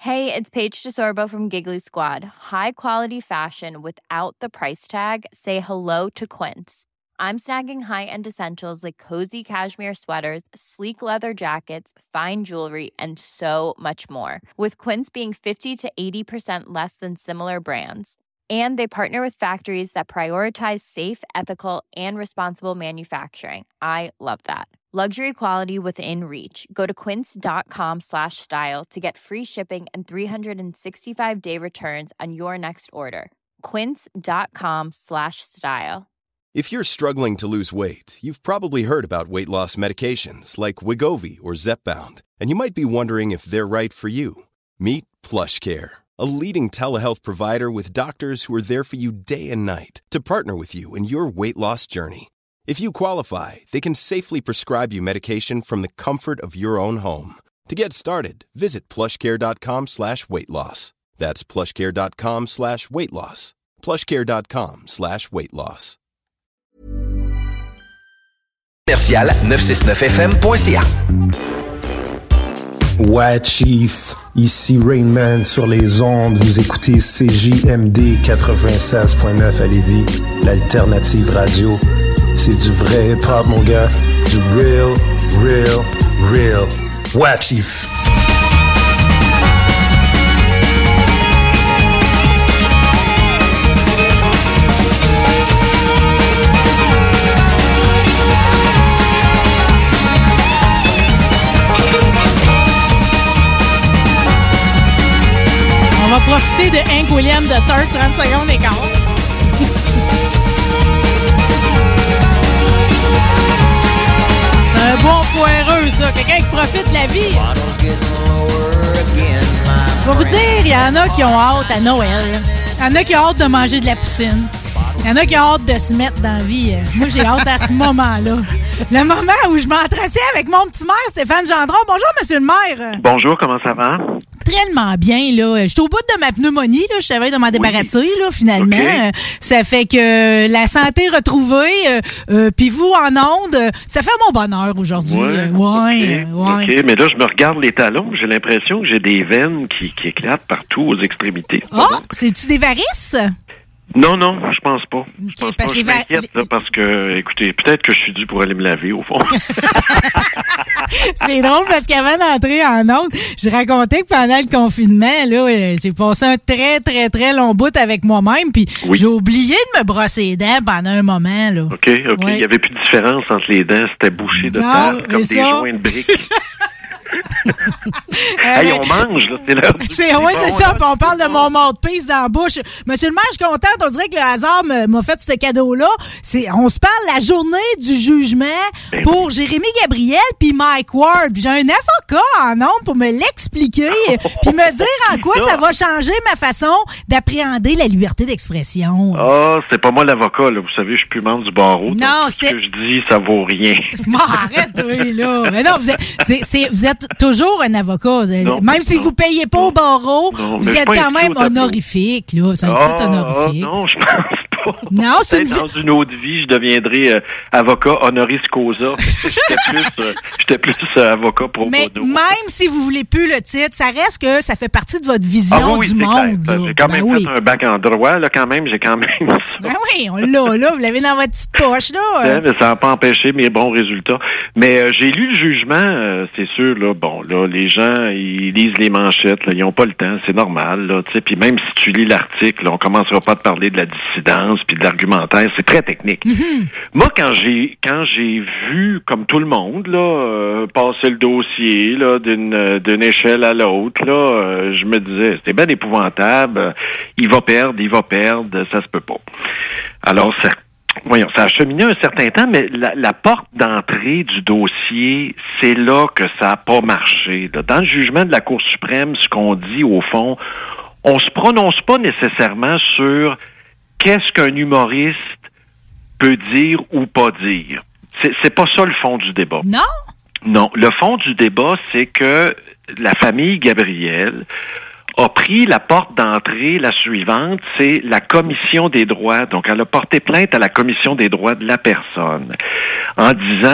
Hey, it's Paige DeSorbo from Giggly Squad. High quality fashion without the price tag. Say hello to Quince. I'm snagging high-end essentials like cozy cashmere sweaters, sleek leather jackets, fine jewelry, and so much more. With Quince being 50 to 80% less than similar brands. And they partner with factories that prioritize safe, ethical, and responsible manufacturing. I love that. Luxury quality within reach. Go to quince.com/style to get free shipping and 365-day returns on your next order. Quince.com/style. If you're struggling to lose weight, you've probably heard about weight loss medications like Wegovy or Zepbound, and you might be wondering if they're right for you. Meet PlushCare, a leading telehealth provider with doctors who are there for you day and night to partner with you in your weight loss journey. If you qualify, they can safely prescribe you medication from the comfort of your own home. To get started, visit plushcare.com/weight-loss. That's plushcare.com/weight-loss. plushcare.com/weight-loss. Commercial 969fm.ca. Ouais, Chief. Ici Rainman sur les ondes. Vous écoutez CJMD 96.9 à Lévis, l'alternative radio. C'est du vrai hip-hop, mon gars. Du real. Ouais, Chief. On va profiter de Hank Williams de Third, 30 secondes d'écart. C'est un bon foireux, ça. Quelqu'un qui profite de la vie. Je vais vous dire, il y en a qui ont hâte à Noël. Il y en a qui ont hâte de manger de la poutine. Il y en a qui ont hâte de se mettre dans la vie. Moi, j'ai hâte à ce moment-là. Le moment où je m'entraçais avec mon petit maire, Stéphane Gendron. Bonjour, monsieur le maire. Bonjour, comment ça va? Tellement bien, là. J'étais au bout de ma pneumonie, là. Je savais de m'en débarrasser, là, finalement. Okay. Ça fait que la santé retrouvée, puis vous, en ondes, ça fait mon bonheur aujourd'hui. Ouais. OK, mais là, je me regarde les talons. J'ai l'impression que j'ai des veines qui éclatent partout aux extrémités. Oh, c'est-tu des varices? Non, je pense pas. Je pense pas. parce Je que m'inquiète, là, parce que, écoutez, peut-être que je suis dû pour aller me laver, au fond. C'est drôle parce qu'avant d'entrer en ondes, je racontais que pendant le confinement, là, j'ai passé un très, très, très long bout avec moi-même, puis j'ai oublié de me brosser les dents pendant un moment, là. OK. Ouais. Il n'y avait plus de différence entre les dents. C'était bouché de terre, comme des joints de briques. Hey, on mange, là, c'est l'heure. C'est ça, puis on parle de mon mot de pisse dans la bouche. Monsieur le maire, je suis contente, on dirait que le hasard m'a fait ce cadeau-là. On se parle la journée du jugement pour Jérémy Gabriel puis Mike Ward. J'ai un avocat en ondes pour me l'expliquer puis me dire en quoi ça va changer ma façon d'appréhender la liberté d'expression. C'est pas moi l'avocat, là. Vous savez, je suis plus membre du barreau. Non, c'est... Ce que je dis, ça vaut rien. Arrête, oui, là. Mais non, vous êtes toujours un avocat. Même si vous ne payez pas au barreau, vous êtes quand même honorifique, là. C'est un titre honorifique. Non, je pense pas. Non, c'est dans une autre vie, je deviendrai avocat honoris causa. J'étais plus avocat pro bono. Mais même si vous voulez plus le titre, ça reste que ça fait partie de votre vision du monde. J'ai quand même fait un bac en droit, là, quand même. J'ai quand même ça. Ben oui, on l'a, là. Vous l'avez dans votre petite poche, là. Mais ça n'a pas empêché mes bons résultats. Mais j'ai lu le jugement, c'est sûr, là. Bon, là, les gens, ils lisent les manchettes, là. Ils n'ont pas le temps, c'est normal, là. Tu sais, puis même si tu lis l'article, là, on commencera pas à te parler de la dissidence puis de l'argumentaire, c'est très technique. Mm-hmm. Moi, quand j'ai vu, comme tout le monde, là, passer le dossier, là, d'une échelle à l'autre, là, je me disais, c'était bien épouvantable. Il va perdre, ça se peut pas. Alors, ça a cheminé un certain temps, mais la porte d'entrée du dossier, c'est là que ça n'a pas marché. Là. Dans le jugement de la Cour suprême, ce qu'on dit, au fond, on se prononce pas nécessairement sur qu'est-ce qu'un humoriste peut dire ou pas dire. C'est pas ça le fond du débat. Non, le fond du débat, c'est que la famille Gabriel a pris la porte d'entrée, la suivante, c'est la commission des droits. Donc, elle a porté plainte à la commission des droits de la personne en disant,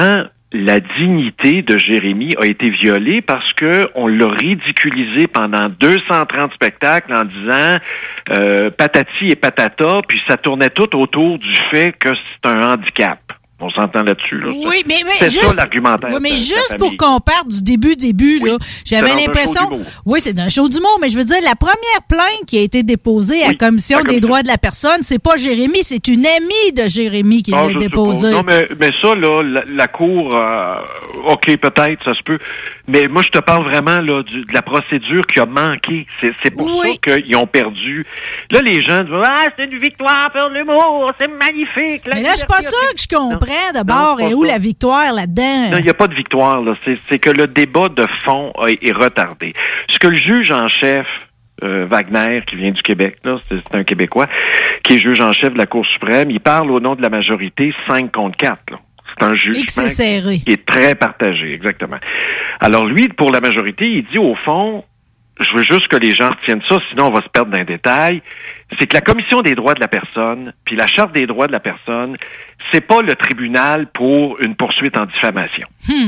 la dignité de Jérémy a été violée parce que on l'a ridiculisé pendant 230 spectacles en disant patati et patata, puis ça tournait tout autour du fait que c'est un handicap. On s'entend là-dessus. Là. Oui, mais c'est juste, ça l'argumentaire. Oui, mais juste pour qu'on parte du début, oui, là, j'avais l'impression. Oui, c'est d'un show d'humour, mais je veux dire, la première plainte qui a été déposée à la Commission des droits de la personne, c'est pas Jérémy, c'est une amie de Jérémy qui l'a déposée. Non, mais ça, là, la Cour, OK, peut-être, ça se peut. Mais moi, je te parle vraiment là de la procédure qui a manqué. C'est pour ça qu'ils ont perdu. Là, les gens disent c'est une victoire pour l'humour, c'est magnifique. Mais là, je suis pas sûr que je comprends d'abord et où la victoire là-dedans. Non, il n'y a pas de victoire, là. C'est que le débat de fond est retardé. Ce que le juge en chef, Wagner, qui vient du Québec, là, c'est un Québécois, qui est juge en chef de la Cour suprême, il parle au nom de la majorité 5 contre 4, là. C'est un jugement qui est très partagé, exactement. Alors lui, pour la majorité, il dit au fond, je veux juste que les gens retiennent ça, sinon on va se perdre dans les détails, c'est que la Commission des droits de la personne, puis la Charte des droits de la personne, c'est pas le tribunal pour une poursuite en diffamation.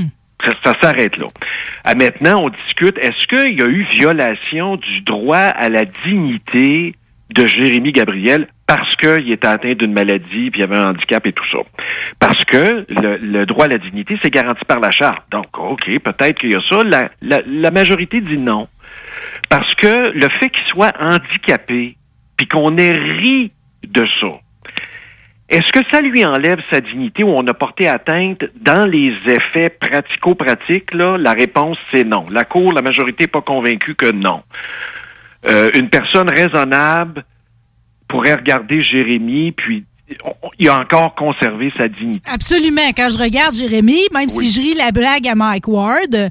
Ça s'arrête là. Maintenant, on discute, est-ce qu'il y a eu violation du droit à la dignité de Jérémy Gabriel parce qu'il était atteint d'une maladie, puis il y avait un handicap et tout ça. Parce que le droit à la dignité, c'est garanti par la Charte. Donc, OK, peut-être qu'il y a ça. La majorité dit non. Parce que le fait qu'il soit handicapé, puis qu'on ait ri de ça, est-ce que ça lui enlève sa dignité ou on a porté atteinte dans les effets pratico-pratiques? Là, la réponse, c'est non. La Cour, la majorité n'est pas convaincue que non. Une personne raisonnable pourrait regarder Jérémy, puis il a encore conservé sa dignité. Absolument. Quand je regarde Jérémy, même si je ris la blague à Mike Ward,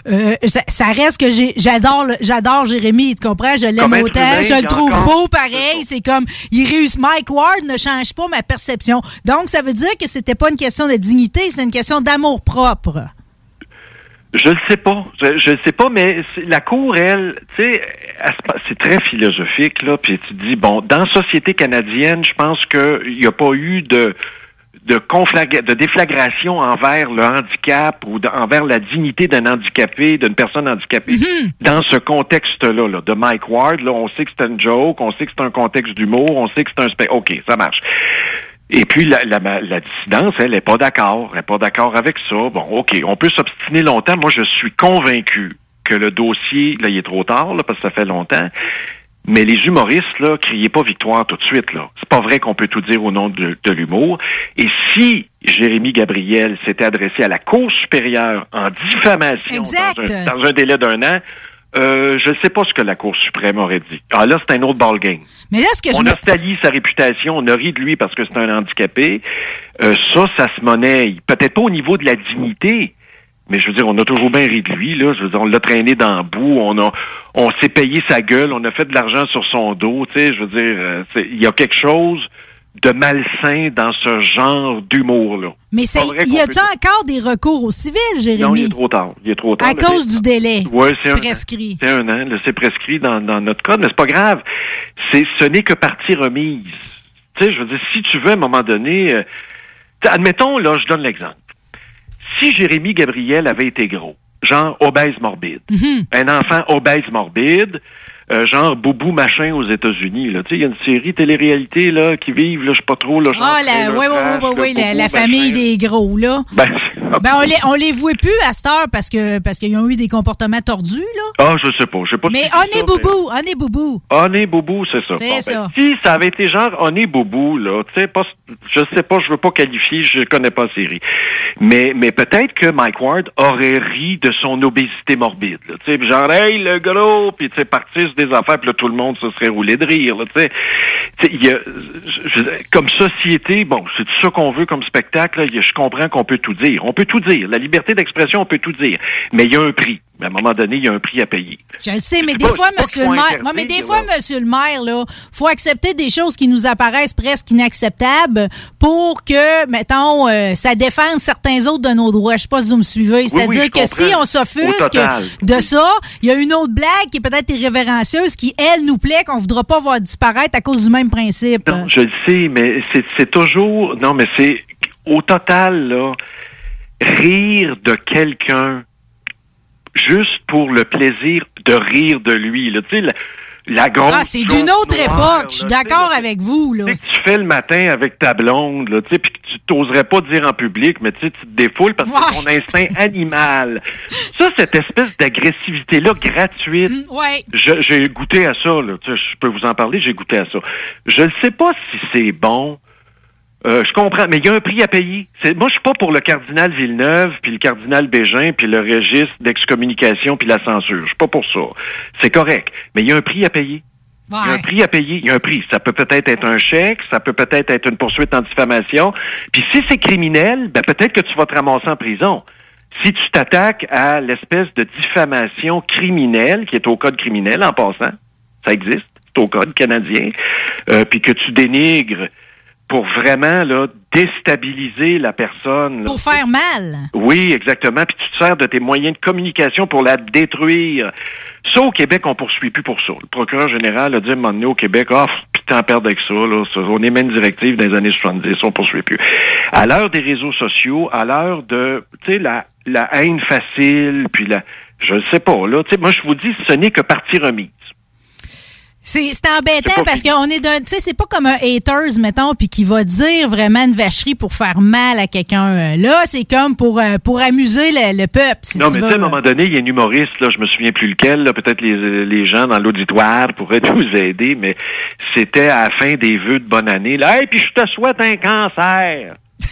ça reste que j'adore Jérémy, tu comprends? Je l'aime autant, je le trouve beau pareil. C'est comme, il réussit. Mike Ward ne change pas ma perception. Donc, ça veut dire que c'était pas une question de dignité, c'est une question d'amour propre. Je le sais pas. Je le sais pas, mais la Cour, elle, tu sais, c'est très philosophique, là, puis tu dis, bon, dans la société canadienne, je pense qu'il n'y a pas eu de déflagration envers le handicap ou envers la dignité d'un handicapé, d'une personne handicapée, dans ce contexte-là, là, de Mike Ward. Là, on sait que c'est une joke, on sait que c'est un contexte d'humour, on sait que c'est un OK, ça marche. Et puis, la dissidence, elle n'est pas d'accord. Elle n'est pas d'accord avec ça. Bon, OK, on peut s'obstiner longtemps. Moi, je suis convaincu que le dossier, là, il est trop tard, là, parce que ça fait longtemps. Mais les humoristes, là, criez pas victoire tout de suite, là. C'est pas vrai qu'on peut tout dire au nom de l'humour. Et si Jérémy Gabriel s'était adressé à la Cour supérieure en diffamation dans un délai d'1 an, je ne sais pas ce que la Cour suprême aurait dit. Ah là, c'est un autre ballgame. Mais là, on a sali sa réputation, on a ri de lui parce que c'est un handicapé. Ça se monnaie. Peut-être pas au niveau de la dignité, mais je veux dire, on a toujours bien ri de lui, là. Je veux dire, on l'a traîné dans le bout, on s'est payé sa gueule, on a fait de l'argent sur son dos, tu sais, je veux dire, il y a quelque chose de malsain dans ce genre d'humour-là. Mais y a-t-il encore des recours au civil, Jérémy? Non, il est trop tard. À cause du délai. Oui, c'est prescrit. C'est 1 an. C'est prescrit dans notre code, mais c'est pas grave. Ce n'est que partie remise. Tu sais, je veux dire, si tu veux, à un moment donné, admettons, là, je donne l'exemple. Si Jérémy Gabriel avait été gros, genre obèse morbide, un enfant obèse morbide, genre Boubou machin aux États-Unis, là. Tu sais, il y a une série télé-réalité, là, qui vivent, là, je sais pas trop, là. Oui, la famille des gros, là. On les voit plus à cette heure parce qu'ils ont eu des comportements tordus, là. Ah, je sais pas. Mais on est Boubou. On est Boubou, c'est ça. C'est ça. Si ça avait été genre on est Boubou, là, tu sais, je sais pas, je veux pas qualifier, je connais pas la série. Mais peut-être que Mike Ward aurait ri de son obésité morbide, là. Tu sais, genre, hey, le gros, puis tu sais, partir des affaires, puis là, tout le monde se serait roulé de rire, là, tu sais. Comme société, bon, c'est tout ça qu'on veut comme spectacle, là, je comprends qu'on peut tout dire. On peut tout dire. La liberté d'expression, on peut tout dire. Mais il y a un prix. À un moment donné, il y a un prix à payer. Je le sais, mais des fois, monsieur le maire, là, faut accepter des choses qui nous apparaissent presque inacceptables pour que, mettons, ça défende certains autres de nos droits. Je sais pas si vous me suivez. C'est-à-dire que si on s'offusque de ça, il y a une autre blague qui est peut-être irrévérencieuse qui, elle, nous plaît, qu'on voudra pas voir disparaître à cause du même principe. Non, je le sais, mais c'est toujours... Non, mais c'est... Au total, là... rire de quelqu'un juste pour le plaisir de rire de lui, là, tu sais, la grosse... Ah, c'est d'une autre époque, je suis d'accord avec vous, là. Tu sais, que tu fais le matin avec ta blonde, là, tu sais, puis que tu t'oserais pas dire en public, mais tu sais, tu te défoules parce que c'est ton instinct animal. Ça, cette espèce d'agressivité-là gratuite, j'ai goûté à ça, là, tu sais, je peux vous en parler, j'ai goûté à ça. Je ne sais pas si c'est bon. Je comprends, mais il y a un prix à payer. Moi, je suis pas pour le cardinal Villeneuve, puis le cardinal Bégin, puis le registre d'excommunication, puis la censure. Je suis pas pour ça. C'est correct. Mais il y a un prix à payer. Ouais. Il y a un prix à payer. Il y a un prix. Ça peut peut-être être un chèque, ça peut peut-être être une poursuite en diffamation. Puis si c'est criminel, ben peut-être que tu vas te ramasser en prison. Si tu t'attaques à l'espèce de diffamation criminelle, qui est au code criminel en passant, ça existe, c'est au code canadien, puis que tu dénigres pour vraiment là déstabiliser la personne. Pour faire mal. Oui, exactement. Puis tu te sers de tes moyens de communication pour la détruire. Ça, au Québec, on poursuit plus pour ça. Le procureur général a dit à un moment donné au Québec, puis t'en perds avec ça, là. On émet une directive dans les années 70, on poursuit plus. À l'heure des réseaux sociaux, à l'heure de, tu sais, la haine facile, puis je ne sais pas, là. Tu sais, moi, je vous dis, ce n'est que partie remise. C'est embêtant parce qu'on est tu sais, c'est pas comme un haters, mettons, puis qui va dire vraiment une vacherie pour faire mal à quelqu'un. Là, c'est comme pour amuser le peuple, si non, tu mais veux. Tu sais, à un moment donné, il y a un humoriste, là, je me souviens plus lequel, là, peut-être les gens dans l'auditoire pourraient nous aider, mais c'était à la fin des vœux de bonne année, là, hey, puis je te souhaite un cancer.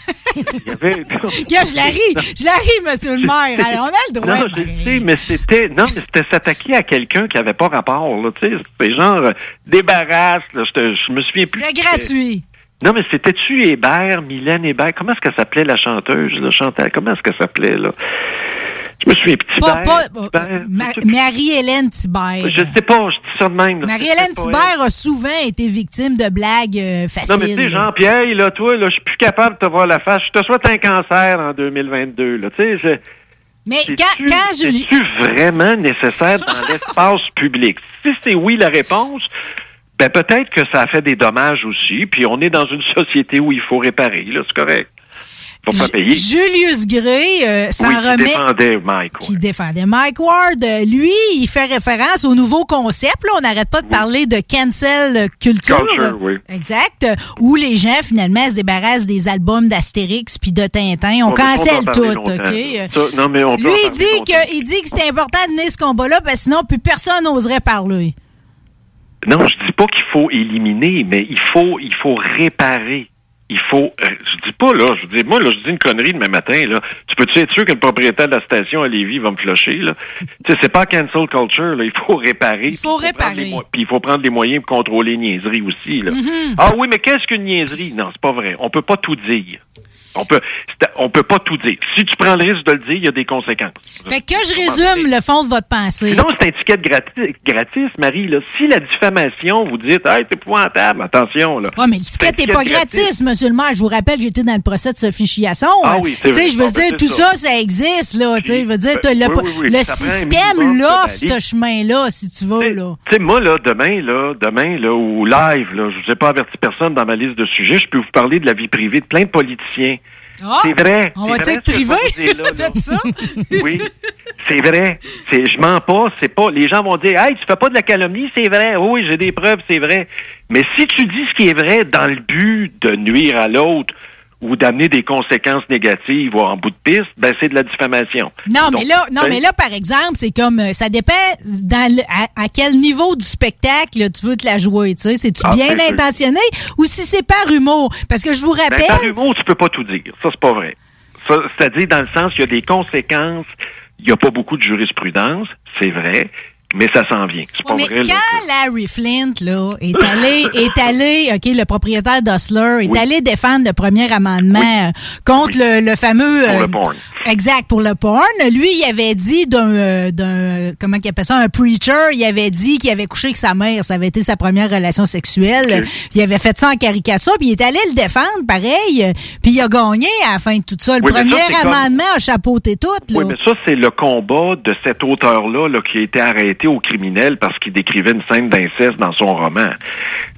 Je la ris, monsieur le maire. Alors, on a le droit. Non, je sais, mais c'était s'attaquer à quelqu'un qui avait pas rapport, là, tu sais, c'était genre, débarrasse, là, je me souviens plus. C'est gratuit. Non, mais c'était-tu Hébert, Mylène Hébert? Comment est-ce qu'elle s'appelait, la chanteuse, là, comment est-ce qu'elle s'appelait, là? Je me souviens, Marie-Hélène Thibert. Je sais pas, je dis ça de même. Marie-Hélène Thibert a souvent été victime de blagues faciles. Non, mais tu sais, Jean-Pierre, là, toi, là, je suis plus capable de te voir la face. Je te souhaite un cancer en 2022, là, tu sais, mais c'est-tu vraiment nécessaire dans l'espace public? Si c'est oui la réponse, ben peut-être que ça a fait des dommages aussi, puis on est dans une société où il faut réparer, là, c'est correct. Faut pas payer. Julius Gray s'en remet. Qui défendait Mike Ward. Lui, il fait référence au nouveau concept. Là, on n'arrête pas de parler de cancel culture. Oui. Exact. Où les gens, finalement, se débarrassent des albums d'Astérix puis de Tintin. On cancelle tout, OK? Ça, non, mais lui, il dit que c'est important de mener ce combat-là parce que sinon, plus personne n'oserait parler. Non, je dis pas qu'il faut éliminer, mais il faut réparer. Il faut, je dis pas, là, je dis une connerie demain matin, là. Tu peux-tu être sûr que le propriétaire de la station à Lévis va me flusher, là? Tu sais, c'est pas cancel culture, là. Il faut réparer. Il faut réparer. Puis il faut prendre des moyens pour contrôler les niaiseries aussi, là. Mm-hmm. Ah oui, mais qu'est-ce qu'une niaiserie? Non, c'est pas vrai. On peut pas tout dire. On peut pas tout dire. Si tu prends le risque de le dire, il y a des conséquences. Fait que je résume le fond de votre pensée. Sinon, c'est un ticket gratis, Marie, là. Si la diffamation, vous dites, hey, c'est épouvantable, attention, là. Ouais, mais le ticket n'est pas gratis, monsieur le maire. Je vous rappelle que j'étais dans le procès de Sophie Chiasson. Ah oui, c'est vrai. Tu sais, je veux dire, tout ça existe, là. Tu sais, je veux dire, le système l'offre, ce chemin-là, si tu veux, là. Tu sais, moi, là, demain, là, ou live, là, je vous ai pas averti personne dans ma liste de sujets, je peux vous parler de la vie privée de plein de politiciens. Ah, c'est vrai. On va être privé de ça? Oui, c'est vrai. Je mens pas, c'est pas. Les gens vont dire, hey, tu fais pas de la calomnie, c'est vrai. Oui, j'ai des preuves, c'est vrai. Mais si tu dis ce qui est vrai dans le but de nuire à l'autre ou d'amener des conséquences négatives en bout de piste, ben c'est de la diffamation. Mais là, par exemple, c'est comme ça dépend à quel niveau du spectacle tu veux te la jouer, tu sais, c'est-tu bien intentionné ou si c'est par humour? Parce que je vous rappelle. Par humour, tu peux pas tout dire. Ça, c'est pas vrai. Ça, c'est-à-dire dans le sens qu'il y a des conséquences, il y a pas beaucoup de jurisprudence, c'est vrai. Mais ça s'en vient. C'est pas mais vrai. Quand Larry Flint, là, est allé, OK, le propriétaire d'Hustler, est allé défendre le premier amendement contre le fameux... Pour le porn. Exact, pour le porn. Lui, il avait dit comment il appelle ça, un preacher, il avait dit qu'il avait couché avec sa mère. Ça avait été sa première relation sexuelle. Okay. Il avait fait ça en caricature, puis il est allé le défendre, pareil. Puis il a gagné à la fin de tout ça. Le premier amendement a chapeauté tout, là. Oui, mais ça, c'est le combat de cet auteur-là, là, qui a été arrêté au criminel parce qu'il décrivait une scène d'inceste dans son roman.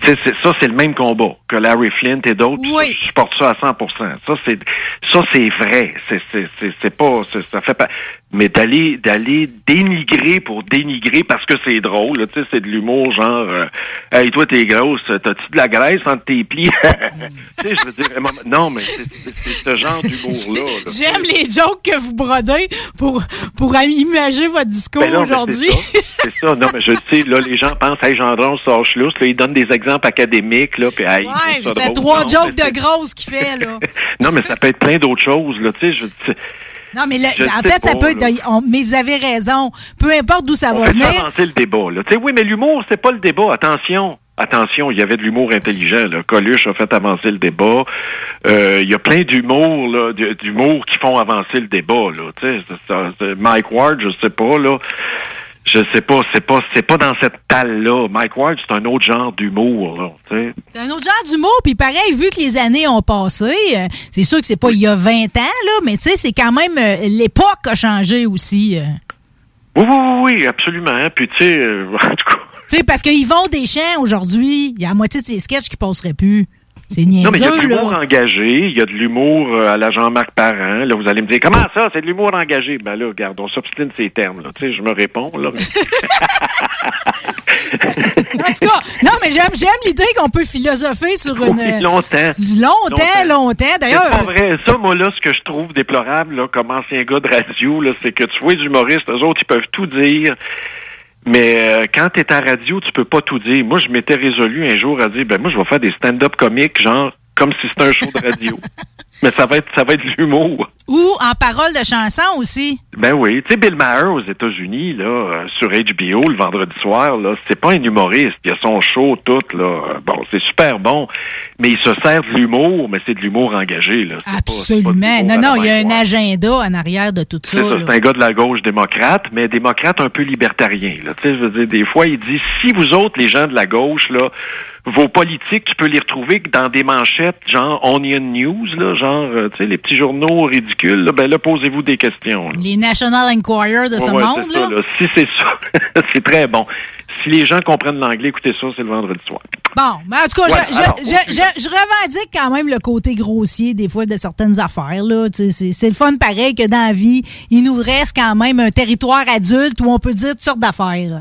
Tu sais, ça, c'est le même combat que Larry Flint et d'autres. Oui. Je supporte ça à 100%. Ça, c'est vrai. C'est pas, ça fait pas, mais d'aller dénigrer pour dénigrer parce que c'est drôle, là, tu sais, c'est de l'humour genre, hey, toi, t'es grosse, t'as-tu de la graisse entre tes plis? Tu sais, je veux dire, non, mais c'est ce genre d'humour-là. Là. J'aime les jokes que vous brodez pour imaginer votre discours aujourd'hui. C'est ça. Non, mais je le sais, là, les gens pensent, hey, Gendron, sors lousse, là, ils donnent des exemples académiques, là, puis hey, c'est 3 jokes de grosses qu'il fait, là. Non, mais ça peut être plein d'autres choses, là, tu sais, non, mais en fait, ça peut être... mais vous avez raison. Peu importe d'où ça va venir. On fait avancer le débat, là. Tu sais, oui, mais l'humour, c'est pas le débat. Attention, il y avait de l'humour intelligent, là. Coluche a fait avancer le débat. Il y a plein d'humour, là, d'humour qui font avancer le débat, là. Tu sais, Mike Ward, je sais pas, là. Je sais pas, c'est pas dans cette talle-là. Mike Ward, c'est un autre genre d'humour, là, tu sais. C'est un autre genre d'humour, puis pareil, vu que les années ont passé, c'est sûr que c'est pas il y a 20 ans, là, mais tu sais, c'est quand même, l'époque a changé aussi. Oui, absolument. Puis tu sais, en tout cas. Tu sais, parce qu'ils vont des champs aujourd'hui, il y a la moitié de ces sketchs qui passeraient plus. C'est niaiseux, non, mais il y a de l'humour engagé, il y a de l'humour à la Jean-Marc Parent. Là, vous allez me dire, comment ça, c'est de l'humour engagé? Ben là, regarde, on s'obstine ces termes, là. Tu sais, je me réponds, là. En tout cas, non, mais j'aime l'idée qu'on peut philosopher sur une... Longtemps. D'ailleurs... C'est pas vrai. Ça, moi, là, ce que je trouve déplorable, là, comme ancien gars de radio, là, c'est que tu vois les humoristes, eux autres, ils peuvent tout dire. Mais quand t'es à radio, tu peux pas tout dire. Moi, je m'étais résolu un jour à dire, ben moi, je vais faire des stand-up comiques, genre comme si c'était un show de radio. Mais ça va être de l'humour. Ou en paroles de chansons aussi. Ben oui. Tu sais, Bill Maher aux États-Unis, là, sur HBO, le vendredi soir, là, c'est pas un humoriste. Il a son show tout, là. Bon, c'est super bon. Mais il se sert de l'humour, mais c'est de l'humour engagé, là. Absolument. Non, il y a un agenda en arrière de tout ça. C'est un gars de la gauche démocrate, mais démocrate un peu libertarien, là. Tu sais, je veux dire, des fois, il dit, si vous autres, les gens de la gauche, là, vos politiques, tu peux les retrouver dans des manchettes genre Onion News, là, genre, tu sais, les petits journaux ridicules, là, ben là, posez-vous des questions. Là. Les National Enquirer de ce monde, c'est ça, là. Si c'est ça, c'est très bon. Si les gens comprennent l'anglais, écoutez ça, c'est le vendredi soir. Bon, mais en tout cas, je revendique quand même le côté grossier des fois de certaines affaires, là. C'est le fun pareil que dans la vie, il nous reste quand même un territoire adulte où on peut dire toutes sortes d'affaires.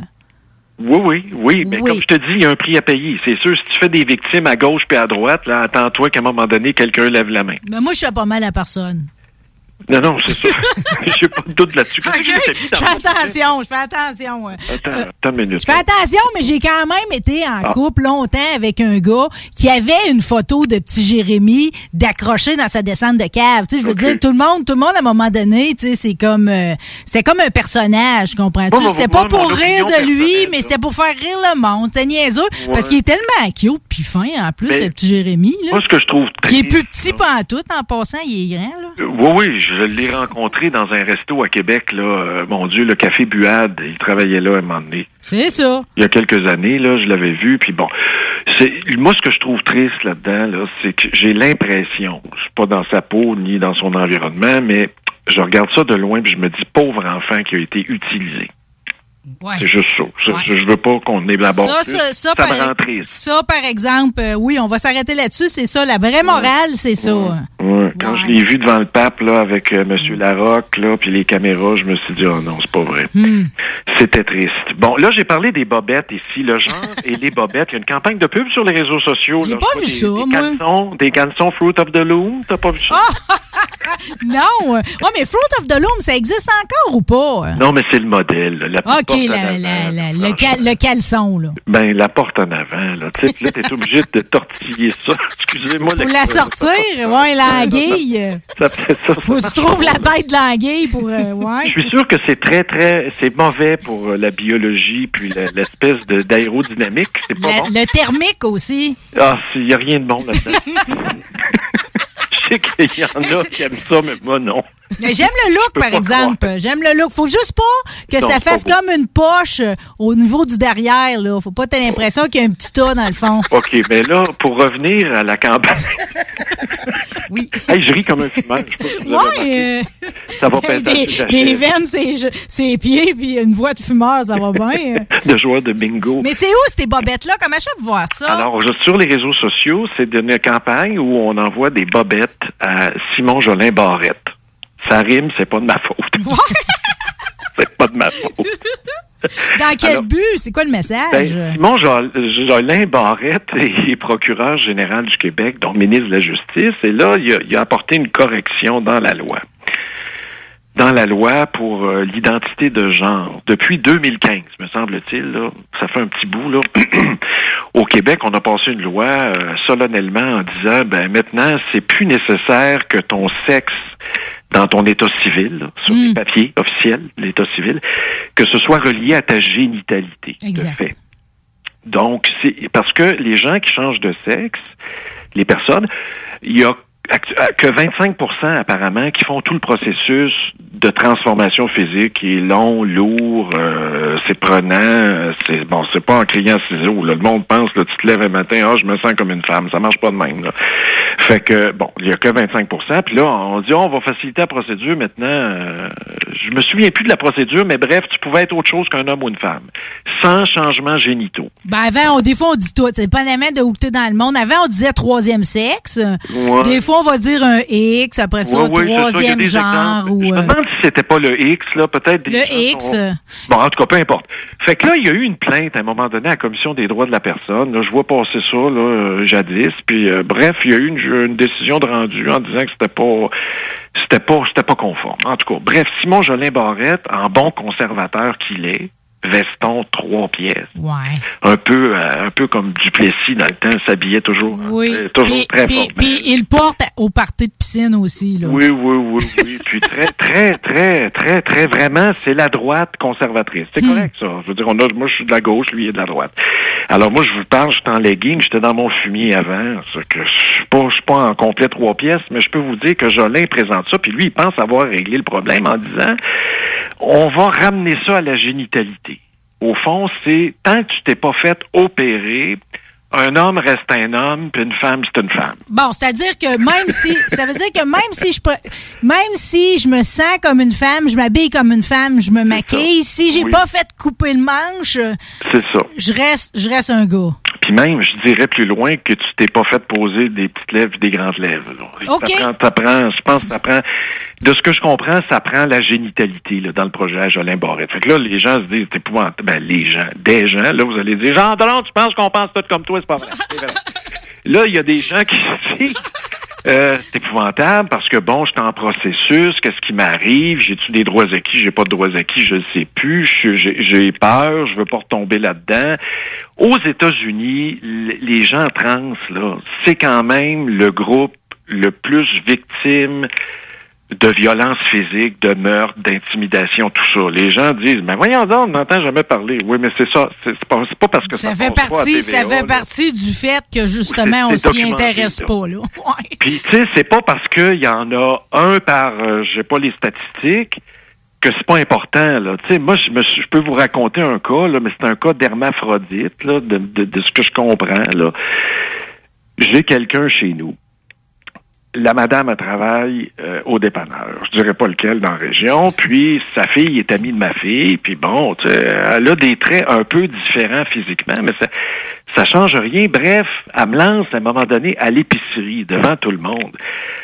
Oui. Mais comme je te dis, il y a un prix à payer. C'est sûr, si tu fais des victimes à gauche puis à droite, là, attends-toi qu'à un moment donné, quelqu'un lève la main. Mais moi, je fais pas mal à personne. Non, c'est ça. J'ai pas de doute là-dessus. Okay. Je fais attention. Attends une minute. Je fais attention, mais j'ai quand même été en couple longtemps avec un gars qui avait une photo de petit Jérémy d'accrocher dans sa descente de cave. Tu sais, je veux dire, tout le monde à un moment donné, tu sais, c'est comme un personnage, comprends-tu? C'était pas pour rire de lui, mais c'était pour faire rire le monde. C'est niaiseux, parce qu'il est tellement cute puis fin en plus, le petit Jérémy. Là. Moi, ce que je trouve qui est plus petit pantoute, en passant, il est grand, là. Oui, je l'ai rencontré dans un resto à Québec, là, mon Dieu, le Café Buade, il travaillait là à un moment donné. C'est ça. Il y a quelques années, là, je l'avais vu, puis bon, moi, ce que je trouve triste là-dedans, là, c'est que j'ai l'impression, je suis pas dans sa peau ni dans son environnement, mais je regarde ça de loin puis je me dis, pauvre enfant qui a été utilisé. Ouais. C'est juste ça. Je veux pas qu'on élabore plus. Ça me rend triste. Ça, par exemple, oui, on va s'arrêter là-dessus. C'est ça, la vraie morale, c'est ça. Ouais. Quand je l'ai vu devant le pape, là, avec M. Larocque, là, puis les caméras, je me suis dit, oh non, c'est pas vrai. C'était triste. Bon, là, j'ai parlé des bobettes ici, le genre et les bobettes. Il y a une campagne de pub sur les réseaux sociaux. J'ai pas vu ça, moi. Des caleçons Fruit of the Loom. T'as pas vu ça? Non! Ouais, mais Fruit of the Loom, ça existe encore ou pas? Non, mais c'est le modèle. La OK, le caleçon, là. Ben, la porte en avant, là. Tu sais, là, t'es obligé de tortiller ça. Excusez-moi. Pour la sortir, ouais, l'anguille. Faut que tu trouves la tête de l'anguille pour, ouais. Je suis sûr que c'est c'est mauvais pour la biologie puis l'espèce d'aérodynamique. C'est pas bon. Le thermique aussi. Ah, il y a rien de bon là-dedans. Je sais qu'il y en a qui aiment ça, mais moi, non. Mais j'aime le look, par exemple. J'aime le look. Faut juste pas que ça fasse comme une poche au niveau du derrière, là. Faut pas t'aies l'impression qu'il y a un petit tas dans le fond. OK, mais là, pour revenir à la campagne... Oui. Hey, je ris comme un fumeur. Je sais pas si vous avez remarqué. Ça va péter. Des veines, ses pieds, puis une voix de fumeur, ça va bien. De joueur de bingo. Mais c'est où ces bobettes-là? Comment je peux voir ça? Alors, sur les réseaux sociaux, c'est une campagne où on envoie des bobettes à Simon Jolin Barrette. Ça rime, c'est pas de ma faute. C'est pas de ma faute. Dans quel but? C'est quoi le message? Simon Jolin Barrette est procureur général du Québec, donc ministre de la Justice, et là, il a apporté une correction dans la loi. Dans la loi pour l'identité de genre. Depuis 2015, me semble-t-il, là, ça fait un petit bout, là. Au Québec, on a passé une loi solennellement en disant, maintenant, c'est plus nécessaire que ton sexe dans ton état civil, là, sur les papiers officiels de l'état civil, que ce soit relié à ta génitalité. Exact. De fait. Donc, c'est parce que les gens qui changent de sexe, les personnes, il y a que 25% apparemment qui font tout le processus de transformation physique qui est long, lourd, c'est prenant, c'est pas en criant ciseaux. Là. Le monde pense, là, tu te lèves un matin, je me sens comme une femme, ça marche pas de même. Là. Fait que il y a que 25%, puis là on dit on va faciliter la procédure maintenant. Je me souviens plus de la procédure, mais bref, tu pouvais être autre chose qu'un homme ou une femme, sans changement génitaux. Avant, des fois on dit tout, c'est pas la même de où t'es dans le monde. Avant on disait troisième sexe. Ouais. Des fois on va dire un X, après ça, troisième genre. Ou, je me demande si c'était pas le X, là, peut-être. Le X. Bon, en tout cas, peu importe. Fait que là, il y a eu une plainte à un moment donné à la Commission des droits de la personne. Là, je vois passer ça, là, jadis. Puis, bref, il y a eu une décision de rendu en disant que c'était pas conforme. En tout cas, bref, Simon Jolin Barrette, en bon conservateur qu'il est, veston 3 pièces. Ouais. Un peu comme Duplessis dans le temps, s'habillait toujours, toujours très fort. Puis il porte au party de piscine aussi, là. Oui. Puis très, vraiment, c'est la droite conservatrice. C'est correct, ça. Je veux dire, moi, je suis de la gauche, lui, il est de la droite. Alors, moi, je vous parle, j'étais en legging, j'étais dans mon fumier avant. Que je suis pas en complet 3 pièces, mais je peux vous dire que Jolin présente ça, puis lui, il pense avoir réglé le problème en disant, on va ramener ça à la génitalité. Au fond, c'est tant que tu t'es pas fait opérer, un homme reste un homme, puis une femme, c'est une femme. Bon, c'est-à-dire que ça veut dire que même si je me sens comme une femme, je m'habille comme une femme, je me maquille, si j'ai pas fait couper le manche, c'est ça. Je reste un gars. Puis même, je dirais plus loin que tu t'es pas fait poser des petites lèvres et des grandes lèvres. Là. OK. Je pense que ça prend, de ce que je comprends, ça prend la génitalité là, dans le projet à Jolin Barrette. Fait que là, les gens se disent, c'est épouvantable. Des gens, là, vous allez dire, Jean Talon, tu penses qu'on pense tout comme toi, c'est pas vrai. C'est vrai. Là, il y a des gens qui se disent, c'est épouvantable parce que bon, je suis en processus, qu'est-ce qui m'arrive? J'ai-tu des droits acquis? J'ai pas de droits acquis, je le sais plus. J'ai peur, je veux pas retomber là-dedans. Aux États-Unis, les gens trans, là, c'est quand même le groupe le plus victime de violence physique, de meurtre, d'intimidation, tout ça. Les gens disent, mais voyons donc, on n'entend jamais parler. Oui, mais c'est ça. C'est pas parce que ça fait partie du fait que, justement, on s'y intéresse pas, là. Ouais. Puis, tu sais, c'est pas parce qu'il y en a un par, j'ai pas les statistiques, que c'est pas important, là. Tu sais, moi, je peux vous raconter un cas, là, mais c'est un cas d'hermaphrodite, là, de ce que je comprends, là. J'ai quelqu'un chez nous. La madame, elle travaille au dépanneur. Je dirais pas lequel dans la région. Puis, sa fille est amie de ma fille. Puis bon, elle a des traits un peu différents physiquement, mais ça change rien. Bref, elle me lance à un moment donné à l'épicerie, devant tout le monde.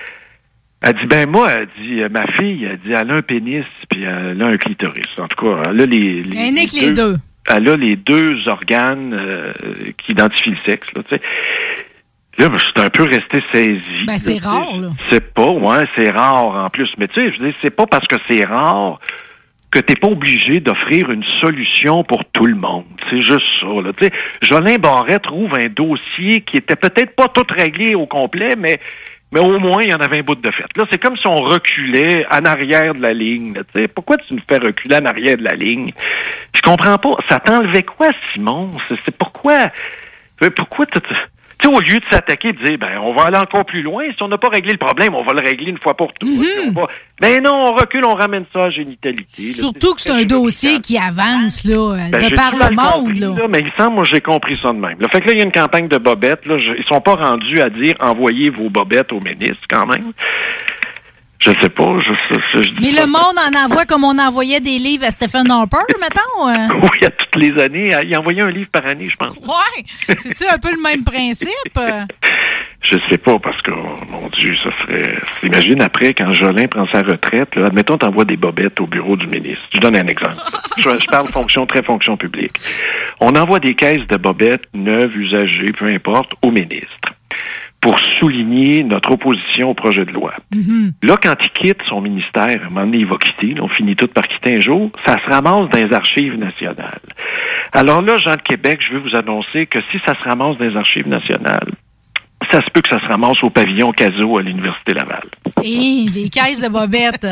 Elle dit, ma fille, elle a un pénis, puis elle a un clitoris. En tout cas, elle a les deux. Elle a les deux organes qui identifient le sexe, là, tu sais. Là, je suis un peu resté saisi. Ben, c'est rare, là. C'est rare en plus. Mais tu sais, je dis, c'est pas parce que c'est rare que t'es pas obligé d'offrir une solution pour tout le monde. C'est juste ça, là. Tu sais, Jolin Barrette trouve un dossier qui était peut-être pas tout réglé au complet, mais au moins, il y en avait un bout de fait. Là, c'est comme si on reculait en arrière de la ligne. Tu sais, pourquoi tu nous fais reculer en arrière de la ligne? Je comprends pas. Ça t'enlevait quoi, Simon? C'est pourquoi Tu sais, au lieu de s'attaquer et de dire, on va aller encore plus loin. Si on n'a pas réglé le problème, on va le régler une fois pour toutes. Mais non, on recule, on ramène ça à la génitalité. Surtout que c'est un dossier qui avance, là, de par le monde, là. Mais il semble, moi, j'ai compris ça de même. Là. Fait que là, il y a une campagne de bobettes, là. Ils sont pas rendus à dire, envoyez vos bobettes au ministre, quand même. Je sais pas. Mais le monde en envoie comme on envoyait des livres à Stephen Harper, mettons. Oui, à toutes les années. Il envoyait un livre par année, je pense. Ouais. C'est-tu un peu le même principe? Je sais pas, parce que, mon Dieu, ça serait... Imagine après, quand Jolin prend sa retraite, là, admettons, t'envoies des bobettes au bureau du ministre. Je donne un exemple. Je parle fonction publique. On envoie des caisses de bobettes neuves, usagées, peu importe, au ministre, pour souligner notre opposition au projet de loi. Mm-hmm. Là, quand il quitte son ministère, à un moment donné, il va quitter, là, on finit tout par quitter un jour, ça se ramasse dans les archives nationales. Alors là, Jean de Québec, je veux vous annoncer que si ça se ramasse dans les archives nationales, ça se peut que ça se ramasse au pavillon Cazot à l'Université Laval. Des caisses de bobettes.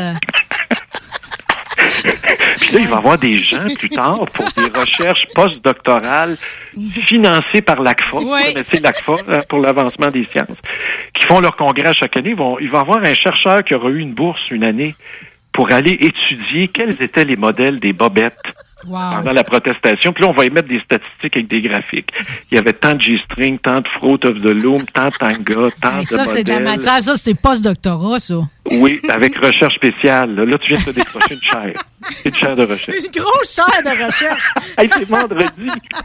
Puis là, il va y avoir des gens plus tard pour des recherches postdoctorales financées par l'ACFA. Oui. Vous connaissez l'ACFA pour l'avancement des sciences, qui font leur congrès à chaque année. Il va y avoir un chercheur qui aura eu une bourse une année pour aller étudier quels étaient les modèles des bobettes pendant la protestation. Puis là, on va émettre des statistiques avec des graphiques. Il y avait tant de G-string, tant de Fruit of the Loom, tant de Tanga, tant de modèles. Ça, c'est de la matière. Ça, c'est post-doctorat, ça. Oui, avec recherche spéciale. Là, tu viens de te décrocher une chaire. Une chaire de recherche. Une grosse chaire de recherche. Hey, c'est vendredi.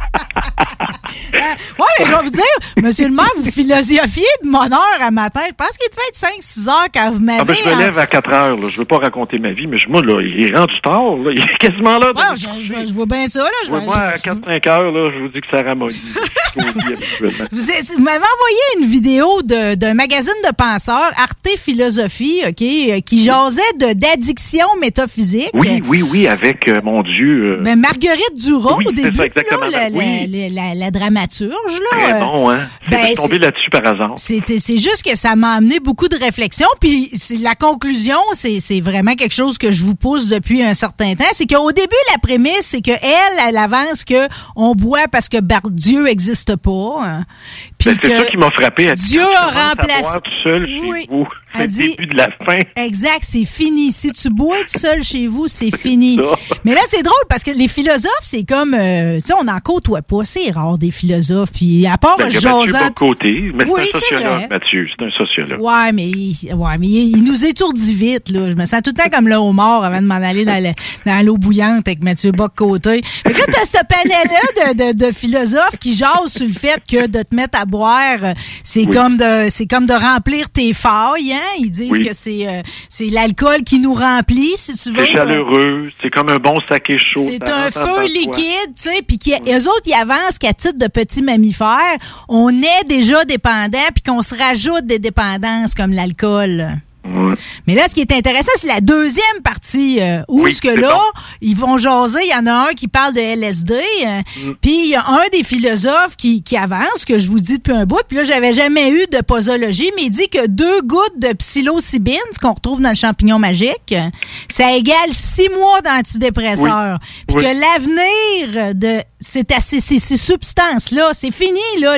Oui, mais je vais vous dire, monsieur le maire, vous philosophiez de mon heure à matin. Je pense qu'il devait être 5-6 heures quand vous m'avez... je me lève à 4 heures. Là. Je veux pas raconter ma vie, mais moi, là, il est rendu tard. Là. Il est quasiment là. Je vois bien ça. Là. Moi, à 4-5 heures, là, je vous dis que ça ramollit. Vous m'avez envoyé une vidéo d'un magazine de penseurs, Arte Philosophie, qui jasait d'addiction métaphysique. Oui, avec, mon Dieu... Marguerite Duras, au début, ça, exactement, là, la dramaturge. Là, très bon, hein? C'est tombé là-dessus par hasard. C'est juste que ça m'a amené beaucoup de réflexion, puis la conclusion, c'est vraiment quelque chose que je vous pousse depuis un certain temps, c'est qu'au début, la prémisse, c'est qu'elle avance que on boit parce que Dieu n'existe pas. Hein, c'est ça qui m'a frappé. Dieu a remplacé... tout seul chez vous. C'est le début de la fin. Exact, c'est fini. Si tu bois tout seul chez vous, c'est fini. Mais là, c'est drôle parce que les philosophes, c'est comme... tu sais, on n'en côtoie pas. C'est rare, des philosophes. Puis à part jasant... Mathieu Bocoté, mais c'est un sociologue, Mathieu. C'est un sociologue. Ouais, mais il nous étourdit vite, là. Je me sens tout le temps comme le homard avant de m'en aller dans l'eau bouillante avec Mathieu Bocoté. Fait que là, t'as ce panel-là de philosophes qui jasent sur le fait que de te mettre à boire, c'est comme de remplir tes failles, hein? Ils disent que c'est l'alcool qui nous remplit, si tu veux. C'est chaleureux, c'est comme un bon saké chaud. C'est un feu liquide, tu sais, puis eux autres, ils avancent qu'à titre de petits mammifères, on est déjà dépendant, puis qu'on se rajoute des dépendances comme l'alcool. Mais là, ce qui est intéressant, c'est la deuxième partie où ils vont jaser. Il y en a un qui parle de LSD, puis il y a un des philosophes qui avance, que je vous dis depuis un bout, puis là, j'avais jamais eu de posologie, mais il dit que 2 gouttes de psilocybine, ce qu'on retrouve dans le champignon magique, ça égale 6 mois d'antidépresseurs. Puis que l'avenir de ces substances-là, c'est fini, là,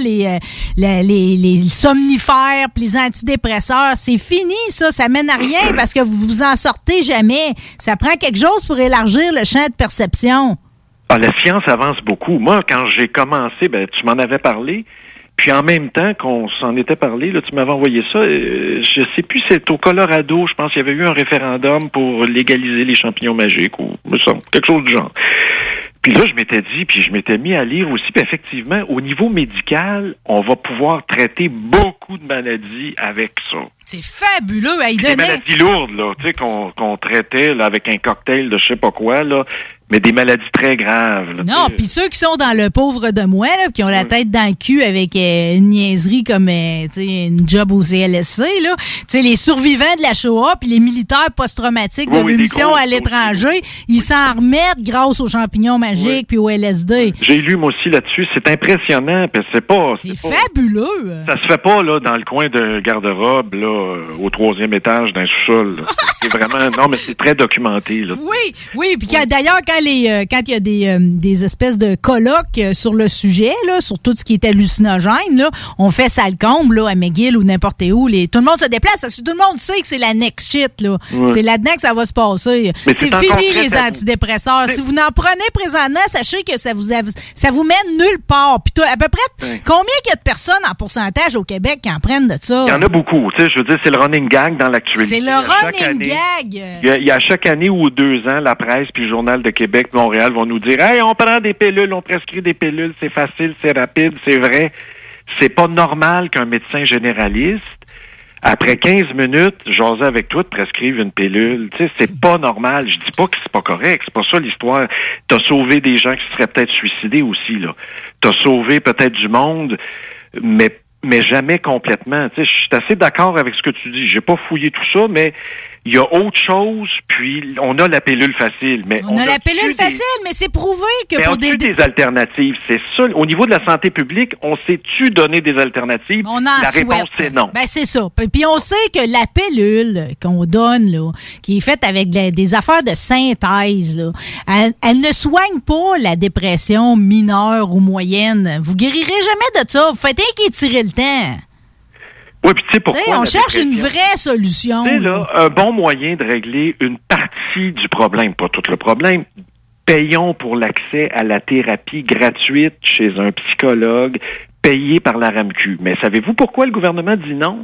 les somnifères, puis les antidépresseurs, c'est fini, ça mène à rien parce que vous vous en sortez jamais. Ça prend quelque chose pour élargir le champ de perception. La science avance beaucoup. Moi, quand j'ai commencé, tu m'en avais parlé, puis en même temps qu'on s'en était parlé, là, tu m'avais envoyé ça, je sais plus, c'est au Colorado, je pense qu'il y avait eu un référendum pour légaliser les champignons magiques, ou quelque chose du genre. Puis là, je m'étais mis à lire aussi, puis effectivement, au niveau médical, on va pouvoir traiter beaucoup de maladies avec ça. C'est fabuleux à y donner. Des maladies lourdes, là, tu sais, qu'on traitait là, avec un cocktail de je sais pas quoi, là, mais des maladies très graves. Là, non, puis ceux qui sont dans le pauvre de moi, là, qui ont la tête dans le cul avec une niaiserie comme une job au CLSC, là, les survivants de la Shoah puis les militaires post-traumatiques de l'émission à l'étranger, ils s'en remettent grâce aux champignons magiques puis au LSD. J'ai lu moi aussi là-dessus, c'est impressionnant, puis c'est fabuleux. Ça se fait pas là dans le coin de garde-robe là au 3e étage d'un sous-sol. C'est vraiment non, mais c'est très documenté là. Oui, puis d'ailleurs quand quand il y a des espèces de colloques sur le sujet, là, sur tout ce qui est hallucinogène, là, on fait ça le comble, là, à McGill ou n'importe où. Tout le monde se déplace parce que tout le monde sait que c'est la next shit, là. Ouais. C'est là-dedans que ça va se passer. Mais c'est fini les antidépresseurs. Si vous n'en prenez présentement, sachez que ça vous mène nulle part. Puis à peu près, combien qu'il y a de personnes en pourcentage au Québec qui en prennent de ça? Il y en a beaucoup. Tu sais, je veux dire, c'est le running gag dans l'actualité. C'est le running gag. Il y a chaque année ou 2 ans, la presse puis le Journal de Québec, Montréal vont nous dire « Hey, on prend des pilules, on prescrit des pilules, c'est facile, c'est rapide, c'est vrai. » C'est pas normal qu'un médecin généraliste, après 15 minutes, jaser avec toi, te prescrive une pilule. Tu sais, c'est pas normal. Je dis pas que c'est pas correct. C'est pas ça l'histoire. T'as sauvé des gens qui se seraient peut-être suicidés aussi, là. T'as sauvé peut-être du monde, mais jamais complètement. Tu sais, je suis assez d'accord avec ce que tu dis. J'ai pas fouillé tout ça, mais il y a autre chose, puis on a la pilule facile. Mais on a la pilule facile, mais c'est prouvé que mais pour des alternatives, c'est ça. Au niveau de la santé publique, on sait-tu donner des alternatives? La réponse, c'est non. Ben, c'est ça. Puis on sait que la pilule qu'on donne, là, qui est faite avec des affaires de synthèse, là, elle ne soigne pas la dépression mineure ou moyenne. Vous guérirez jamais de ça. Vous faites rien qu'étirer le temps. Oui, puis tu sais pourquoi on cherche une vraie solution. Tu sais, là, un bon moyen de régler une partie du problème, pas tout le problème. Payons pour l'accès à la thérapie gratuite chez un psychologue payé par la RAMQ. Mais savez-vous pourquoi le gouvernement dit non?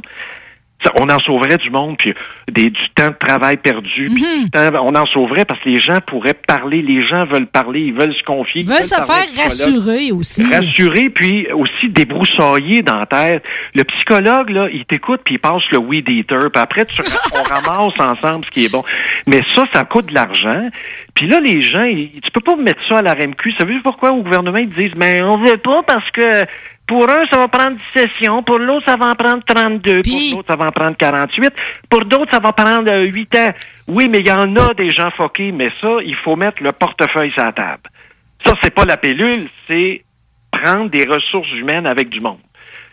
On en sauverait du monde, puis du temps de travail perdu. Puis on en sauverait parce que les gens pourraient parler. Les gens veulent parler, ils veulent se confier. Ils veulent se faire rassurer aussi. Rassurer, puis aussi débroussailler dans la tête. Le psychologue, là, il t'écoute, puis il passe le weed eater. Puis après, on ramasse ensemble ce qui est bon. Mais ça coûte de l'argent. Puis là, les gens, tu peux pas mettre ça à la RAMQ. Savez-vous pourquoi au gouvernement, ils disent, mais on veut pas parce que pour un, ça va prendre 10 sessions. Pour l'autre, ça va en prendre 32. Pour l'autre, ça va en prendre 48. Pour d'autres, ça va prendre 8 ans. Oui, mais il y en a des gens fuckés, mais ça, il faut mettre le portefeuille sur la table. Ça, c'est pas la pilule, c'est prendre des ressources humaines avec du monde.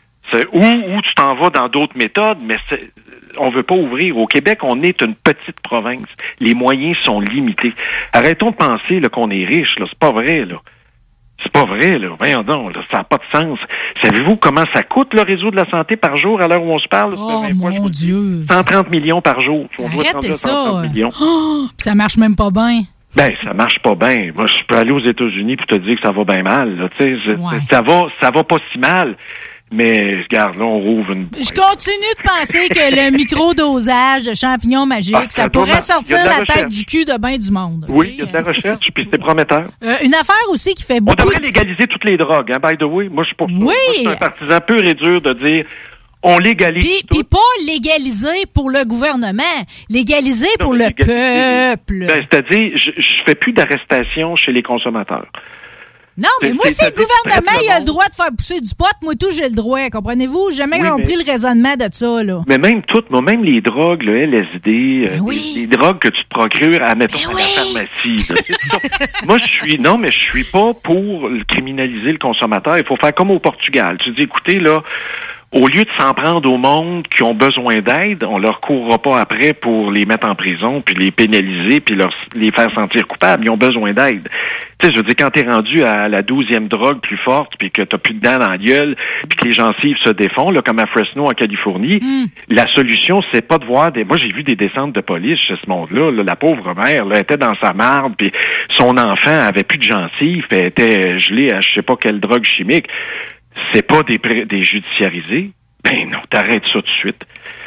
Ou tu t'en vas dans d'autres méthodes, mais on veut pas ouvrir. Au Québec, on est une petite province. Les moyens sont limités. Arrêtons de penser là, qu'on est riche. Là. C'est pas vrai, là. C'est pas vrai, là. Voyons donc, là, ça n'a pas de sens. Savez-vous comment ça coûte le réseau de la santé par jour à l'heure où on se parle? Oh, mon Dieu! 130 millions par jour. Arrêtez ça! Oh, puis ça marche même pas bien. Ben, ça marche pas bien. Moi, je peux aller aux États-Unis pour te dire que ça va bien mal, là. Tu sais, ça va pas si mal. Mais, regarde, là, on rouvre une boîte. Je continue de penser que le micro-dosage de champignons magiques, ça pourrait sortir la tête du cul de bien du monde. Oui, il y a de la recherche, puis c'est prometteur. Une affaire aussi qui fait beaucoup... On devrait légaliser toutes les drogues, hein, by the way. Moi, je suis pour ça. Oui! Moi, je suis un partisan pur et dur de dire... On légalise tout. Puis pas légaliser pour le gouvernement, légaliser pour le peuple. Ben, c'est-à-dire, je fais plus d'arrestation chez les consommateurs. Non, mais moi, si le gouvernement il a le droit de faire pousser du pot, moi tout, j'ai le droit. Comprenez-vous? J'ai jamais compris le raisonnement de ça, là. Mais même même les drogues, le LSD, les drogues que tu te procures, admettons, à la pharmacie. Moi, je suis pas pour criminaliser le consommateur. Il faut faire comme au Portugal. Tu dis, écoutez, là, au lieu de s'en prendre au monde qui ont besoin d'aide, on leur courra pas après pour les mettre en prison, puis les pénaliser, puis les faire sentir coupables. Ils ont besoin d'aide. Tu sais, je veux dire, quand t'es rendu à la 12e drogue plus forte, puis que t'as plus de dents dans la gueule, puis que les gencives se défont, là, comme à Fresno, en Californie, la solution, c'est pas de voir Moi, j'ai vu des descentes de police chez ce monde-là. Là, la pauvre mère, là, était dans sa marde, puis son enfant avait plus de gencives, elle était gelée à je sais pas quelle drogue chimique. C'est pas des judiciarisés. Ben non, t'arrêtes ça tout de suite.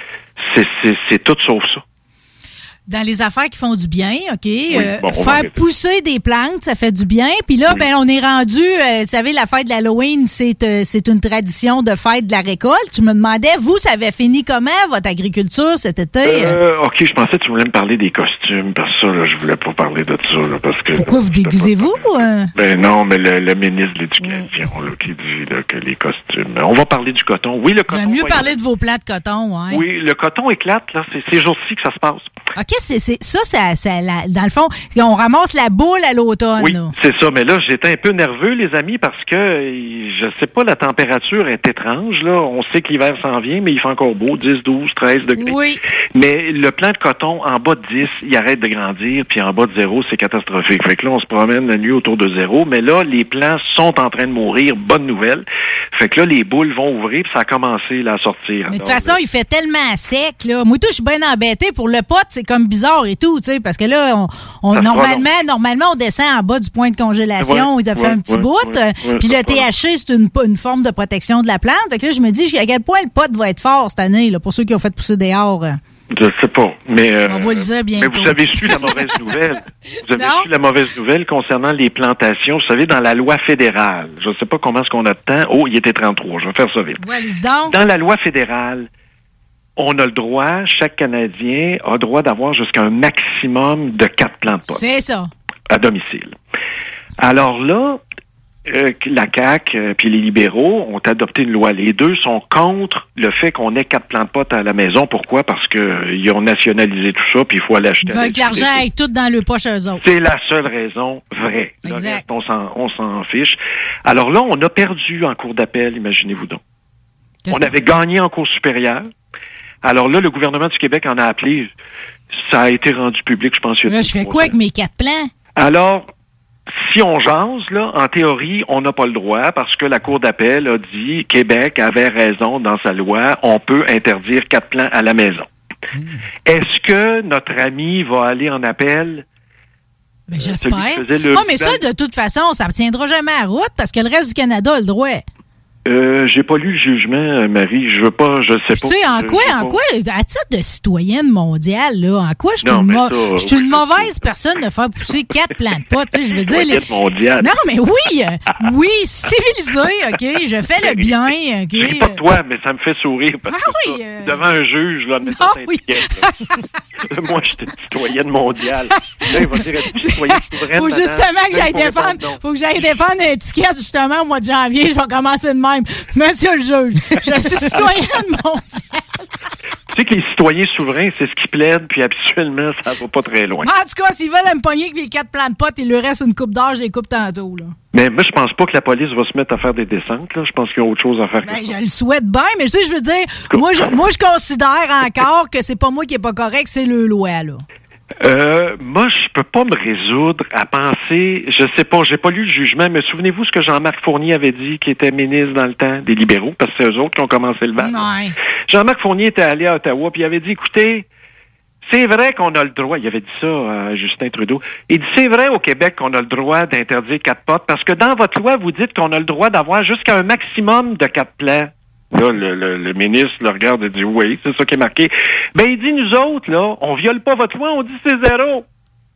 C'est tout sauf ça. Dans les affaires qui font du bien, OK? Faire pousser des plantes, ça fait du bien. Puis là, ben on est rendu, vous savez, la fête de l'Halloween, c'est une tradition de fête de la récolte. Tu me demandais, vous, ça avait fini comment, votre agriculture cet été? OK, je pensais que tu voulais me parler des costumes. Parce que ça, là, je voulais pas parler de ça. Là, parce que pourquoi vous déguisez-vous? Ben non, mais le ministre de l'Éducation là, qui dit là, que les costumes, On va parler du coton. Oui, le coton. J'aime mieux parler de vos plants de coton, ouais. Oui, le coton éclate, là. C'est ces jours-ci que ça se passe. OK, dans le fond, on ramasse la boule à l'automne. Oui, là. c'est ça. Mais là, j'étais un peu nerveux, les amis, parce que, je sais pas, la température est étrange, là. On sait que l'hiver s'en vient, mais il fait encore beau, 10, 12, 13 degrés. Oui. Mais le plant de coton, en bas de 10, il arrête de grandir, puis en bas de 0, c'est catastrophique. Fait que là, on se promène la nuit autour de 0, mais là, les plants sont en train de mourir. Bonne nouvelle. Fait que là, les boules vont ouvrir, puis ça a commencé là, à sortir. Mais de toute façon, il fait tellement sec, là. Moi, tout, je suis bien embêté pour le pot, c'est comme bizarre et tout, tu sais, parce que là, normalement, on descend en bas du point de congélation, il a fait un petit bout, puis le THC, c'est une forme de protection de la plante. Fait que là, je me dis, à quel point le pot va être fort cette année, là, pour ceux qui ont fait pousser dehors. Je sais pas, mais on va le dire bientôt. Mais vous avez su la mauvaise nouvelle. Vous avez su la mauvaise nouvelle concernant les plantations. Vous savez, dans la loi fédérale, je ne sais pas comment est-ce qu'on a de temps. Oh, il était 33. Je vais faire ça vite. Dans la loi fédérale, on a le droit, chaque Canadien a le droit d'avoir jusqu'à un maximum de 4 plants de pot. C'est ça. À domicile. Alors là, la CAQ puis les libéraux ont adopté une loi. Les deux sont contre le fait qu'on ait 4 plants de pot à la maison. Pourquoi? Parce que ils ont nationalisé tout ça, puis il faut aller acheter. Ils veulent que l'argent aille tout dans le poche eux autres. C'est la seule raison vraie. Exact. Le reste, on s'en fiche. Alors là, on a perdu en cour d'appel, imaginez-vous donc. On avait gagné en cour supérieure. Alors là, le gouvernement du Québec en a appelé. Ça a été rendu public, je pense. Là, je fais quoi avec mes 4 plants? Alors, si on jase, là, en théorie, on n'a pas le droit parce que la Cour d'appel a dit Québec avait raison dans sa loi, on peut interdire 4 plants à la maison. Est-ce que notre ami va aller en appel? Ben, j'espère. Mais ça, de toute façon, ça ne tiendra jamais à route parce que le reste du Canada a le droit. J'ai pas lu le jugement, Marie. Je sais pas. Tu sais, en quoi, à titre de citoyenne mondiale, là, en quoi je suis une mauvaise personne de faire pousser 4 plants de pot, tu sais, je veux dire. Mondiale. Non, mais oui, civilisé, OK, je fais le bien, OK. Je sais pas toi, mais ça me fait sourire parce que devant un juge, là, mettant moi, j'étais citoyenne mondiale. Là, il va dire, es-tu citoyenne souveraine? Faut justement que j'aille défendre une étiquette, justement, au mois de janvier, je vais commencer de même. Monsieur le juge, je suis citoyenne mondiale. Tu sais que les citoyens souverains, c'est ce qu'ils plaident, puis habituellement, ça va pas très loin. En tout cas, s'ils veulent me pogner avec les 4 plants de pot, il leur reste une coupe d'or, je les coupe tantôt, là. Mais moi, je pense pas que la police va se mettre à faire des descentes, là. Je pense qu'il y a autre chose à faire que ça. Je le souhaite bien, mais tu sais, je veux dire, moi, je considère encore que c'est pas moi qui est pas correct, c'est le loi, là. Moi, je peux pas me résoudre à penser, je sais pas, j'ai pas lu le jugement, mais souvenez-vous ce que Jean-Marc Fournier avait dit, qui était ministre dans le temps des libéraux, parce que c'est eux autres qui ont commencé le bal. Ouais. Jean-Marc Fournier était allé à Ottawa, puis il avait dit, écoutez, c'est vrai qu'on a le droit, il avait dit ça à Justin Trudeau, il dit, c'est vrai au Québec qu'on a le droit d'interdire 4 potes, parce que dans votre loi, vous dites qu'on a le droit d'avoir jusqu'à un maximum de 4 plants. Là, le ministre le regarde et dit, oui, c'est ça qui est marqué. Ben, il dit, nous autres, là, on viole pas votre loi, on dit c'est 0.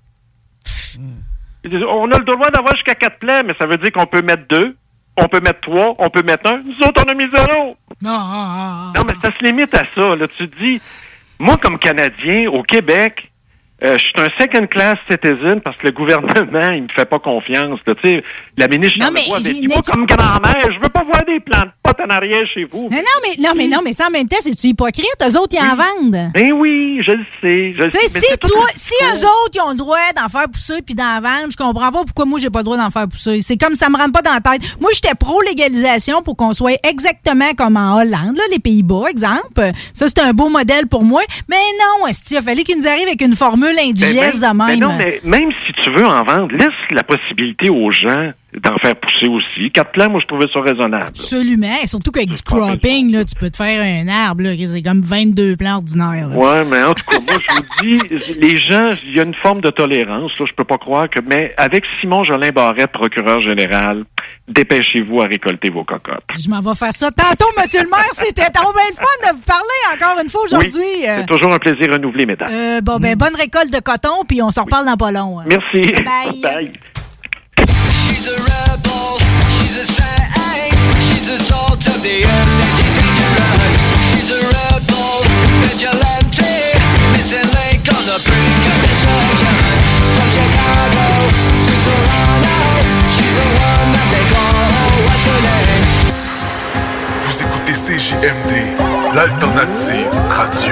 Il dit, on a le droit d'avoir jusqu'à 4 plants, mais ça veut dire qu'on peut mettre 2, on peut mettre 3, on peut mettre 1. Nous autres, on a mis 0. Non, mais ça se limite à ça. Là, tu te dis, moi, comme Canadien, au Québec, je suis un second class citizen parce que le gouvernement, il me fait pas confiance. Tu sais, la ministre Charles-Bois avait dit, moi, comme grand-mère, je veux pas voir des plants de pot en arrière chez vous. Non, mais ça, en même temps, c'est-tu hypocrite? Eux autres, ils en vendent. Ben oui, je le sais. Si eux autres, ils ont le droit d'en faire pousser puis d'en vendre, je comprends pas pourquoi moi, j'ai pas le droit d'en faire pousser. C'est comme ça me rentre pas dans la tête. Moi, j'étais pro-légalisation pour qu'on soit exactement comme en Hollande, là, les Pays-Bas, exemple. Ça, c'est un beau modèle pour moi. Mais non, il a fallu qu'ils nous arrivent avec une formule indigeste de même. Mais non, mais même si tu veux en vendre, laisse la possibilité aux gens d'en faire pousser aussi. 4 plants, moi, je trouvais ça raisonnable. Absolument. Et surtout qu'avec du cropping, là, tu peux te faire un arbre, là, c'est comme 22 plants ordinaires. Ouais, mais en tout cas, moi, je vous dis, les gens, il y a une forme de tolérance, là, je peux pas croire que, mais avec Simon Jolin Barrette, procureur général, dépêchez-vous à récolter vos cocottes. Je m'en vais faire ça tantôt, monsieur le maire. C'était trop bien le fun de vous parler encore une fois aujourd'hui. Oui, c'est toujours un plaisir renouvelé, mesdames. Bonne récolte de coton, puis on s'en reparle dans pas long. Merci. Bye. Bye. She's a rebel, she's a saint, she's the salt of the earth and she's dangerous. She's a rebel, vigilante, missing link on the brink of destruction. From Chicago to Toronto, she's the one that they call, oh, what's her name? écoutez CJMD, l'alternative radio.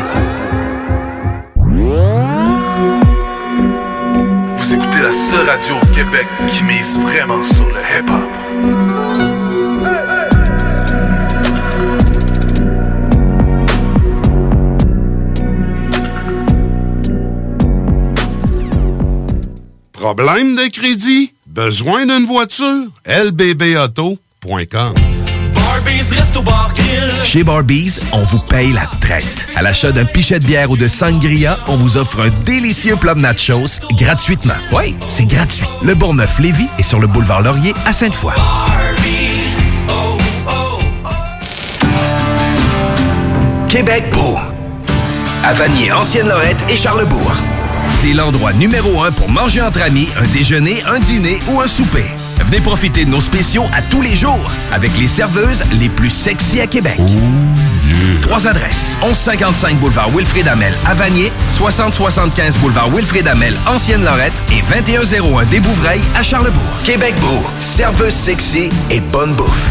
Vous écoutez la seule radio au Québec qui mise vraiment sur le hip-hop. Problème de crédit? Besoin d'une voiture? lbbauto.com. Chez Barbies, on vous paye la traite. À l'achat d'un pichet de bière ou de sangria, on vous offre un délicieux plat de nachos gratuitement. Oui, c'est gratuit. Le Bourgneuf-Lévis est sur le boulevard Laurier à Sainte-Foy. Québec beau. À Vanier, Ancienne-Lorette et Charlebourg. C'est l'endroit numéro 1 pour manger entre amis, un déjeuner, un dîner ou un souper. Venez profiter de nos spéciaux à tous les jours avec les serveuses les plus sexy à Québec. 3 adresses. 1155 boulevard Wilfrid Hamel à Vanier, 6075 boulevard Wilfrid Hamel, Ancienne-Lorette et 2101 des Bouvrailles à Charlebourg. Québec Beau, serveuse sexy et bonne bouffe.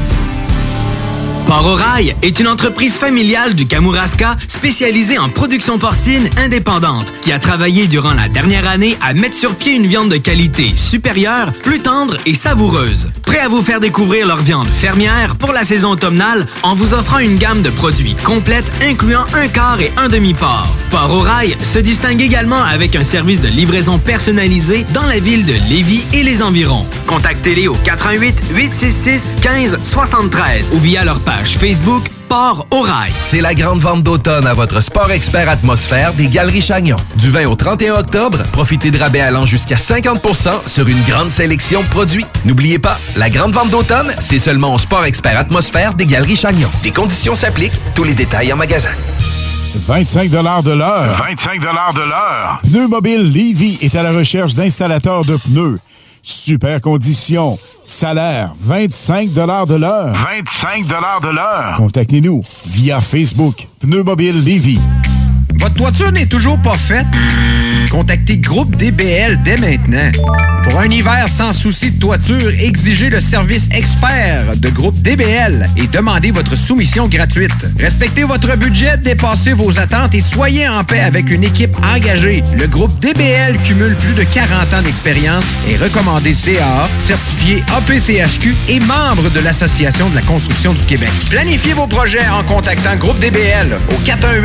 Port au Rail est une entreprise familiale du Kamouraska spécialisée en production porcine indépendante qui a travaillé durant la dernière année à mettre sur pied une viande de qualité supérieure, plus tendre et savoureuse. Prêt à vous faire découvrir leur viande fermière pour la saison automnale en vous offrant une gamme de produits complète incluant un quart et un demi-port. Port au Rail se distingue également avec un service de livraison personnalisé dans la ville de Lévis et les environs. Contactez-les au 88 866 15 73 ou via leur page Facebook Port au Rail. C'est la grande vente d'automne à votre Sport Expert Atmosphère des Galeries Chagnon. Du 20 au 31 octobre, profitez de rabais allant jusqu'à 50% sur une grande sélection de produits. N'oubliez pas, la grande vente d'automne, c'est seulement au Sport Expert Atmosphère des Galeries Chagnon. Des conditions s'appliquent, tous les détails en magasin. 25 $ de l'heure. 25 $ de l'heure. Pneus Mobile Lévis est à la recherche d'installateurs de pneus. Super conditions. Salaire, 25 $ de l'heure. 25 $ de l'heure. Contactez-nous via Facebook. Pneus Mobile Lévis. Votre toiture n'est toujours pas faite? Contactez Groupe DBL dès maintenant. Pour un hiver sans souci de toiture, exigez le service expert de Groupe DBL et demandez votre soumission gratuite. Respectez votre budget, dépassez vos attentes et soyez en paix avec une équipe engagée. Le Groupe DBL cumule plus de 40 ans d'expérience et recommandé CAA, certifié APCHQ et membre de l'Association de la construction du Québec. Planifiez vos projets en contactant Groupe DBL au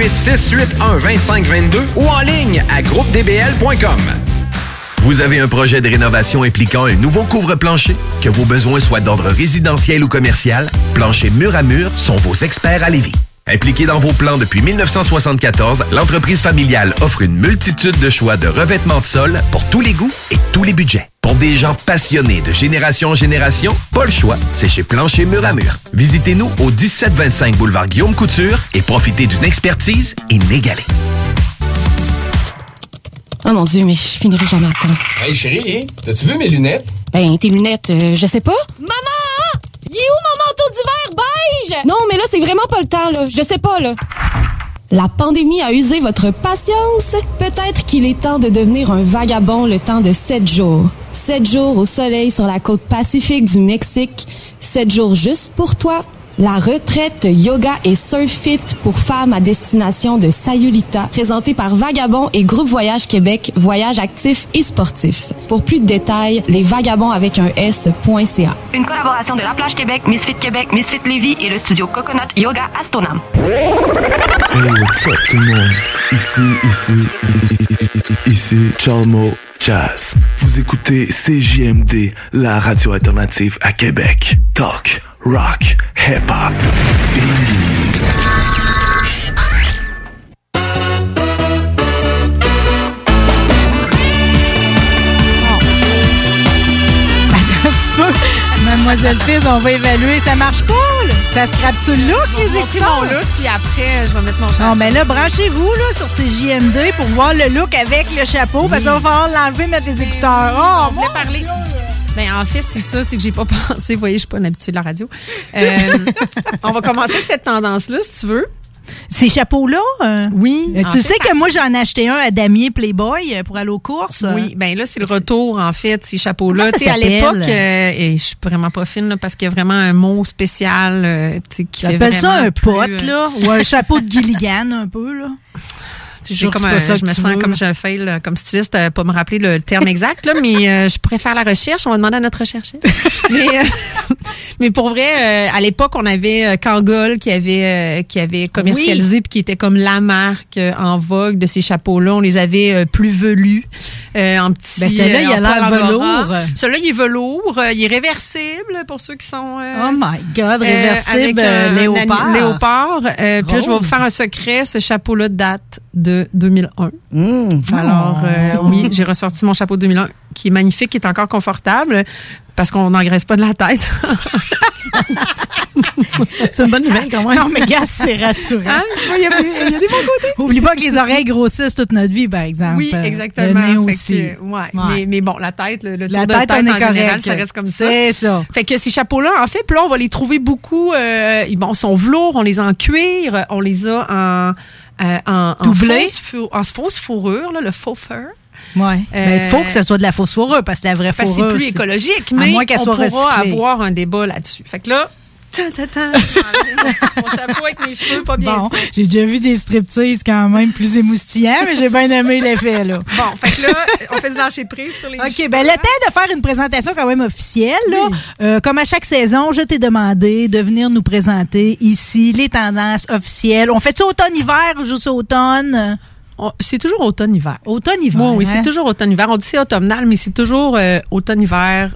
418-681-2522 ou en ligne à groupedbl.com. Vous avez un projet de rénovation impliquant un nouveau couvre-plancher? Que vos besoins soient d'ordre résidentiel ou commercial, Plancher Mur à Mur sont vos experts à Lévis. Impliquée dans vos plans depuis 1974, l'entreprise familiale offre une multitude de choix de revêtements de sol pour tous les goûts et tous les budgets. Pour des gens passionnés de génération en génération, pas le choix, c'est chez Plancher Mur à Mur. Visitez-nous au 1725 boulevard Guillaume Couture et profitez d'une expertise inégalée. Oh mon Dieu, mais je finirai jamais à temps. Hey chérie, t'as-tu vu mes lunettes? Ben, tes lunettes, je sais pas. Maman! Il est où mon manteau d'hiver beige? Non, mais là, c'est vraiment pas le temps, là. Je sais pas, là. La pandémie a usé votre patience? Peut-être qu'il est temps de devenir un vagabond le temps de 7 jours. 7 jours au soleil sur la côte pacifique du Mexique. 7 jours juste pour toi. La retraite yoga et surf fit pour femmes à destination de Sayulita, présentée par Vagabond et Groupe Voyage Québec, voyage actif et sportif. Pour plus de détails, lesvagabonds avec un S.ca. Une collaboration de La Plage Québec, Misfit Québec, Misfit Lévis et le studio Coconut Yoga à Stoneham. Hey, what's up tout le monde? Ici Chalmo Jazz. Vous écoutez CJMD, la radio alternative à Québec. Talk, rock, hip-hop. Mademoiselle Fils, on va évaluer. Ça marche pas, là? Ça scrape-tu le look, les écouteurs? Mon look, puis après, je vais mettre mon chapeau. Non, mais là, branchez-vous là, sur CJMD pour voir le look avec le chapeau, parce qu'il va falloir l'enlever, mettre les écouteurs. On voulait parler. Ben, en fait, c'est ça, c'est que j'ai pas pensé. Vous voyez, je suis pas une habituée de la radio. On va commencer avec cette tendance-là, si tu veux. Ces chapeaux-là? Oui. Tu sais que moi, j'en ai acheté un à Damier Playboy pour aller aux courses. Oui, bien là, c'est le retour, en fait, ces chapeaux-là. Comment ça À l'époque, s'appelle? et je suis vraiment pas fine, là, parce qu'il y a vraiment un mot spécial qui fait T'appelles vraiment ça un plus, pote, là? Ou un chapeau de Gilligan, un peu, là? J'ai comme je me sens comme j'ai un fail comme styliste à pas me rappeler le terme exact là, mais je pourrais faire la recherche. On va demander à notre chercheuse. mais pour vrai, à l'époque, on avait Kangol qui avait commercialisé puis qui était comme la marque en vogue de ces chapeaux-là. On les avait plus velus en petit. Ben celui-là, il a l'air velours. Celui-là, il est velours. Il est réversible pour ceux qui sont. Oh my God, réversible avec léopard. Léopard. Puis là, je vais vous faire un secret. Ce chapeau-là date de 2001. Alors, oui, j'ai ressorti mon chapeau de 2001 qui est magnifique, qui est encore confortable parce qu'on n'engraisse pas de la tête. C'est une bonne nouvelle quand même. Non, mais gars, c'est rassurant. Hein? Il y a des bons côtés. Oublie pas que les oreilles grossissent toute notre vie, par exemple. Oui, exactement. Le nez aussi. Ouais. Mais bon, la tête, le tour la de tête, tête on est en général, correct. ça reste comme ça. C'est ça. Fait que ces chapeaux-là, en fait, puis là, on va les trouver beaucoup. Ils sont velours, on les a en cuir, on les a en fausse fourrure, là, le faux fur. Ouais. Mais il faut que ce soit de la fausse fourrure parce que la vraie fourrure. C'est plus écologique, mais moins qu'elle on soit pourra recyclée. avoir un débat là-dessus. Fait que là, mon chapeau avec mes cheveux pas bien. Bon, j'ai déjà vu des striptease quand même plus émoustillants, mais j'ai bien aimé l'effet, là. Bon, fait que là, on fait du lâcher prise sur les cheveux. OK, ben le temps de faire une présentation quand même officielle, là. Comme à chaque saison, je t'ai demandé de venir nous présenter ici les tendances officielles. On fait-tu automne-hiver ou juste automne? C'est toujours automne-hiver. Automne-hiver. Oui, c'est toujours automne-hiver. On dit c'est automnal, mais c'est toujours automne-hiver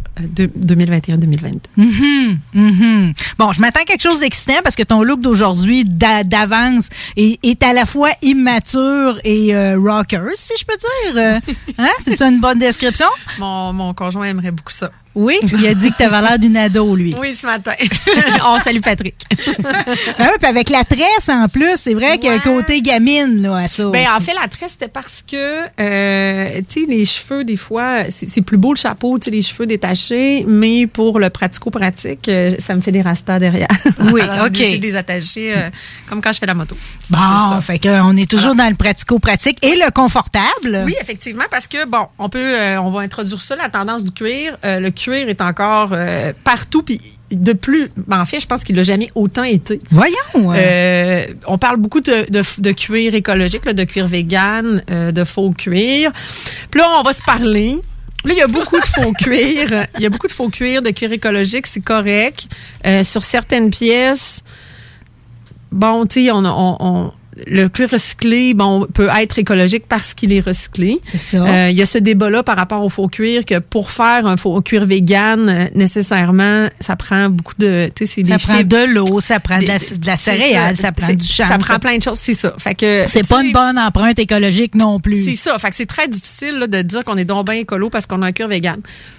2021-2022. Bon, je m'attends à quelque chose d'excitant parce que ton look d'aujourd'hui, d'avance, est à la fois immature et rocker, si je peux dire. Hein? C'est-tu une bonne description? Mon conjoint aimerait beaucoup ça. Oui, il a dit que tu avais l'air d'une ado, lui. Oui, ce matin. On salue Patrick. Ah oui, puis avec la tresse, en plus, c'est vrai qu'il y a un côté gamine, là, à ça. Ben, en fait, la tresse, c'était parce que, tu sais, les cheveux, des fois, c'est plus beau le chapeau, tu sais, les cheveux détachés, mais pour le pratico-pratique, ça me fait des rastas derrière. Oui, alors, OK. J'ai décidé de les attacher comme quand je fais la moto. Bon, fait qu'on est toujours dans le pratico-pratique et le confortable. Oui, effectivement, parce que, bon, on va introduire ça, la tendance du cuir. Le cuir est encore partout, puis de plus, en fait, je pense qu'il n'a jamais autant été. Voyons! On parle beaucoup de cuir écologique, là, de cuir vegan, de faux cuir. Puis là, on va se parler. Là, il y a beaucoup de faux cuir. Il y a beaucoup de faux cuir, de cuir écologique, c'est correct. Sur certaines pièces, bon, tu sais, le cuir recyclé, bon, peut être écologique parce qu'il est recyclé. C'est ça. Il y a ce débat-là par rapport au faux cuir que pour faire un faux cuir vegan, nécessairement, ça prend beaucoup de, tu sais, c'est des ça prend fibres, de l'eau, ça prend de la céréale, ça prend du champ. Ça prend plein de choses, c'est ça. Fait que c'est pas une bonne empreinte écologique non plus. C'est ça. Fait que c'est très difficile là, de dire qu'on est donc bien écolo parce qu'on a un cuir vegan.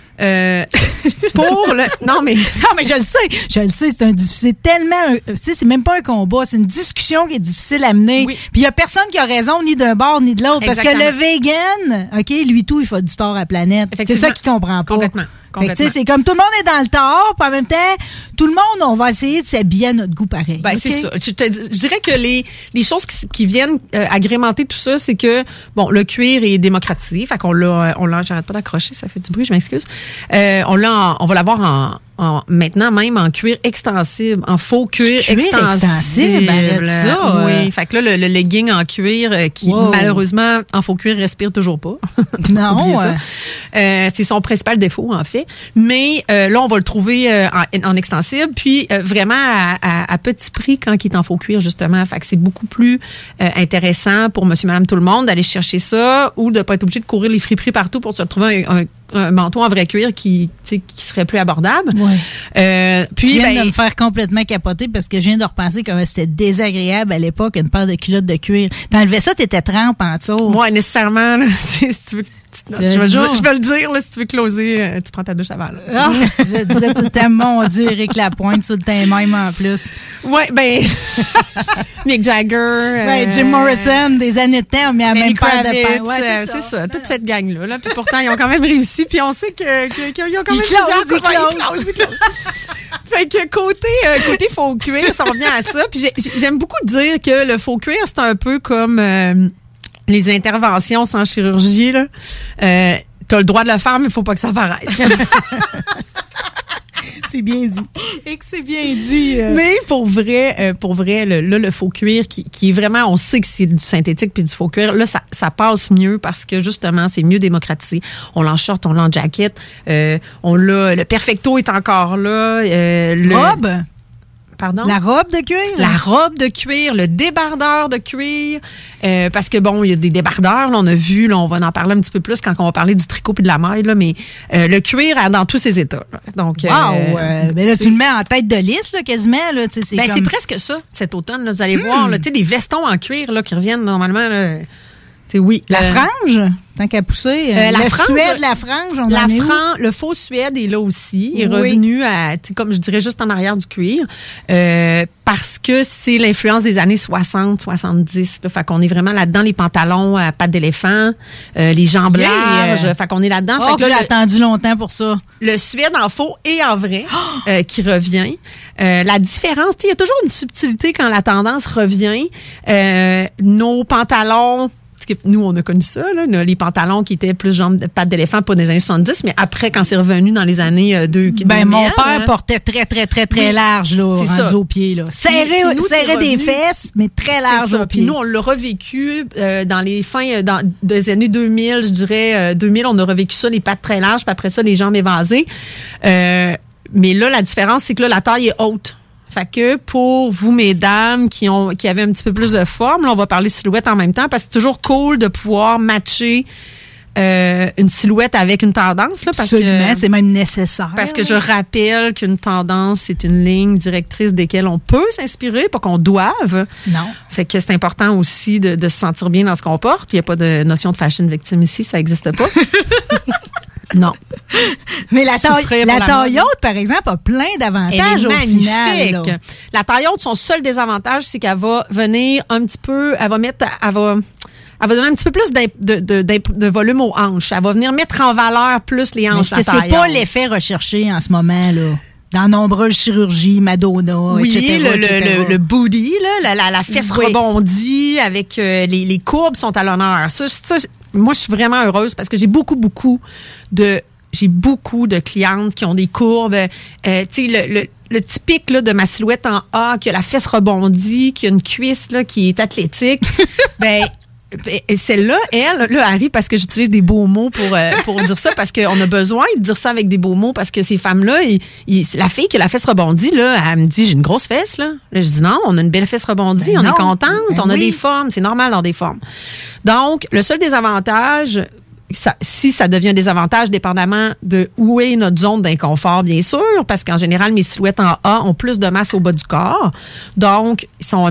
Non mais je le sais, c'est tellement, c'est même pas un combat, c'est une discussion qui est difficile à mener. Oui. Puis il y a personne qui a raison ni d'un bord ni de l'autre parce que le vegan, OK, lui tout, il fait du tort à la planète. C'est ça qu'il comprend pas. Complètement. Fait que, c'est comme tout le monde est dans le tort, puis en même temps, tout le monde, on va essayer de s'habiller à notre goût pareil. Ben, c'est ça. Je dirais que les choses qui viennent agrémenter tout ça, c'est que, bon, le cuir est démocratisé. Fait qu'on l'a, j'arrête pas d'accrocher, ça fait du bruit, je m'excuse. On va l'avoir maintenant même en cuir extensible, en faux cuir extensible. Arrête ça. Oui. Fait que là, le legging en cuir qui, malheureusement, en faux cuir, respire toujours pas. Non. C'est son principal défaut, en fait. Mais là, on va le trouver en extensible, puis vraiment à petit prix quand il est en faux cuir, justement. Fait que c'est beaucoup plus intéressant pour monsieur, madame, tout le monde d'aller chercher ça ou de pas être obligé de courir les friperies partout pour se retrouver un manteau en vrai cuir qui serait plus abordable. Ouais. Puis, tu viens de me faire complètement capoter parce que je viens de repenser comment c'était désagréable à l'époque, une paire de culottes de cuir. T'enlevais ça, t'étais trempe en dessous. Moi, nécessairement, là, si tu veux... Je vais le dire, là, si tu veux closer, tu prends ta douche avant. Là. Je disais tout le temps, mon Dieu, Éric Lapointe, sur le temps même en plus. Ouais, ben, Mick Jagger. Jim Morrison, des années de temps, mais à même paire de paires. Ouais, c'est ça, toute cette gang-là. Là. Puis pourtant, ils ont quand même réussi, puis on sait qu'ils ont quand même ils closent. Fait Fait que côté faux cuir, ça revient à ça. Puis j'aime beaucoup dire que le faux cuir, c'est un peu comme les interventions sans chirurgie. Là. T'as le droit de le faire, mais il faut pas que ça paraisse. C'est bien dit. Et que c'est bien dit. Mais pour vrai, le faux cuir qui est vraiment, on sait que c'est du synthétique puis du faux cuir, là, ça passe mieux parce que justement, c'est mieux démocratisé. On l'a en short, on l'a en jacket, le perfecto est encore là. Robe? Pardon? La robe de cuir? La robe de cuir, le débardeur de cuir. Parce que bon, il y a des débardeurs, là, on a vu, là, on va en parler un petit peu plus quand on va parler du tricot puis de la maille, là, mais le cuir dans tous ses états. Là. Donc, mais là, tu le mets en tête de liste, là, quasiment. Là, c'est presque ça, cet automne. Là, vous allez voir, là, des vestons en cuir là, qui reviennent normalement. Là, oui. La frange, tant qu'à pousser. La Suède, la frange, on en est où? Le faux Suède est là aussi. Il est revenu à, comme je dirais, juste en arrière du cuir. Parce que c'est l'influence des années 60, 70. Là, fait qu'on est vraiment là-dedans, les pantalons à pattes d'éléphant, les jambes larges. Fait qu'on est là-dedans. Fait que là, j'ai attendu longtemps pour ça. Le Suède en faux et en vrai qui revient. La différence, il y a toujours une subtilité quand la tendance revient. Nos pantalons... Parce que nous, on a connu ça, là, les pantalons qui étaient plus jambes de pattes d'éléphant, pas des années 70, mais après, quand c'est revenu dans les années 2000. Mon père portait très large, là, rendu aux pieds, là. Serré des fesses, mais très large aux pieds. Puis nous, on l'a revécu dans les fins des années 2000, je dirais, 2000, on a revécu ça, les pattes très larges, puis après ça, les jambes évasées. Mais là, la différence, c'est que là, la taille est haute. Fait que pour vous, mesdames, qui avaient un petit peu plus de forme, là, on va parler silhouette en même temps, parce que c'est toujours cool de pouvoir matcher une silhouette avec une tendance. Là, absolument, c'est même nécessaire. Parce que je rappelle qu'une tendance, c'est une ligne directrice desquelles on peut s'inspirer, pas qu'on doive. Non. Fait que c'est important aussi de se sentir bien dans ce qu'on porte. Il n'y a pas de notion de fashion victime ici, ça n'existe pas. Non. Mais la taille haute, par exemple, a plein d'avantages au final. Là. La taille haute, son seul désavantage, c'est qu'elle va venir un petit peu, elle va donner un petit peu plus de volume aux hanches. Elle va venir mettre en valeur plus les hanches. Est-ce que c'est pas l'effet recherché en ce moment, là? Dans nombreuses chirurgies, Madonna, etc. Le booty, là, la fesse rebondie avec les courbes sont à l'honneur. Ça, moi, je suis vraiment heureuse parce que j'ai beaucoup de clientes qui ont des courbes. Tu sais, le typique là, de ma silhouette en A, qui a la fesse rebondie, qui a une cuisse là, qui est athlétique. Celle-là, elle arrive parce que j'utilise des beaux mots pour dire ça, parce qu'on a besoin de dire ça avec des beaux mots, parce que ces femmes-là, la fille qui a la fesse rebondie, là, elle me dit, j'ai une grosse fesse, là. Là, je dis non, on a une belle fesse rebondie, on est contente, on a des formes, c'est normal d'avoir des formes. Donc, le seul désavantage, si ça devient un désavantage, dépendamment de où est notre zone d'inconfort, bien sûr, parce qu'en général, mes silhouettes en A ont plus de masse au bas du corps. Donc, ils se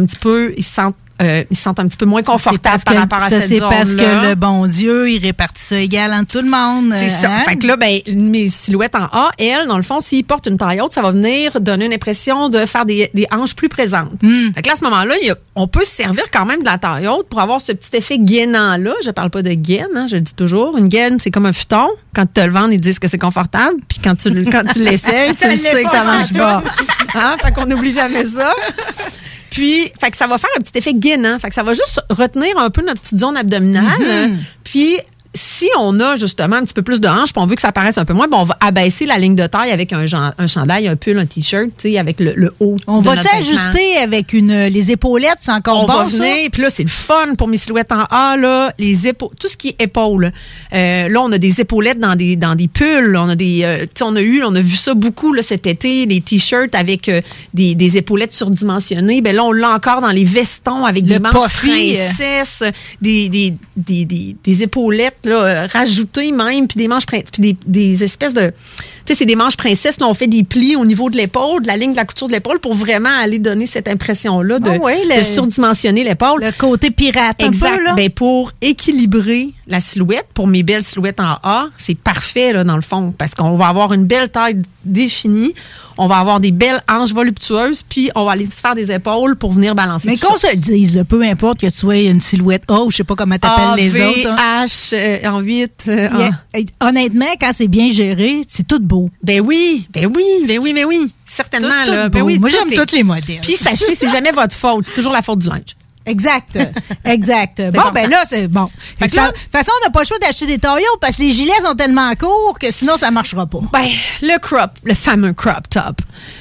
sentent un petit peu moins confortables par rapport à cette zone-là. C'est parce que le bon Dieu, il répartit ça égal entre tout le monde. C'est ça. Fait que là, mes silhouettes en A, elles, dans le fond, s'ils portent une taille haute, ça va venir donner une impression de faire des hanches plus présentes. Fait que là, à ce moment-là, on peut se servir quand même de la taille haute pour avoir ce petit effet gainant-là. Je parle pas de gaine, hein, je le dis toujours. Une gaine, c'est comme un futon. Quand tu te le vends, ils disent que c'est confortable. Puis quand tu l'essayes, tu sais que ça marche pas. Hein? Fait qu'on n'oublie jamais ça. Puis, fait que ça va faire un petit effet gainant. Fait que ça va juste retenir un peu notre petite zone abdominale. Puis, si on a justement un petit peu plus de hanches, puis on veut que ça paraisse un peu moins, on va abaisser la ligne de taille avec un chandail, un pull, un t-shirt, tu sais, avec le haut. On va-tu ajuster avec les épaulettes, c'est encore bon, ça? Puis là, c'est le fun pour mes silhouettes en A, là, les épaules, tout ce qui est épaules. Là, on a des épaulettes dans des pulls, on a on a vu ça beaucoup, là, cet été, les t-shirts avec des épaulettes surdimensionnées. Ben là, on l'a encore dans les vestons avec des manches princesses, des épaulettes, là, rajoutées même, puis des manches puis des espèces de... Tu sais, c'est des manches princesses. Là, on fait des plis au niveau de l'épaule, de la ligne de la couture de l'épaule pour vraiment aller donner cette impression-là de surdimensionner l'épaule. Le côté pirate, exact. Un peu, là. Ben, pour équilibrer la silhouette, pour mes belles silhouettes en A, c'est parfait, là, dans le fond, parce qu'on va avoir une belle taille définie, on va avoir des belles hanches voluptueuses, puis on va aller se faire des épaules pour venir balancer. Mais qu'on se le dise, là, peu importe que tu sois une silhouette A ou je sais pas comment t'appelles les autres. H, en 8. Honnêtement, quand c'est bien géré, c'est tout beau. beau. Ben oui. Certainement, Tout là. beau. Ben oui, Moi, tout j'aime tous les modèles. Puis sachez, c'est jamais votre faute. C'est toujours la faute du linge. Exact. Bon, ben là, c'est bon. De toute façon, on n'a pas le choix d'acheter des taillots parce que les gilets sont tellement courts que sinon, ça marchera pas. Ben, le fameux crop top.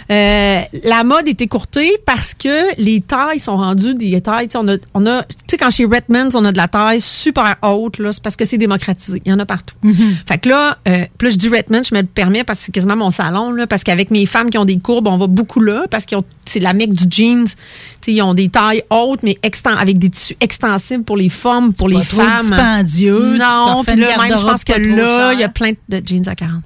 La mode est écourtée parce que les tailles sont rendues des tailles. Tu sais, quand chez Redmond, on a de la taille super haute, là, c'est parce que c'est démocratisé. Il y en a partout. Fait que là, je dis Redmond, je me le permets parce que c'est quasiment mon salon, là, parce qu'avec mes femmes qui ont des courbes, on va beaucoup là parce que c'est la mecque du jeans. Tu sais, ils ont des tailles hautes, mais avec des tissus extensibles pour les femmes, pour les femmes. Trop dispendieux. Non, puis là, même, je pense que là, il y a plein de jeans à 40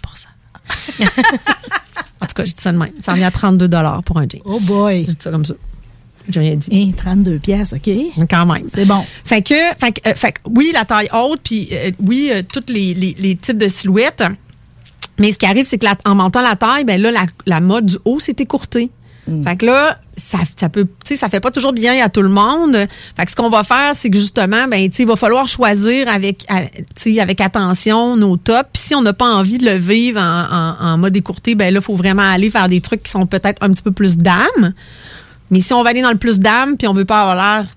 En tout cas, je dis ça de même. Ça revient à 32 $ pour un jean. Oh boy. Je dis ça comme ça. J'ai rien dit. 32 piastres, OK. Quand même. C'est bon. Fait que oui, la taille haute, puis oui, tous les types de silhouettes. Mais ce qui arrive, c'est que en montant la taille, ben là, la mode du haut s'est écourtée. Fait que là, ça peut, tu sais, ça fait pas toujours bien à tout le monde. Fait que ce qu'on va faire, c'est que justement, ben, tu sais, il va falloir choisir avec attention nos tops. Puis si on n'a pas envie de le vivre en mode écourté, ben là, il faut vraiment aller faire des trucs qui sont peut-être un petit peu plus dames. Mais si on va aller dans le plus dames, puis on veut pas avoir l'air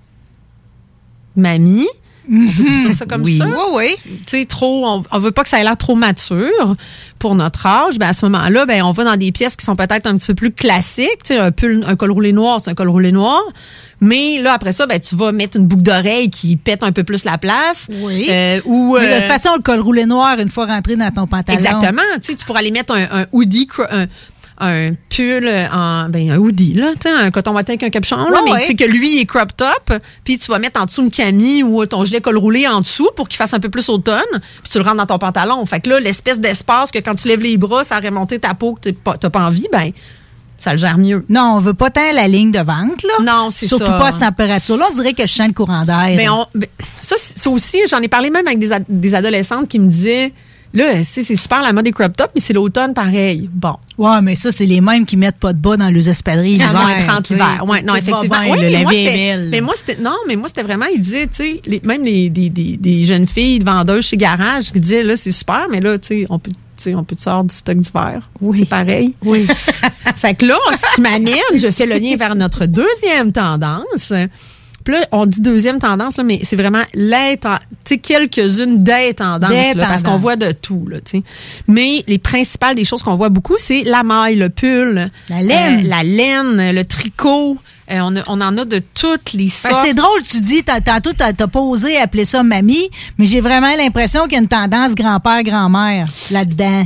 mamie, on peut dire ça comme ça? Oui. Tu sais, on veut pas que ça ait l'air trop mature pour notre âge. Ben, à ce moment-là, ben, on va dans des pièces qui sont peut-être un petit peu plus classiques. Tu sais, un col roulé noir, c'est un col roulé noir. Mais là, après ça, ben, tu vas mettre une boucle d'oreille qui pète un peu plus la place. Oui. Mais de toute façon, le col roulé noir, une fois rentré dans ton pantalon. Exactement. Tu sais, tu pourras aller mettre un hoodie, un pull un hoodie, là, tu sais, un coton watté avec un capuchon, là, mais tu sais que lui, il est crop top, puis tu vas mettre en dessous une camie ou ton gilet col roulé en dessous pour qu'il fasse un peu plus automne, puis tu le rentres dans ton pantalon. Fait que là, l'espèce d'espace que quand tu lèves les bras, ça remonter ta peau que t'as pas envie, ben, ça le gère mieux. Non, on veut pas tant la ligne de ventre, là. Non, c'est ça. Surtout pas à cette température-là. On dirait que je sens le courant d'air. Mais ça aussi, j'en ai parlé même avec des adolescentes qui me disaient, là, c'est super la mode des crop tops, mais c'est l'automne pareil. Bon. Ouais, mais ça, c'est les mêmes qui mettent pas de bas dans les espadrilles l'hiver. À moins 30 l'hiver. Ouais, non, effectivement. Bien, oui, la vie est belle. Mais moi, c'était vraiment, ils disaient, tu sais, même des jeunes filles vendeuses chez Garage qui disaient, là, c'est super, mais là, tu sais, on peut te sortir du stock d'hiver. Oui. C'est pareil. Oui. Fait que là, ce qui m'amène, je fais le lien vers notre deuxième tendance. Puis là, on dit deuxième tendance, là, mais c'est vraiment quelques-unes des tendances, là, parce qu'on voit de tout. Là, mais les principales des choses qu'on voit beaucoup, c'est la maille, le pull, la laine, le tricot. On en a de toutes les sortes. C'est drôle, tu dis, tantôt, t'as pas osé appeler ça mamie, mais j'ai vraiment l'impression qu'il y a une tendance grand-père, grand-mère là-dedans.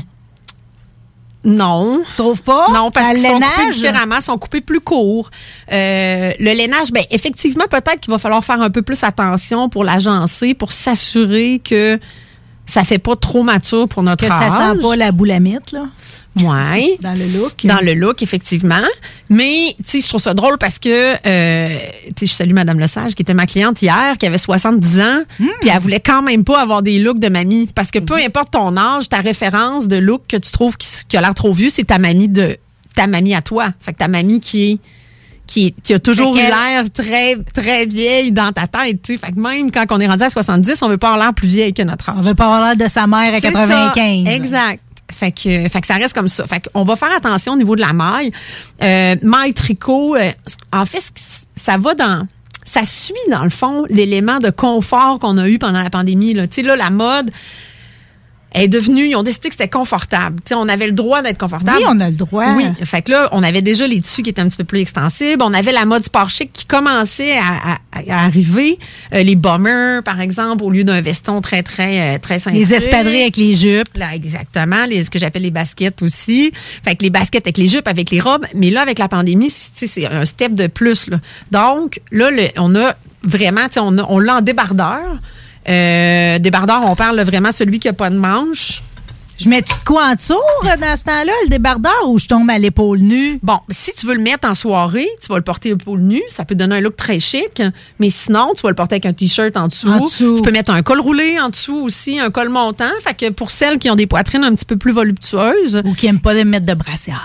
Non. Tu trouves pas? Non, parce qu'ils sont coupés différemment, sont coupés plus courts. Le lainage, ben effectivement, peut-être qu'il va falloir faire un peu plus attention pour l'agencer, pour s'assurer que ça fait pas trop mature pour notre âge. Que ça sent pas la boulamite, là. Ouais. Dans le look. Dans le look, effectivement. Mais, tu sais, je trouve ça drôle parce que, tu sais, je salue Madame Lesage, qui était ma cliente hier, qui avait 70 ans, puis elle voulait quand même pas avoir des looks de mamie. Parce que peu importe ton âge, ta référence de look que tu trouves qui a l'air trop vieux, c'est ta mamie à toi. Fait que ta mamie qui a toujours eu l'air très, très vieille dans ta tête, tu sais. Fait que même quand on est rendu à 70, on veut pas avoir l'air plus vieille que notre âge. On veut pas avoir l'air de sa mère à 95. Ça. Exact. Fait que ça reste comme ça. Fait qu'on va faire attention au niveau de la maille. Maille tricot, en fait, ça suit, dans le fond, l'élément de confort qu'on a eu pendant la pandémie, là. Tu sais, là, la mode est devenue, ils ont décidé que c'était confortable. Tu sais, on avait le droit d'être confortable. Oui, on a le droit. Oui. Fait que là, on avait déjà les tissus qui étaient un petit peu plus extensibles. On avait la mode sport chic qui commençait à arriver. Les bombers, par exemple, au lieu d'un veston très, très, très cintré. Les espadrilles avec les jupes. Là, exactement. Ce que j'appelle les baskets aussi. Fait que les baskets avec les jupes, avec les robes. Mais là, avec la pandémie, c'est un step de plus, là. Donc, là, on a vraiment, tu sais, on l'a en débardeur. Débardeur, on parle vraiment celui qui n'a pas de manche. Je mets-tu de quoi en dessous dans ce temps-là, le débardeur, ou je tombe à l'épaule nue? Bon, si tu veux le mettre en soirée, tu vas le porter à l'épaule nue. Ça peut donner un look très chic. Mais sinon, tu vas le porter avec un T-shirt en dessous. Tu peux mettre un col roulé en dessous aussi, un col montant. Fait que pour celles qui ont des poitrines un petit peu plus voluptueuses. Ou qui n'aiment pas mettre de brassière.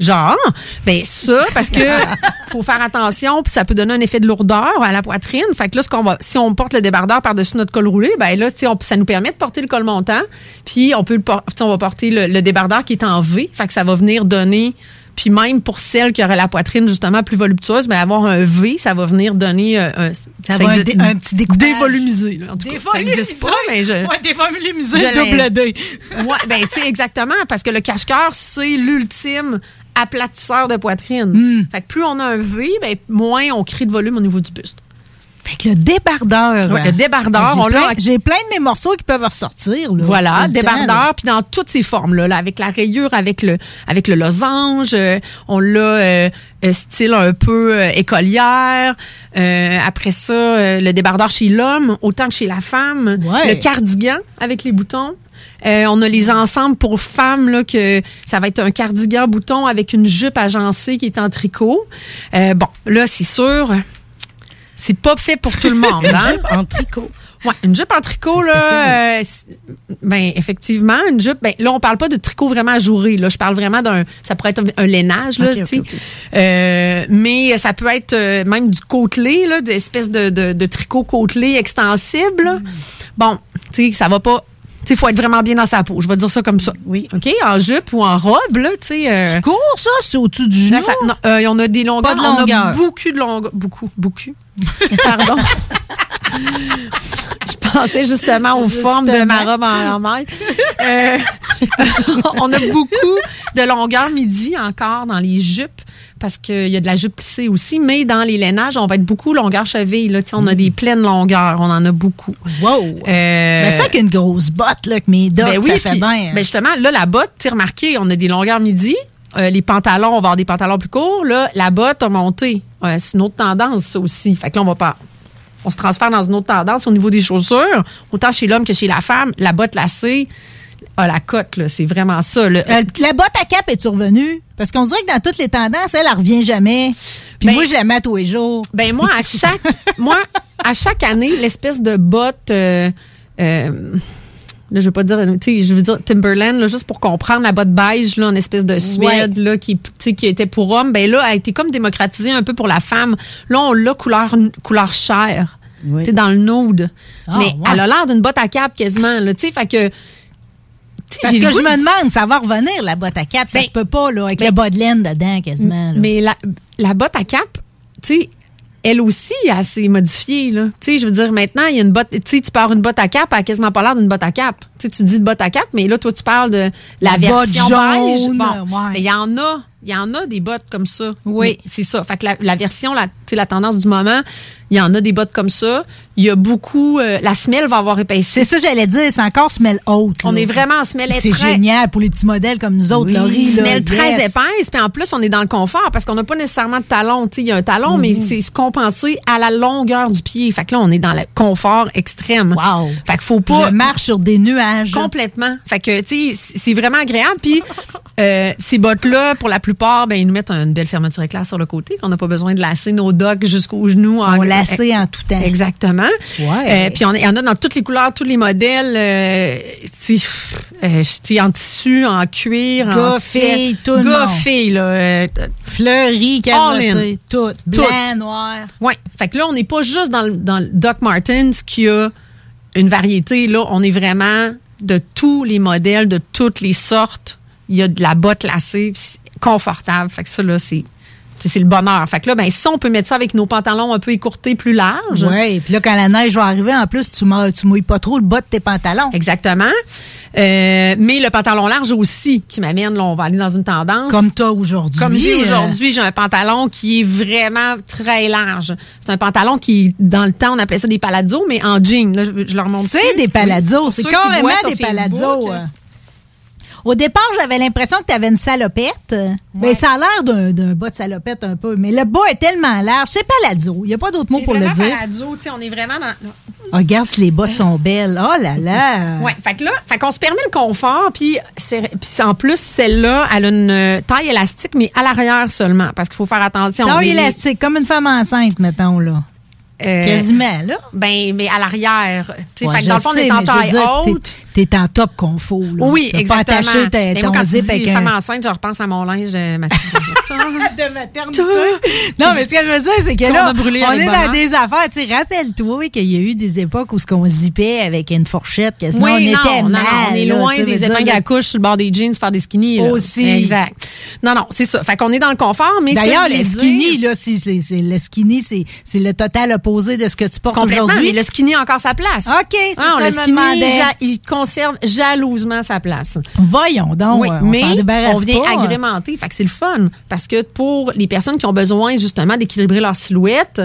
Genre, ben ça, parce que faut faire attention, puis ça peut donner un effet de lourdeur à la poitrine. Fait que là, si on porte le débardeur par-dessus notre col roulé, ben là, ça nous permet de porter le col montant, puis on va porter le débardeur qui est en V. Fait que ça va venir donner... Puis même pour celles qui auraient la poitrine justement plus voluptueuse, ben avoir un V, ça va venir donner un petit découpage. Dévolumisé. Là. En tout cas, ça n'existe pas, mais dévolumisé, double D. Ouais, ben tu sais, exactement, parce que le cache-cœur, c'est l'ultime aplatisseur de poitrine. Fait que plus on a un V, ben moins on crée de volume au niveau du buste. Fait que le débardeur. Ouais, le débardeur, j'ai plein de mes morceaux qui peuvent ressortir. Là, voilà, débardeur, puis dans toutes ses formes, là, avec la rayure, avec le losange, on l'a style un peu écolière. Après ça, le débardeur chez l'homme, autant que chez la femme. Ouais. Le cardigan avec les boutons. On a les ensembles pour femmes, là, que ça va être un cardigan bouton avec une jupe agencée qui est en tricot. Bon, là, c'est sûr... C'est pas fait pour tout le monde. Une jupe en tricot. Oui, une jupe en tricot, là, ben effectivement, une jupe, ben là, on parle pas de tricot vraiment ajouré, là. Je parle vraiment ça pourrait être un lainage, là, tu sais. Mais ça peut être même du côtelé, là, d'espèce de tricot côtelé extensible, là. Bon, tu sais, ça va pas... Tu sais, il faut être vraiment bien dans sa peau. Je vais dire ça comme ça. Oui. OK? En jupe ou en robe, là, tu sais. C'est court, ça? C'est au-dessus du genou? Non, on a des longueurs. Pas de longueur. On a beaucoup de longueur. Beaucoup. Pardon. Je pensais justement aux formes de ma robe en maille. On a beaucoup de longueur midi encore dans les jupes. Parce qu'il y a de la jupe plissée aussi, mais dans les lainages, on va être beaucoup longueur cheville. Là. On a des pleines longueurs, on en a beaucoup. Wow! Mais ça qu'une grosse botte, là, que mes docks, ça fait bien. Ben justement, là, la botte, tu sais, remarqué, on a des longueurs midi. Les pantalons, on va avoir des pantalons plus courts. Là, la botte a monté. C'est une autre tendance, ça aussi. Fait que là, on se transfère dans une autre tendance au niveau des chaussures. Autant chez l'homme que chez la femme, la botte lacée. La cote, là, c'est vraiment ça. La botte à cap est revenue? Parce qu'on dirait que dans toutes les tendances, elle revient jamais. Puis moi, je la mets tous les jours. Ben moi, à chaque année, l'espèce de botte... là, je vais pas dire... Tu sais, je veux dire Timberland, là, juste pour comprendre, la botte beige, là, en espèce de suède, là, qui était pour homme, ben là, a été comme démocratisée un peu pour la femme. Là, on l'a couleur chair. Oui. Tu sais, dans le nude. Mais elle a l'air d'une botte à cap quasiment, là, tu sais, fait que... Parce que je me demande, ça va revenir, la botte à cap. Ça se peut pas, là, avec le bas de laine dedans, quasiment. Là. Mais la botte à cap, tu sais, elle aussi, elle s'est modifiée, là. Tu sais, je veux dire, maintenant, il y a une botte, tu sais, tu pars une botte à cap, elle a quasiment pas l'air d'une botte à cap. Tu sais, tu dis de botte à cap, mais là, toi, tu parles de la version beige. Bon, mais il y en a des bottes comme ça. Oui. Mais c'est ça. Fait que la version, tu sais, la tendance du moment, il y en a des bottes comme ça. Il y a beaucoup... la semelle va avoir épaissi. C'est ça, j'allais dire. C'est encore semelle haute. On est vraiment en semelle C'est génial pour les petits modèles comme nous autres, Laurie. Semelle très épaisse. Puis en plus, on est dans le confort parce qu'on n'a pas nécessairement de talon. Tu sais, il y a un talon, mais c'est compensé à la longueur du pied. Fait que là, on est dans le confort extrême. Wow. Fait qu'il faut pas... Je marche sur des nuages. Complètement. Fait que, tu sais, c'est vraiment agréable. Puis ces bottes-là, pour la plupart, ben ils nous mettent une belle fermeture éclair sur le côté. On n'a pas besoin de lasser nos docks jusqu'aux genoux. Ils sont lacés en tout temps. Exactement. Ouais. Puis il y en a dans toutes les couleurs, tous les modèles. En tissu, en cuir, en fille, tout le monde. Fille, là. Fleury, carottée, tout. Blanc, noir. Oui. Fait que là, on n'est pas juste dans le Doc Martens qui a une variété. Là, on est vraiment de tous les modèles, de toutes les sortes. Il y a de la botte lacée, confortable. Fait que ça, là, c'est le bonheur. Fait que là, ben, ça, on peut mettre ça avec nos pantalons un peu écourtés, plus larges. Oui, puis là, quand la neige va arriver, en plus, tu mouilles pas trop le bas de tes pantalons. Exactement. Mais le pantalon large aussi, qui m'amène, là, on va aller dans une tendance. Comme toi aujourd'hui. Comme j'ai aujourd'hui, j'ai un pantalon qui est vraiment très large. C'est un pantalon qui, dans le temps, on appelait ça des palazzos, mais en jean. Là, je leur montre. C'est des palazzos. C'est carrément des palazzos. Au départ, j'avais l'impression que tu avais une salopette. Ouais. Mais ça a l'air d'un bas de salopette un peu. Mais le bas est tellement large. C'est palazzo. Il n'y a pas d'autre mot pour le dire. C'est palazzo. On est vraiment dans... Oh, regarde si les bottes sont belles. Oh là là! Oui, fait qu'on se permet le confort. Puis en plus, celle-là, elle a une taille élastique, mais à l'arrière seulement. Parce qu'il faut faire attention. Taille élastique, comme une femme enceinte, mettons, là. Quasiment, là. Ben, mais à l'arrière. Fait que dans le fond, on est en taille haute. T'es en top confort. Là. Oui, t'as exactement. pas attaché Moi, ton quand zip tu avec dis un... femme enceinte, je repense à mon linge de maternité. de maternité. Non, mais ce que je veux dire, c'est que Qu'on là, a brûlé on avec est bonheur. dans des affaires. Tu sais, rappelle-toi qu'il y a eu des époques où ce qu'on zippait avec une fourchette, que sinon on était mal. on est là, loin tu sais, des veux dire, épingles à couche sur le bord des jeans, faire des skinny. Là. Aussi. Exact. Non, c'est ça. Fait qu'on est dans le confort, mais d'ailleurs, ce que les je voulais skinny, dire- là, c'est le skinny, c'est le total opposé de ce que tu portes Complètement, aujourd'hui. mais le skinny a encore sa place. OK, c'est ça, le je me skinny, demandais. il conserve jalousement sa place. Voyons donc, Oui, on mais s'en débarrasse on vient pas. agrémenter. Fait que c'est le fun. Parce que pour les personnes qui ont besoin justement d'équilibrer leur silhouette,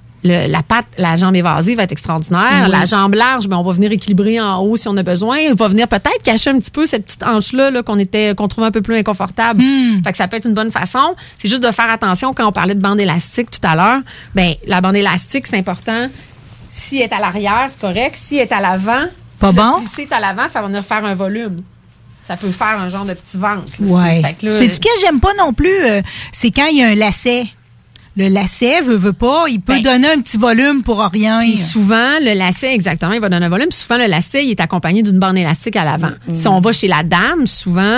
la patte, la jambe évasée va être extraordinaire. Oui. La jambe large, on va venir équilibrer en haut si on a besoin. Il va venir peut-être cacher un petit peu cette petite hanche-là là, qu'on trouvait un peu plus inconfortable. Fait que ça peut être une bonne façon. C'est juste de faire attention quand on parlait de bande élastique tout à l'heure. Ben, la bande élastique, c'est important. Si elle est à l'arrière, c'est correct. Si elle est à l'avant, Pas si bon. le plissé est à l'avant, ça va venir faire un volume. Ça peut faire un genre de petit ventre. Ouais. Fait que là, C'est ce que j'aime pas non plus, c'est quand il y a un lacet. Le lacet veut pas, il peut donner un petit volume pour rien. Puis souvent, le lacet, exactement, il va donner un volume. Puis souvent, le lacet, il est accompagné d'une bande élastique à l'avant. Si on va chez la dame, souvent,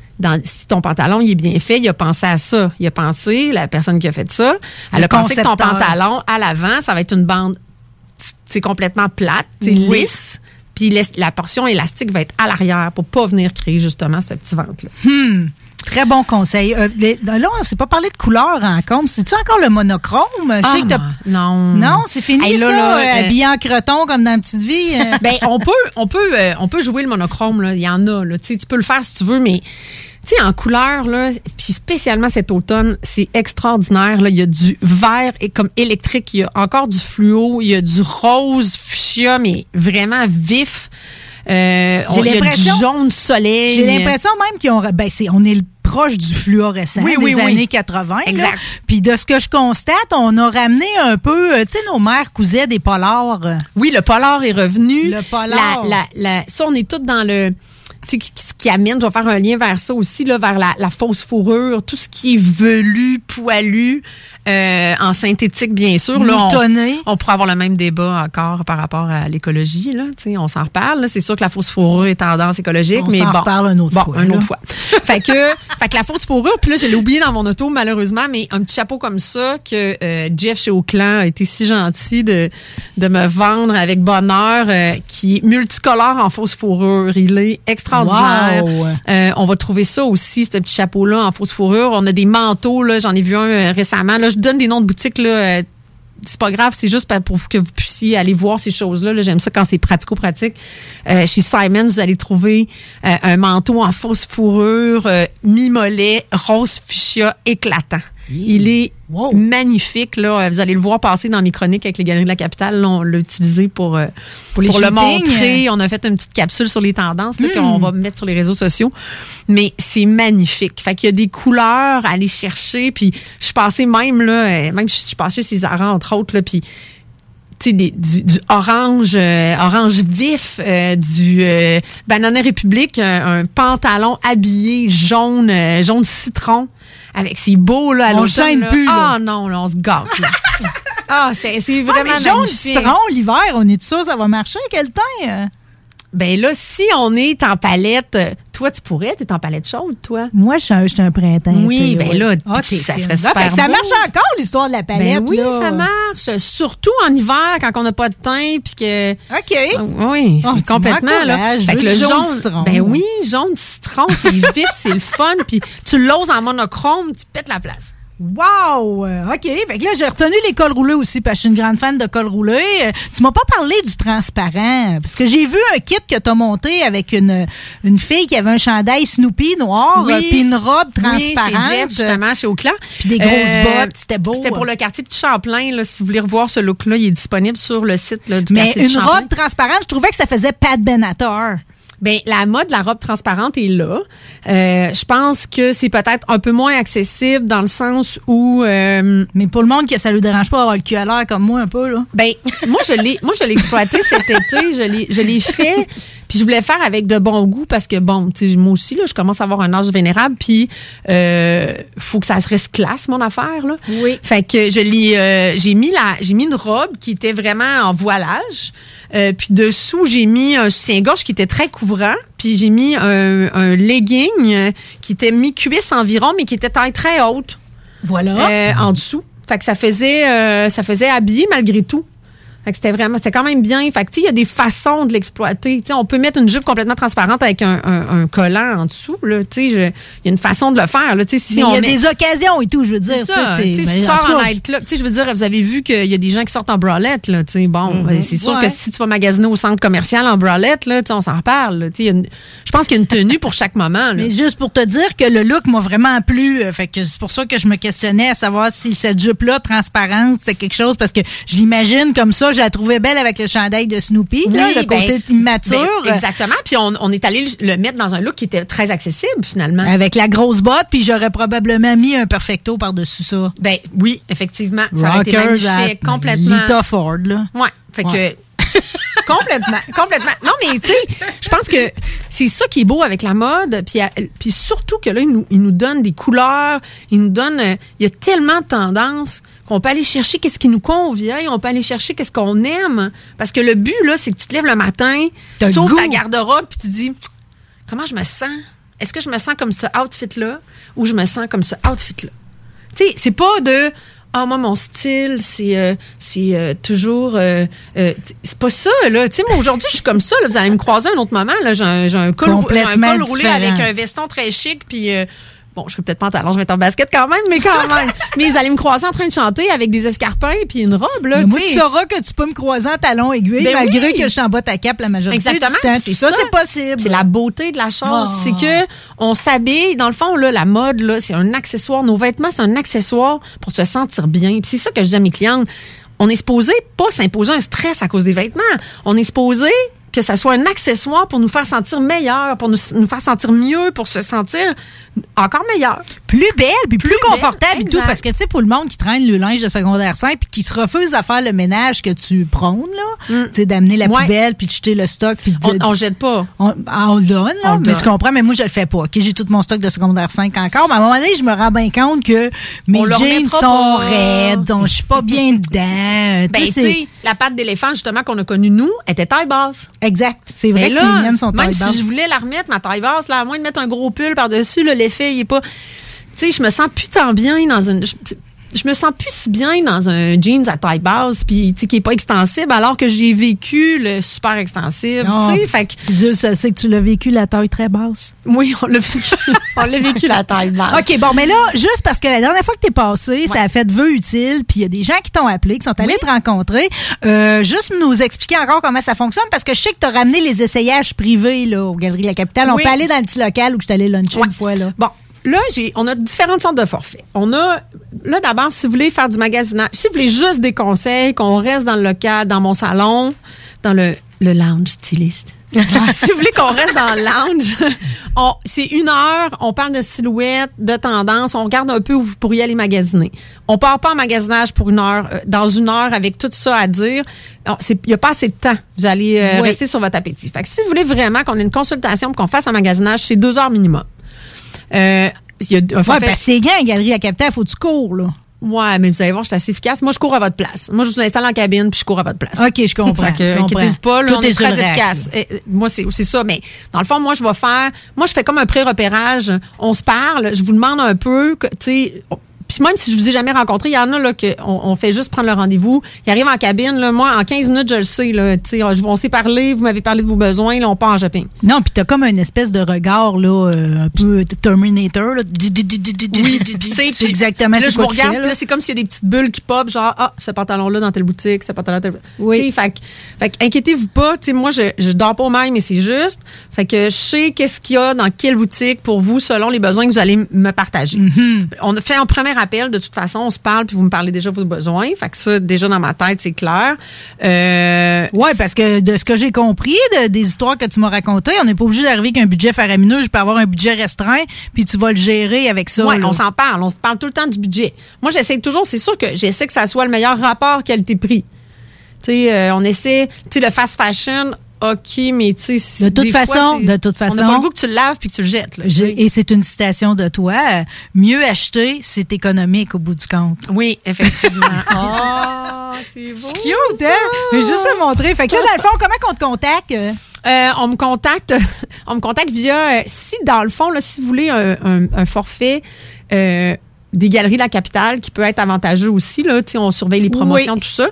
si ton pantalon il est bien fait, il a pensé à ça. Il a pensé, la personne qui a fait ça, elle a pensé que ton pantalon, à l'avant, ça va être une bande complètement plate, lisse. Puis la portion élastique va être à l'arrière pour pas venir créer justement ce petit ventre-là. Très bon conseil. Là, on ne s'est pas parlé de couleur en compte. C'est-tu encore le monochrome? Je sais que non. Non, c'est fini, Hey, là, habillé en creton comme dans Petite Vie. Ben, on peut jouer le monochrome, là. Il y en a, là. Tu peux le faire si tu veux, mais tu sais, en couleur, là, puis spécialement cet automne, c'est extraordinaire, là. Il y a du vert et comme électrique, il y a encore du fluo, il y a du rose fuchsia, mais vraiment vif. Il y a du jaune soleil. J'ai l'impression même qu'ils ont... on est proche du fluorescent des années 80. Exact. Là. Puis de ce que je constate, on a ramené un peu... Tu sais, nos mères cousaient des polars. Oui, le polar est revenu. Le polar. Ça, on est tous dans le... Tu sais, qui amène, je vais faire un lien vers ça aussi, là, vers la fausse fourrure, tout ce qui est velu, poilu, en synthétique, bien sûr. Là, on pourrait avoir le même débat encore par rapport à l'écologie. Là, tu sais, on s'en reparle. Là. C'est sûr que la fausse fourrure est tendance écologique. On s'en reparle une autre fois. Une autre fois. fait que la fausse fourrure, puis là, je l'ai oublié dans mon auto, malheureusement, mais un petit chapeau comme ça que Jeff chez Auclan a été si gentil de me vendre avec bonheur, qui est multicolore en fausse fourrure. Il est extraordinaire. Wow. On va trouver ça aussi, ce petit chapeau-là en fausse fourrure. On a des manteaux, là, j'en ai vu un récemment. Là, je donne des noms de boutiques, là. C'est pas grave, c'est juste pour que vous puissiez aller voir ces choses-là. Là, j'aime ça quand c'est pratico-pratique. Chez Simon, vous allez trouver un manteau en fausse fourrure, mi-mollet, rose fuchsia éclatant. Il est magnifique. Là. Vous allez le voir passer dans mes chroniques avec les Galeries de la Capitale. Là, on l'a utilisé pour le montrer. On a fait une petite capsule sur les tendances là, qu'on va mettre sur les réseaux sociaux. Mais c'est magnifique. Fait qu'il y a des couleurs à aller chercher. Puis je suis passée je suis passée chez Zara, entre autres, là, puis tu sais, du orange vif, du Banana République, un pantalon habillé jaune citron, avec ses beaux, là, à on l'automne. gêne plus, là. Ah non, là, on se gâte, là. c'est vraiment mais jaune magnifique. citron, l'hiver, on est sûr ça va marcher? Quel temps? Ben là, si on est en palette, toi, tu pourrais, t'es en palette chaude, toi. Moi, je suis un printemps. Oui, ben là, ça serait super ça beau. marche encore, l'histoire de la palette. Ben oui, là. ça marche. Surtout en hiver, quand on n'a pas de teint, puis que... OK. Oui, c'est complètement, là. Fait que le jaune citron. Ben oui, jaune citron, c'est vif, c'est le fun, puis tu l'oses en monochrome, tu pètes la place. Wow! OK. Fait que là, j'ai retenu les cols roulés aussi, parce que je suis une grande fan de cols roulés. Tu m'as pas parlé du transparent, parce que j'ai vu un kit que tu as monté avec une fille qui avait un chandail Snoopy noir, puis une robe transparente. Oui, chez Jeff, justement, chez Auclan. Puis des grosses bottes, c'était beau. C'était pour le quartier Petit Champlain. Là, si vous voulez revoir ce look-là, il est disponible sur le site là, du Mais quartier Petit Champlain. une robe transparente, je trouvais que ça faisait Pat Benatar. Ben la mode de la robe transparente est là. Je pense que c'est peut-être un peu moins accessible dans le sens où mais pour le monde que ça lui dérange pas d'avoir le cul à l'air comme moi un peu là. Ben moi je l'ai exploité cet été, je l'ai fait. Puis je voulais faire avec de bon goût parce que, bon, tu sais, moi aussi, là, je commence à avoir un âge vénérable, puis faut que ça reste classe, mon affaire, là. Oui. Fait que j'ai mis une robe qui était vraiment en voilage. Puis dessous, j'ai mis un soutien-gorge qui était très couvrant. Puis j'ai mis un legging qui était mi-cuisse environ, mais qui était taille très haute. Voilà. En dessous. Fait que ça faisait habiller malgré tout. Fait que c'était quand même bien. Fait que, tu sais, il y a des façons de l'exploiter. Tu sais, on peut mettre une jupe complètement transparente avec un collant en dessous, là. Tu sais, il y a une façon de le faire, là. Tu sais, il y a des occasions et tout, je veux dire. C'est ça. Tu sais, tu sors en nightclub. Tu sais, je veux dire, vous avez vu qu'il y a des gens qui sortent en bralette, là. Tu sais, bon, c'est sûr que si tu vas magasiner au centre commercial en bralette, là, tu sais, on s'en reparle, là. Tu sais, je pense qu'il y a une tenue pour chaque moment, là. Mais juste pour te dire que le look m'a vraiment plu. Fait que c'est pour ça que je me questionnais à savoir si cette jupe-là, transparente, c'est quelque chose, parce que je l'imagine comme ça. Je la trouvais belle avec le chandail de Snoopy, oui, là, le côté immature. Exactement. Puis on est allé le mettre dans un look qui était très accessible, finalement. Avec la grosse botte, puis j'aurais probablement mis un perfecto par-dessus ça. Ben oui, effectivement. Ça aurait été magnifique, complètement. Lita Ford, là. Ouais. Fait que... Complètement. Non, mais tu sais, je pense que c'est ça qui est beau avec la mode. Puis surtout que là, il nous donne des couleurs. Il nous donne... il y a tellement de tendances qu'on peut aller chercher qu'est-ce qui nous convient. On peut aller chercher qu'est-ce qu'on aime. Parce que le but, là, c'est que tu te lèves le matin, tu ouvres ta garde-robe, puis tu dis, comment je me sens? Est-ce que je me sens comme ce outfit-là ou je me sens comme ce outfit-là? Tu sais, c'est pas de... Ah, moi, mon style, c'est toujours... c'est pas ça, là. Tu sais, moi, aujourd'hui, je suis comme ça. Là. Vous allez me croiser à un autre moment. Là. J'ai un col roulé avec un veston très chic, puis... bon, je serais peut-être pas en talons, je vais être en basket quand même, mais quand même. Mais vous allez me croiser en train de chanter avec des escarpins puis une robe, là. Moi, tu sauras que tu peux me croiser en talons aiguilles, malgré que je t'en bats ta cape la majorité du temps. C'est ça, c'est possible. C'est la beauté de la chose. C'est que on s'habille. Dans le fond, là, la mode, là, c'est un accessoire. Nos vêtements, c'est un accessoire pour se sentir bien. Puis c'est ça que je dis à mes clientes. On est supposé pas s'imposer un stress à cause des vêtements. On est supposé que ça soit un accessoire pour nous faire sentir meilleur, pour nous faire sentir mieux, pour se sentir encore meilleur. Plus belle, puis plus confortable et tout. Parce que, tu sais, pour le monde qui traîne le linge de secondaire 5 puis qui se refuse à faire le ménage que tu prônes, là, tu sais, d'amener la poubelle puis de jeter le stock. Puis on jette pas. On le donne, là. Mais je comprends, mais moi, je le fais pas. OK, j'ai tout mon stock de secondaire 5 encore. Mais à un moment donné, je me rends bien compte que mes jeans sont raides, donc je suis pas bien dedans. Ben, tu sais, la patte d'éléphant, justement, qu'on a connue, nous, était taille basse. Exact. C'est vrai que les miennes sont taille basse. Même si je voulais la remettre, ma taille basse, là, à moins de mettre un gros pull par-dessus, là, l'effet, il est pas... Tu sais, je me sens plus tant bien dans une... Je me sens plus si bien dans un jeans à taille basse puis tu sais qui est pas extensible alors que j'ai vécu le super extensible, tu sais, fait que Dieu sait que tu l'as vécu la taille très basse. Oui, on l'a vécu. On l'a vécu la taille basse. OK, bon, mais là juste parce que la dernière fois que t'es passé, ça a fait vœu utile, puis il y a des gens qui t'ont appelé, qui sont allés te rencontrer, juste nous expliquer encore comment ça fonctionne parce que je sais que t'as ramené les essayages privés là aux Galeries La Capitale. On peut aller dans le petit local où je t'allais luncher une fois là. Bon. Là, on a différentes sortes de forfaits. On a, là, d'abord, si vous voulez faire du magasinage, si vous voulez juste des conseils, qu'on reste dans le local, dans mon salon, dans le lounge styliste. Si vous voulez qu'on reste dans le lounge, c'est 1 heure, on parle de silhouette, de tendance, on regarde un peu où vous pourriez aller magasiner. On part pas en magasinage pour 1 heure, dans 1 heure avec tout ça à dire. Il n'y a pas assez de temps. Vous allez rester sur votre appétit. Fait que si vous voulez vraiment qu'on ait une consultation pour qu'on fasse un magasinage, c'est 2 heures minimum. Il y a un forfait. Parce que c'est grand, Galerie La Capitale, faut que tu cours, là. Ouais, mais vous allez voir, je suis assez efficace. Moi, je cours à votre place. Moi, je vous installe en cabine, puis je cours à votre place. OK, je comprends. Inquiétez-vous pas, là, tout on est très efficace. efficace. Moi, c'est ça. Mais dans le fond, moi, je fais comme un pré-repérage. On se parle. Je vous demande un peu, tu sais... Puis même si je vous ai jamais rencontré, il y en a là on fait juste prendre le rendez-vous. Ils arrivent en cabine, là, moi en 15 minutes je le sais là, tu sais, on s'est parlé, vous m'avez parlé de vos besoins, là on part en shopping. Non, puis t'as comme une espèce de regard là un peu Terminator là. Oui, c'est exactement là, ce que je regarde, fais, là. Là c'est comme s'il y a des petites bulles qui pop genre ce pantalon là dans telle boutique, ce pantalon là. Oui. Fait que inquiétez-vous pas, tu sais moi je dors pas au mail mais c'est juste. Fait que je sais qu'est-ce qu'il y a dans quelle boutique pour vous selon les besoins que vous allez me partager. Mm-hmm. On a fait un premier appel, de toute façon, on se parle puis vous me parlez déjà de vos besoins. Fait que ça, déjà dans ma tête, c'est clair. Ouais, parce que de ce que j'ai compris des histoires que tu m'as racontées, on n'est pas obligé d'arriver avec un budget faramineux. Je peux avoir un budget restreint puis tu vas le gérer avec ça. Ouais, là. on s'en parle. On se parle tout le temps du budget. Moi, j'essaie toujours, c'est sûr que j'essaie que ça soit le meilleur rapport qualité-prix. Tu sais, on essaie, tu sais, le fast fashion, OK, mais tu sais... De toute façon, on n'a pas le goût que tu le laves puis que tu le jettes. Là, et c'est une citation de toi. Mieux acheter, c'est économique au bout du compte. Oui, effectivement. C'est beau. C'est cute, hein? Mais juste à montrer. Fait que là, dans le fond, comment on te contacte? On me contacte via... si, dans le fond, là, si vous voulez un forfait... des Galeries de la Capitale qui peut être avantageux aussi. Là, on surveille les promotions, tout ça.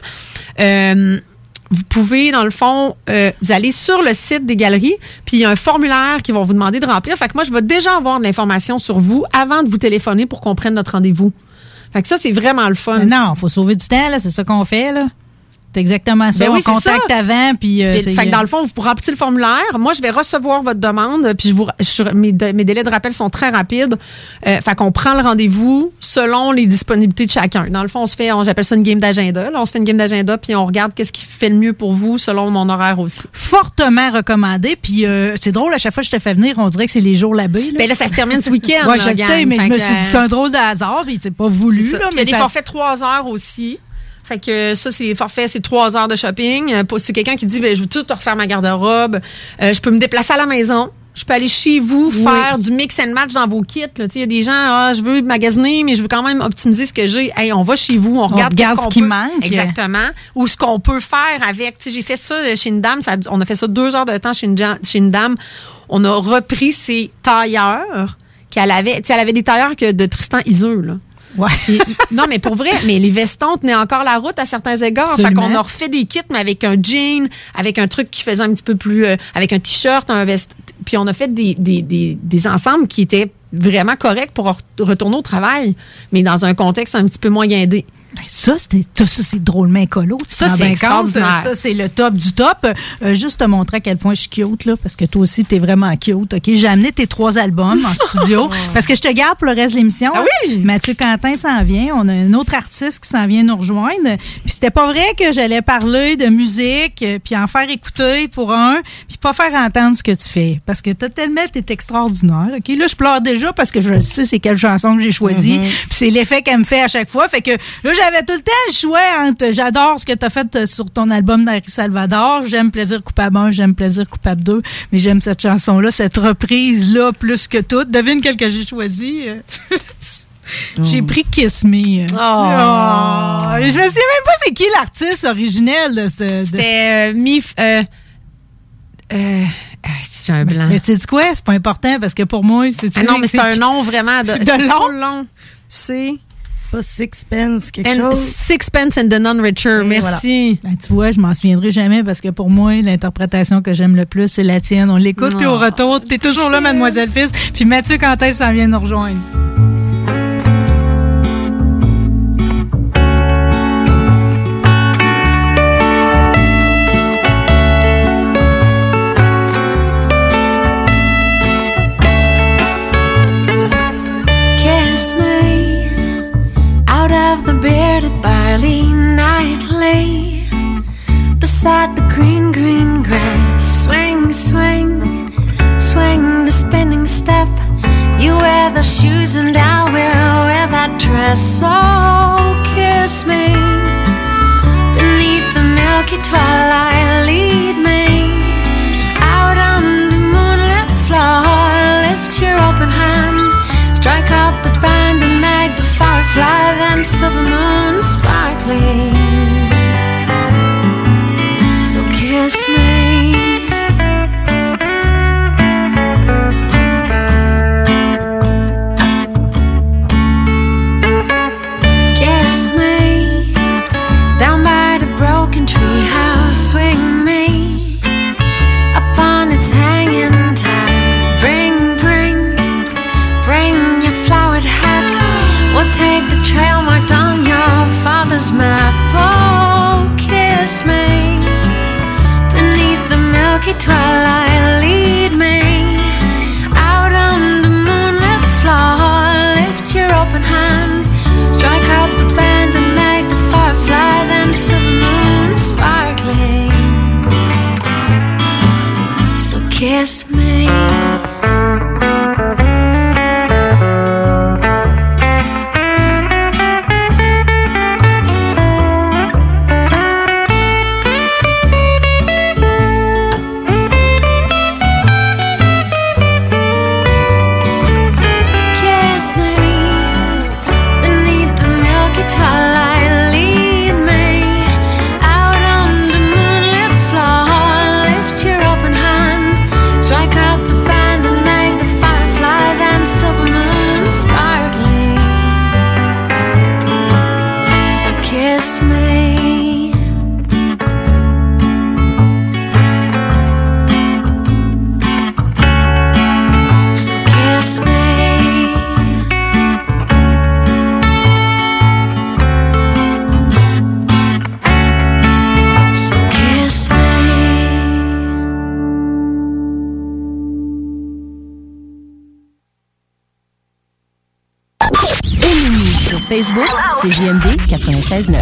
Vous pouvez, dans le fond, vous allez sur le site des galeries, puis il y a un formulaire qui va vous demander de remplir. Fait que moi, je vais déjà avoir de l'information sur vous avant de vous téléphoner pour qu'on prenne notre rendez-vous. Fait que ça, c'est vraiment le fun. Non, il faut sauver du temps, là. C'est ça qu'on fait, là. C'est exactement ça. Ben oui, on contacte avant, puis... fait que dans le fond, vous remplissez le formulaire. Moi, je vais recevoir votre demande, puis mes délais de rappel sont très rapides. Fait qu'on prend le rendez-vous selon les disponibilités de chacun. Dans le fond, j'appelle ça une game d'agenda. Là, on se fait une game d'agenda, puis on regarde qu'est-ce qui fait le mieux pour vous selon mon horaire aussi. Fortement recommandé. Puis c'est drôle, à chaque fois que je te fais venir, on dirait que c'est les jours l'abbé. Ben là, ça se termine ce week-end. Oui, je le sais, mais je me suis dit, c'est un drôle de hasard, puis c'est pas voulu. Là, mais il y a des forfaits 3 heures aussi. Fait que ça, c'est les forfaits, c'est 3 heures de shopping. Pour si quelqu'un qui dit, je veux tout refaire ma garde-robe, je peux me déplacer à la maison. Je peux aller chez vous faire du mix and match dans vos kits. Il y a des gens, je veux magasiner, mais je veux quand même optimiser ce que j'ai. Hey, on va chez vous, on regarde ce qui manque. Exactement. Ou ce qu'on peut faire avec. J'ai fait ça chez une dame. On a fait ça 2 heures de temps chez une dame. On a repris ses tailleurs qu'elle avait. Elle avait des tailleurs de Tristan Iseux, là. Ouais. Non, mais pour vrai, mais les vestons tenaient encore la route à certains égards. Absolument. Fait qu'on a refait des kits, mais avec un jean, avec un truc qui faisait un petit peu plus... avec un t-shirt, un veste. Puis on a fait des ensembles qui étaient vraiment corrects pour retourner au travail, mais dans un contexte un petit peu moins guindé. Ben ça, c'est drôlement écolo. Ça, c'est extraordinaire. Ça, c'est le top du top. Juste te montrer à quel point je suis cute, là, parce que toi aussi, t'es vraiment cute. OK? J'ai amené tes 3 albums en studio, parce que je te garde pour le reste de l'émission. Ah oui? Mathieu Quentin s'en vient. On a un autre artiste qui s'en vient nous rejoindre. Puis c'était pas vrai que j'allais parler de musique, puis en faire écouter pour puis pas faire entendre ce que tu fais. Parce que totalement, t'es extraordinaire. OK? Là, je pleure déjà parce que je sais c'est quelle chanson que j'ai choisie. Puis c'est l'effet qu'elle me fait à chaque fois. Fait que là, j'avais tout le temps le choix entre j'adore ce que tu as fait sur ton album d'Harry Salvador, j'aime Plaisir coupable 1, j'aime Plaisir coupable 2, mais j'aime cette chanson-là, cette reprise-là, plus que toute. Devine quelle que j'ai choisie. J'ai pris Kiss Me. Je me souviens même pas c'est qui l'artiste originel de ce... C'était j'ai un blanc. Mais tu sais quoi? C'est pas important parce que pour moi... non, mais c'est un nom vraiment de long. C'est pas Sixpence, quelque chose. Sixpence and the Non-Richer, merci. Voilà. Ben, tu vois, je m'en souviendrai jamais parce que pour moi, l'interprétation que j'aime le plus, c'est la tienne. On l'écoute, puis au retour, t'es toujours là, Mademoiselle Fils. Puis Mathieu Quentin s'en vient nous rejoindre. Bearded barley nightly beside the green, green grass. Swing, swing, swing the spinning step. You wear the shoes and I will wear that dress. So kiss me beneath the milky twilight. Lead me out on the moonlit floor. Lift your open hand, strike up the band and make the firefly, then silver moon sparkling. So kiss me. Kiss me down by the broken tree house. Swing me upon its hanging tide. Bring, bring, bring your flowered hat. We'll take the trail marked on your father's map. Facebook, CJMD 96.9.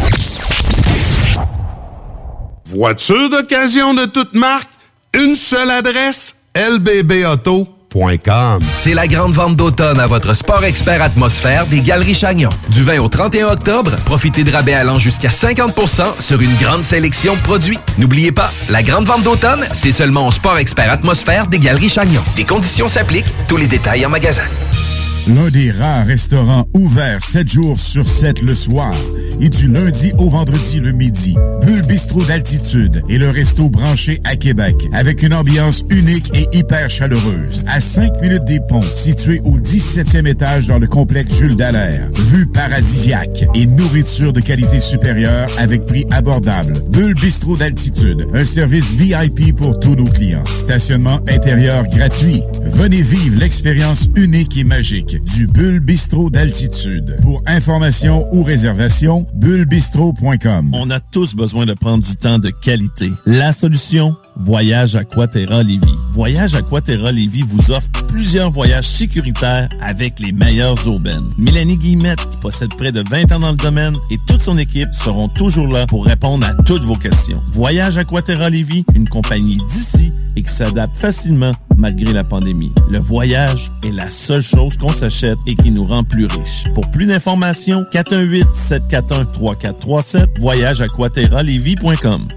Voiture d'occasion de toute marque, une seule adresse, lbbauto.com. C'est la grande vente d'automne à votre Sport Expert Atmosphère des Galeries Chagnon. Du 20 au 31 octobre, profitez de rabais allant jusqu'à 50% sur une grande sélection de produits. N'oubliez pas, la grande vente d'automne, c'est seulement au Sport Expert Atmosphère des Galeries Chagnon. Des conditions s'appliquent, tous les détails en magasin. L'un des rares restaurants ouverts 7 jours sur 7 le soir et du lundi au vendredi le midi. Bulle Bistrot d'altitude est le resto branché à Québec avec une ambiance unique et hyper chaleureuse. À 5 minutes des ponts, situé au 17e étage dans le complexe Jules Dallaire. Vue paradisiaque et nourriture de qualité supérieure avec prix abordable. Bulle Bistrot d'altitude, un service VIP pour tous nos clients. Stationnement intérieur gratuit. Venez vivre l'expérience unique et magique du Bulle Bistrot d'altitude. Pour information ou réservation, bullebistro.com. On a tous besoin de prendre du temps de qualité. La solution, Voyage Aquaterra Lévis. Voyage Aquaterra Lévis vous offre plusieurs voyages sécuritaires avec les meilleures urbaines. Mélanie Guillemette, qui possède près de 20 ans dans le domaine, et toute son équipe seront toujours là pour répondre à toutes vos questions. Voyage Aquaterra Lévis, une compagnie d'ici et qui s'adapte facilement malgré la pandémie. Le voyage est la seule chose qu'on s'achète et qui nous rend plus riches. Pour plus d'informations, 418-741-3437, voyageaquaterralévis.com.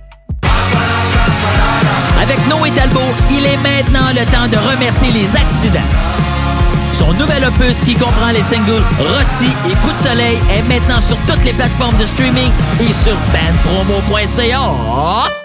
Avec Noé Talbot, il est maintenant le temps de remercier les accidents. Son nouvel opus qui comprend les singles Rossi et Coup de soleil est maintenant sur toutes les plateformes de streaming et sur bandpromo.ca.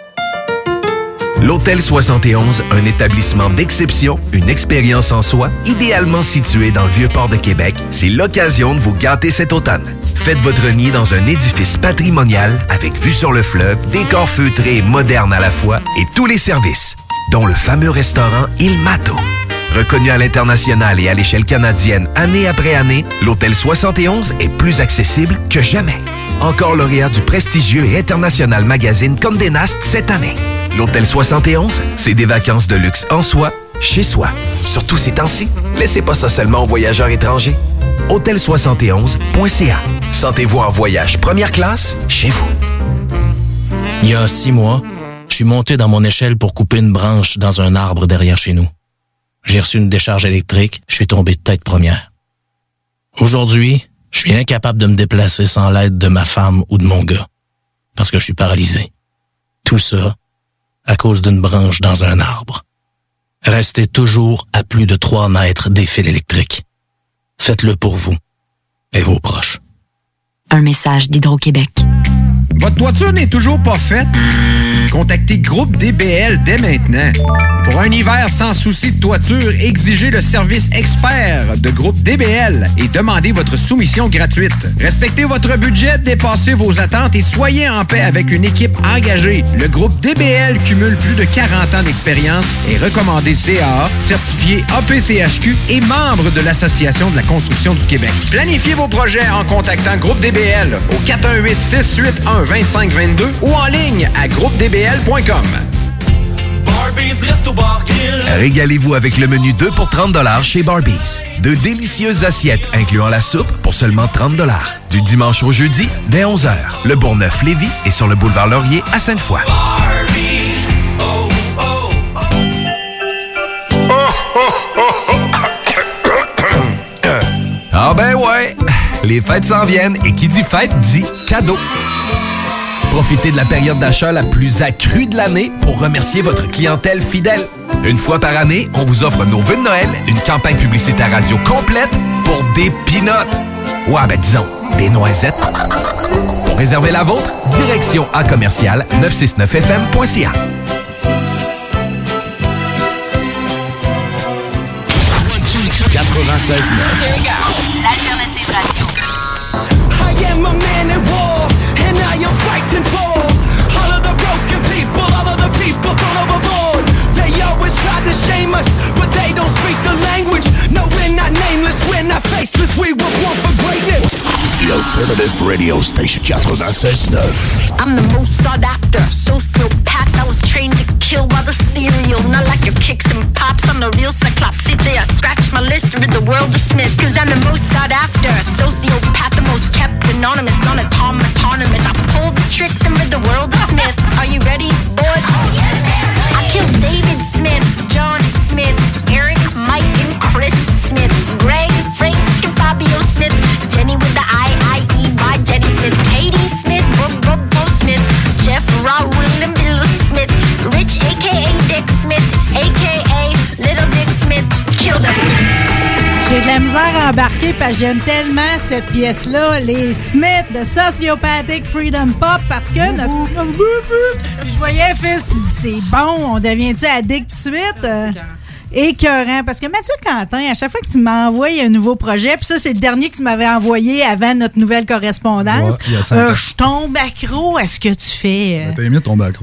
L'Hôtel 71, un établissement d'exception, une expérience en soi, idéalement situé dans le Vieux-Port de Québec, c'est l'occasion de vous gâter cet automne. Faites votre nid dans un édifice patrimonial avec vue sur le fleuve, décor feutré et moderne à la fois et tous les services, dont le fameux restaurant Il Mato. Reconnu à l'international et à l'échelle canadienne année après année, l'Hôtel 71 est plus accessible que jamais. Encore lauréat du prestigieux et international magazine Condé Nast cette année. L'Hôtel 71, c'est des vacances de luxe en soi, chez soi. Surtout ces temps-ci, laissez pas ça seulement aux voyageurs étrangers. Hôtel71.ca. Sentez-vous en voyage première classe chez vous. Il y a 6 mois, je suis monté dans mon échelle pour couper une branche dans un arbre derrière chez nous. J'ai reçu une décharge électrique, je suis tombé de tête première. Aujourd'hui, je suis incapable de me déplacer sans l'aide de ma femme ou de mon gars, parce que je suis paralysé. Tout ça à cause d'une branche dans un arbre. Restez toujours à plus de 3 mètres des fils électriques. Faites-le pour vous et vos proches. Un message d'Hydro-Québec. Votre toiture n'est toujours pas faite? Contactez Groupe DBL dès maintenant. Pour un hiver sans souci de toiture, exigez le service expert de Groupe DBL et demandez votre soumission gratuite. Respectez votre budget, dépassez vos attentes et soyez en paix avec une équipe engagée. Le Groupe DBL cumule plus de 40 ans d'expérience et recommandé CAA, certifié APCHQ et membre de l'Association de la construction du Québec. Planifiez vos projets en contactant Groupe DBL au 418-681-2522 ou en ligne à groupedbl.com. Régalez-vous avec le menu 2 pour 30 $ chez Barbies. De délicieuses assiettes incluant la soupe pour seulement 30 $. Du dimanche au jeudi, dès 11h. Le Bourgneuf-Lévis est sur le boulevard Laurier à Sainte-Foy. Ah ben ouais, les fêtes s'en viennent et qui dit fête dit cadeau. Profitez de la période d'achat la plus accrue de l'année pour remercier votre clientèle fidèle. Une fois par année, on vous offre nos vœux de Noël, une campagne publicitaire radio complète pour des peanuts. Ouais, ben disons, des noisettes. Pour réserver la vôtre, direction à commercial 969fm.ca. L'alternative radio. I am a man at war, and I am fighting for all of the broken people, all of the people thrown overboard. They always try to shame us, but they don't speak the language. No, we're not nameless, we're not faceless, we were born for greatness. The Alternative Radio Station 96.9. I'm the most sought after sociopath. I was trained to kill by the cereal. Not like your kicks and pops. I'm the real Cyclops. See, they scratch my list with the world of Smith. Cause I'm the most sought after sociopath, the most was kept anonymous, non-autonomous. I pulled the tricks and rid the world of Smiths. Are you ready, boys? I killed David Smith, John Smith, Eric, Mike, and Chris Smith, Greg, Frank, and Fabio Smith, Jenny with the I-I-E by Jenny Smith, Katie Smith, Bo Smith, Jeff, Raoul, and Bill Smith, Rich, a.k.a. Dick Smith, a.k.a. Little Dick Smith, killed him. J'ai de la misère à embarquer parce que j'aime tellement cette pièce-là, les Smiths de Sociopathic Freedom Pop, parce que notre... Puis je voyais fils, c'est bon, on devient-tu addict tout de suite? Écœurant. Parce que Mathieu Quentin, à chaque fois que tu m'envoies un nouveau projet, puis ça, c'est le dernier que tu m'avais envoyé avant notre nouvelle correspondance, je tombe accro à ce que tu fais. T'as aimé tomber accro.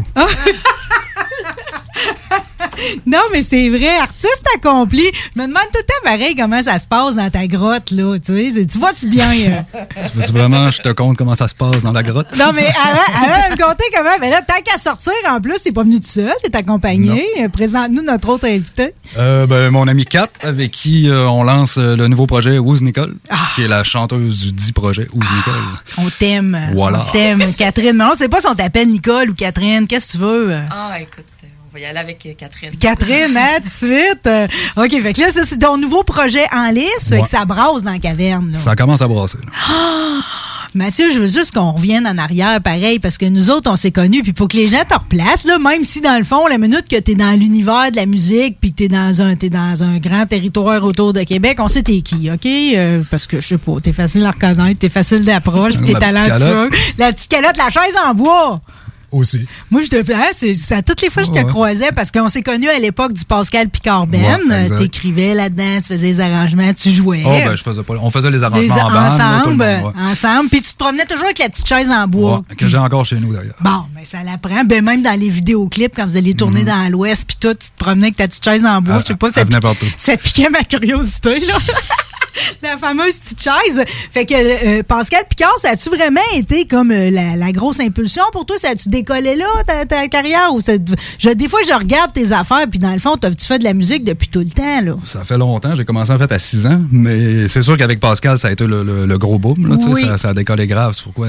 Non, mais c'est vrai, artiste accompli. Je me demande tout le temps pareil comment ça se passe dans ta grotte, là. Tu sais, tu vois-tu bien? Tu veux-tu vraiment je te compte comment ça se passe dans la grotte? Non, mais avant de me compter comment, mais là, tant qu'à sortir, en plus, t'es pas venu tout seul, t'es accompagné. Présente-nous notre autre invité. Mon ami Kat, avec qui on lance le nouveau projet Who's Nicole, qui est la chanteuse du dit projet Who's Nicole. On t'aime. Voilà. On t'aime, Catherine. Mais on sait pas si on t'appelle Nicole ou Catherine. Qu'est-ce que tu veux? Ah, écoute. On va y aller avec Catherine. Catherine, hein, tout de suite. OK, fait que là, ça, c'est ton nouveau projet en lice, que ça brasse dans la caverne. Là. Ça commence à brasser. Mathieu, je veux juste qu'on revienne en arrière, pareil, parce que nous autres, on s'est connus, puis pour que les gens te replacent, là, même si, dans le fond, la minute que t'es dans l'univers de la musique, puis que t'es dans un grand territoire autour de Québec, on sait t'es qui, OK? Parce que, je sais pas, t'es facile à reconnaître, t'es facile d'approche, puis t'es talentueux. La petite calotte, la chaise en bois! Aussi. Moi, je te c'est à toutes les fois que je te croisais parce qu'on s'est connus à l'époque du Pascal Picard Band. T'écrivais là-dedans, tu faisais les arrangements, tu jouais. Je faisais pas. On faisait les arrangements en bande. Ensemble. Puis tu te promenais toujours avec la petite chaise en bois. Que j'ai encore chez nous, d'ailleurs. Bon, ben ça l'apprend. Ben même dans les vidéoclips, quand vous alliez tourner dans l'Ouest, puis toi, tu te promenais avec ta petite chaise en bois. Je sais pas, ça piquait ma curiosité, là. La fameuse petite chaise. Fait que Pascal Picard, ça a-tu vraiment été comme la grosse impulsion pour toi? Ça a-tu décollé là, ta carrière? Ou des fois, je regarde tes affaires, puis dans le fond, tu fais de la musique depuis tout le temps, là. Ça fait longtemps. J'ai commencé, en fait, à 6 ans. Mais c'est sûr qu'avec Pascal, ça a été le gros boom, là. Oui. Ça a décollé grave. Sur quoi?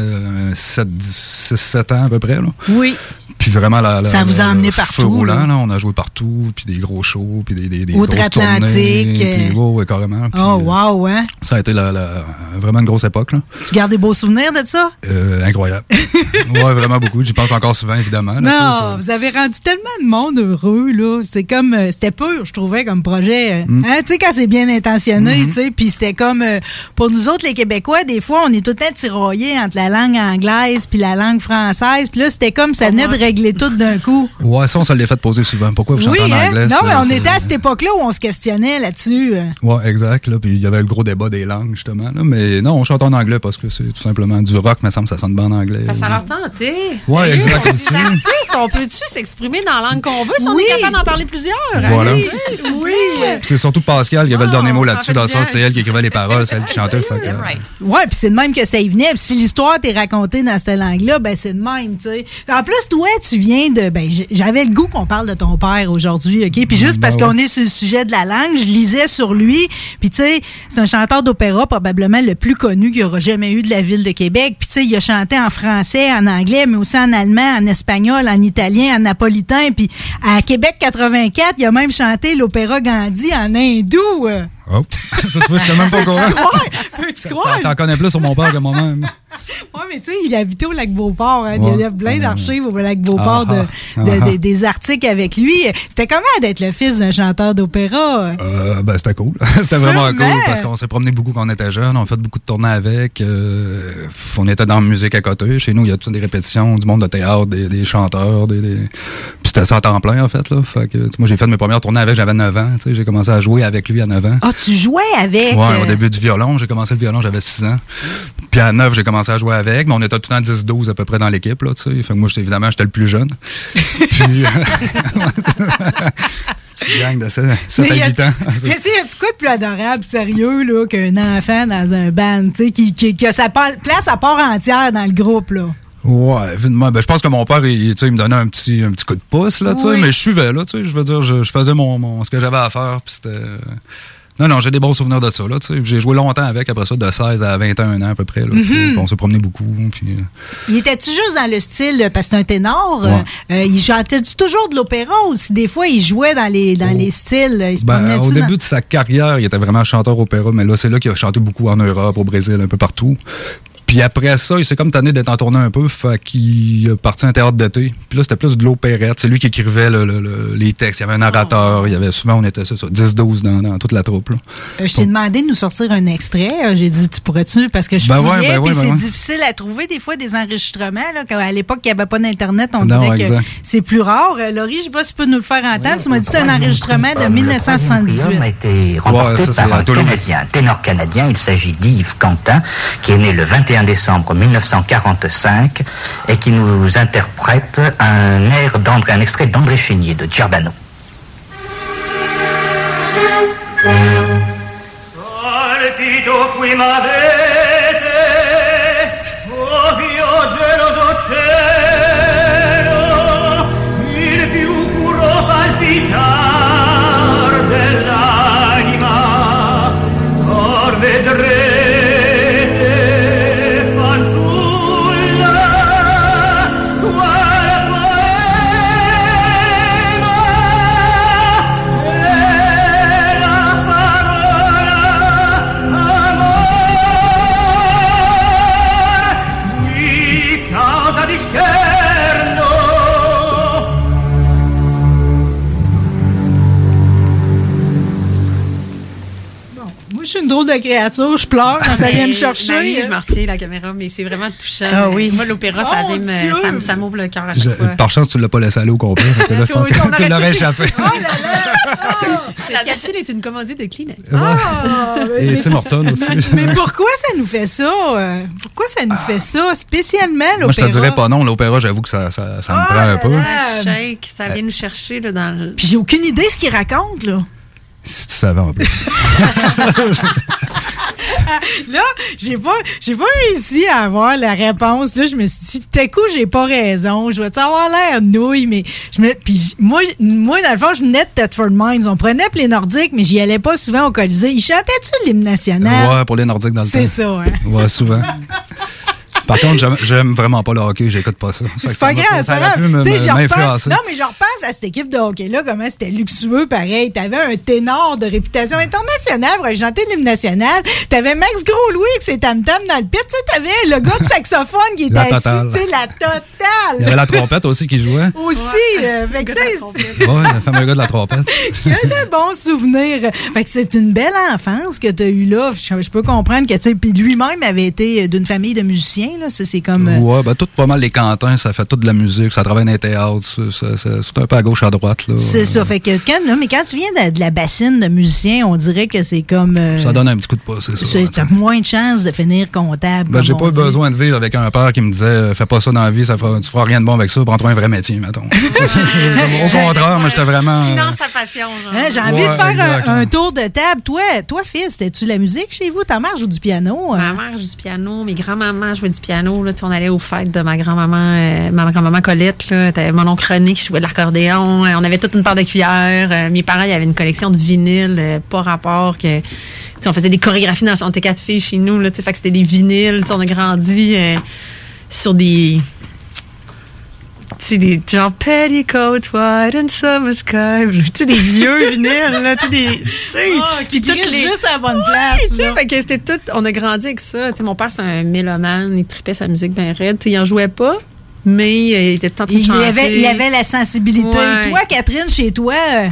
6-7 ans, à peu près, là. Oui. Puis vraiment, ça vous a emmené partout. Feu roulant, là. On a joué partout, puis des gros shows, puis des grosses tournées. Puis, carrément. Puis, wow, hein? Ça a été vraiment une grosse époque, là. Tu gardes des beaux souvenirs de ça? Incroyable. Ouais, vraiment beaucoup. J'y pense encore souvent, évidemment. Là, non, vous avez rendu tellement de monde heureux, là. C'est comme, c'était pur, je trouvais, comme projet. Hein? Tu sais, quand c'est bien intentionné, tu sais. Puis c'était comme, pour nous autres, les Québécois, des fois, on est tout le temps tiraillés entre la langue anglaise puis la langue française. Puis là, c'était comme, ça venait de régler tout d'un coup. Ouais, ça, on se l'est fait poser souvent. Pourquoi vous chantez en anglais? Non, mais on était à cette époque-là où on se questionnait là-dessus. Ouais, exact. Là, puis il y avait le gros débat des langues, justement. Là. Mais non, on chante en anglais parce que c'est tout simplement du rock, mais ça sonne bien en anglais. Ça leur tentait. Ouais, exact. On est des artistes, on peut-tu s'exprimer dans la langue qu'on veut si on est capable d'en parler plusieurs? Voilà. Allez, oui. C'est surtout Pascal qui avait le dernier mot là-dessus. Dans ça, c'est elle qui écrivait les paroles, c'est elle qui chantait. Ouais, puis c'est de même que ça y venait. Puis si l'histoire t'est racontée dans cette langue-là, ben c'est de même, tu sais. En plus, toi, tu viens de... Ben, j'avais le goût qu'on parle de ton père aujourd'hui, OK? Puis juste parce qu'on est sur le sujet de la langue, je lisais sur lui. Puis tu sais, c'est un chanteur d'opéra probablement le plus connu qu'il y aura jamais eu de la ville de Québec. Puis tu sais, il a chanté en français, en anglais, mais aussi en allemand, en espagnol, en italien, en napolitain. Puis à Québec 84, il a même chanté l'opéra Gandhi en hindou. Oh, ça tu vois, je suis même pas au courant. Peux-tu croire? T'en connais plus sur mon père que moi-même. Oui, mais tu sais, il habitait au Lac-Beauport. Hein. Il y a plein d'archives au Lac-Beauport des articles avec lui. C'était comment d'être le fils d'un chanteur d'opéra? Ben, c'était cool. C'était vraiment cool parce qu'on s'est promené beaucoup quand on était jeunes. On a fait beaucoup de tournées avec. On était dans la musique à côté. Chez nous, il y a toutes des répétitions, du monde de théâtre, des chanteurs. Puis c'était ça à temps plein, en fait. Là. Fait que, moi, j'ai fait mes premières tournées avec, j'avais 9 ans. J'ai commencé à jouer avec lui à 9 ans. Ah, tu jouais avec? Ouais, au début du violon. J'ai commencé le violon, j'avais 6 ans. Puis à 9, j'ai commencé à jouer avec. Mais on était tout le temps 10-12 à peu près dans l'équipe. Là, fait que moi, évidemment, j'étais le plus jeune. Puis... Petite gang de 7 à 8 ans. Mais tu sais, y a-tu quoi de plus adorable, sérieux, là, qu'un enfant dans un band, tu sais, qui a sa place à part entière dans le groupe, là? Ouais, évidemment. Ben, je pense que mon père, il me donnait un petit coup de pouce, là, tu sais, mais je suivais, là, tu sais. Je veux dire, je faisais ce que j'avais à faire, puis c'était... Non, j'ai des bons souvenirs de ça. Là, j'ai joué longtemps avec, après ça, de 16 à 21 ans à peu près. Là, on s'est promené beaucoup. Puis, il était-tu juste dans le style, parce que c'est un ténor, il chantait-tu toujours de l'opéra ou si des fois il jouait dans les styles? Il se au début de sa carrière, il était vraiment chanteur opéra, mais là, c'est là qu'il a chanté beaucoup en Europe, au Brésil, un peu partout. Puis après ça, il s'est comme tanné d'être en tournée un peu, fait qu'il a parti un théâtre d'été. Puis là, c'était plus de l'opérette. C'est lui qui écrivait les textes. Il y avait un narrateur. Il y avait souvent, on était ça, 10-12 dans toute la troupe. Là. Je t'ai demandé de nous sortir un extrait. J'ai dit, tu pourrais-tu? Parce que je fouillais, puis c'est difficile à trouver des fois des enregistrements. Là, quand à l'époque, il n'y avait pas d'Internet, on dirait que c'est plus rare. Laurie, je ne sais pas si tu peux nous le faire entendre. Tu m'as dit que c'est un enregistrement de 1978. A été remporté par un Canadien, un ténor canadien. Il s'agit d'Yves Quentin, qui est né le 21 décembre 1945 et qui nous interprète un extrait d'André Chénier de Giordano. Je suis une drôle de créature, je pleure quand ça vient me chercher. Marie, je me retiens la caméra, mais c'est vraiment touchant. Ah oui. Moi, l'opéra, ça m'ouvre le cœur à chaque fois. Par chance, tu ne l'as pas laissé aller au complet. Parce que là, je pense que tu l'aurais échappé. Oh là là! Cette capsule est une commandite de Kleenex. Et Tim Horton aussi. Mais pourquoi ça nous fait ça? Pourquoi ça nous fait ça? Spécialement l'opéra? Moi, je te dirais pas non. L'opéra, j'avoue que ça me prend un peu. Ça vient nous chercher là, dans le... Puis j'ai aucune idée ce qu'il raconte, là. Si tu savais en plus. Là, j'ai pas réussi à avoir la réponse. Là, je me suis dit, tout à coup, j'ai pas raison. Je vais avoir l'air nouille, mais puis moi, dans le fond, je venais de Thetford Mines. On prenait pour les Nordiques, mais j'y allais pas souvent au Colisée. Ils chantaient-tu l'hymne national? Ouais, pour les Nordiques dans le temps. C'est ça, hein? Ouais, souvent. Par contre, j'aime vraiment pas le hockey, j'écoute pas ça. C'est pas grave, c'est pas grave. Non, mais je repense à cette équipe de hockey-là, comment c'était luxueux, pareil. T'avais un ténor de réputation internationale pour chanter l'hymne national. T'avais Max Gros-Louis avec ses tam-tams dans le pit. Tu sais, t'avais le gars de saxophone qui était assis, tu sais, la totale. Il y avait la trompette aussi qui jouait. Aussi, ouais, le fameux gars de la trompette. Il y a des bons souvenirs. Fait que c'est une belle enfance que t'as eue là. Je peux comprendre que, tu sais, puis lui-même avait été d'une famille de musiciens. Là, c'est comme... Ouais, ben tout pas mal les cantins, ça fait toute de la musique, ça travaille dans les théâtres, c'est un peu à gauche, à droite. Là. C'est ça, fait que quand tu viens de la bassine de musiciens, on dirait que c'est comme... ça donne un petit coup de pouce, c'est ça. T'as moins de chances de finir comptable. Ben, j'ai pas eu besoin de vivre avec un père qui me disait, fais pas ça dans la vie, tu feras rien de bon avec ça, prends-toi un vrai métier, mettons. Au contraire, moi j'étais vraiment... Finance ta passion, genre. Hein, j'ai envie de faire un tour de table. Toi, fils, t'as-tu de la musique chez vous? Ta mère joue du piano? Ma mère joue du piano, mes grands-mamans jouaient du piano. Là, on allait aux fêtes de ma grand-maman Colette. Là, mon oncle René qui jouait de l'accordéon. On avait toute une paire de cuillères. Mes parents, il y avait une collection de vinyles, pas rapport que... on faisait des chorégraphies dans le son T4 filles chez nous. Là, fait que c'était des vinyles. On a grandi sur des... des genre Petticoat White and Summer Sky, des vieux vinyles là, qui toutes juste à la bonne place. Fait que c'était tout, on a grandi avec ça. Mon père c'est un mélomane, il tripait sa musique bien raide, il en jouait pas, mais il était tout en train de chanter. Il avait la sensibilité. Ouais. Toi, Catherine, chez toi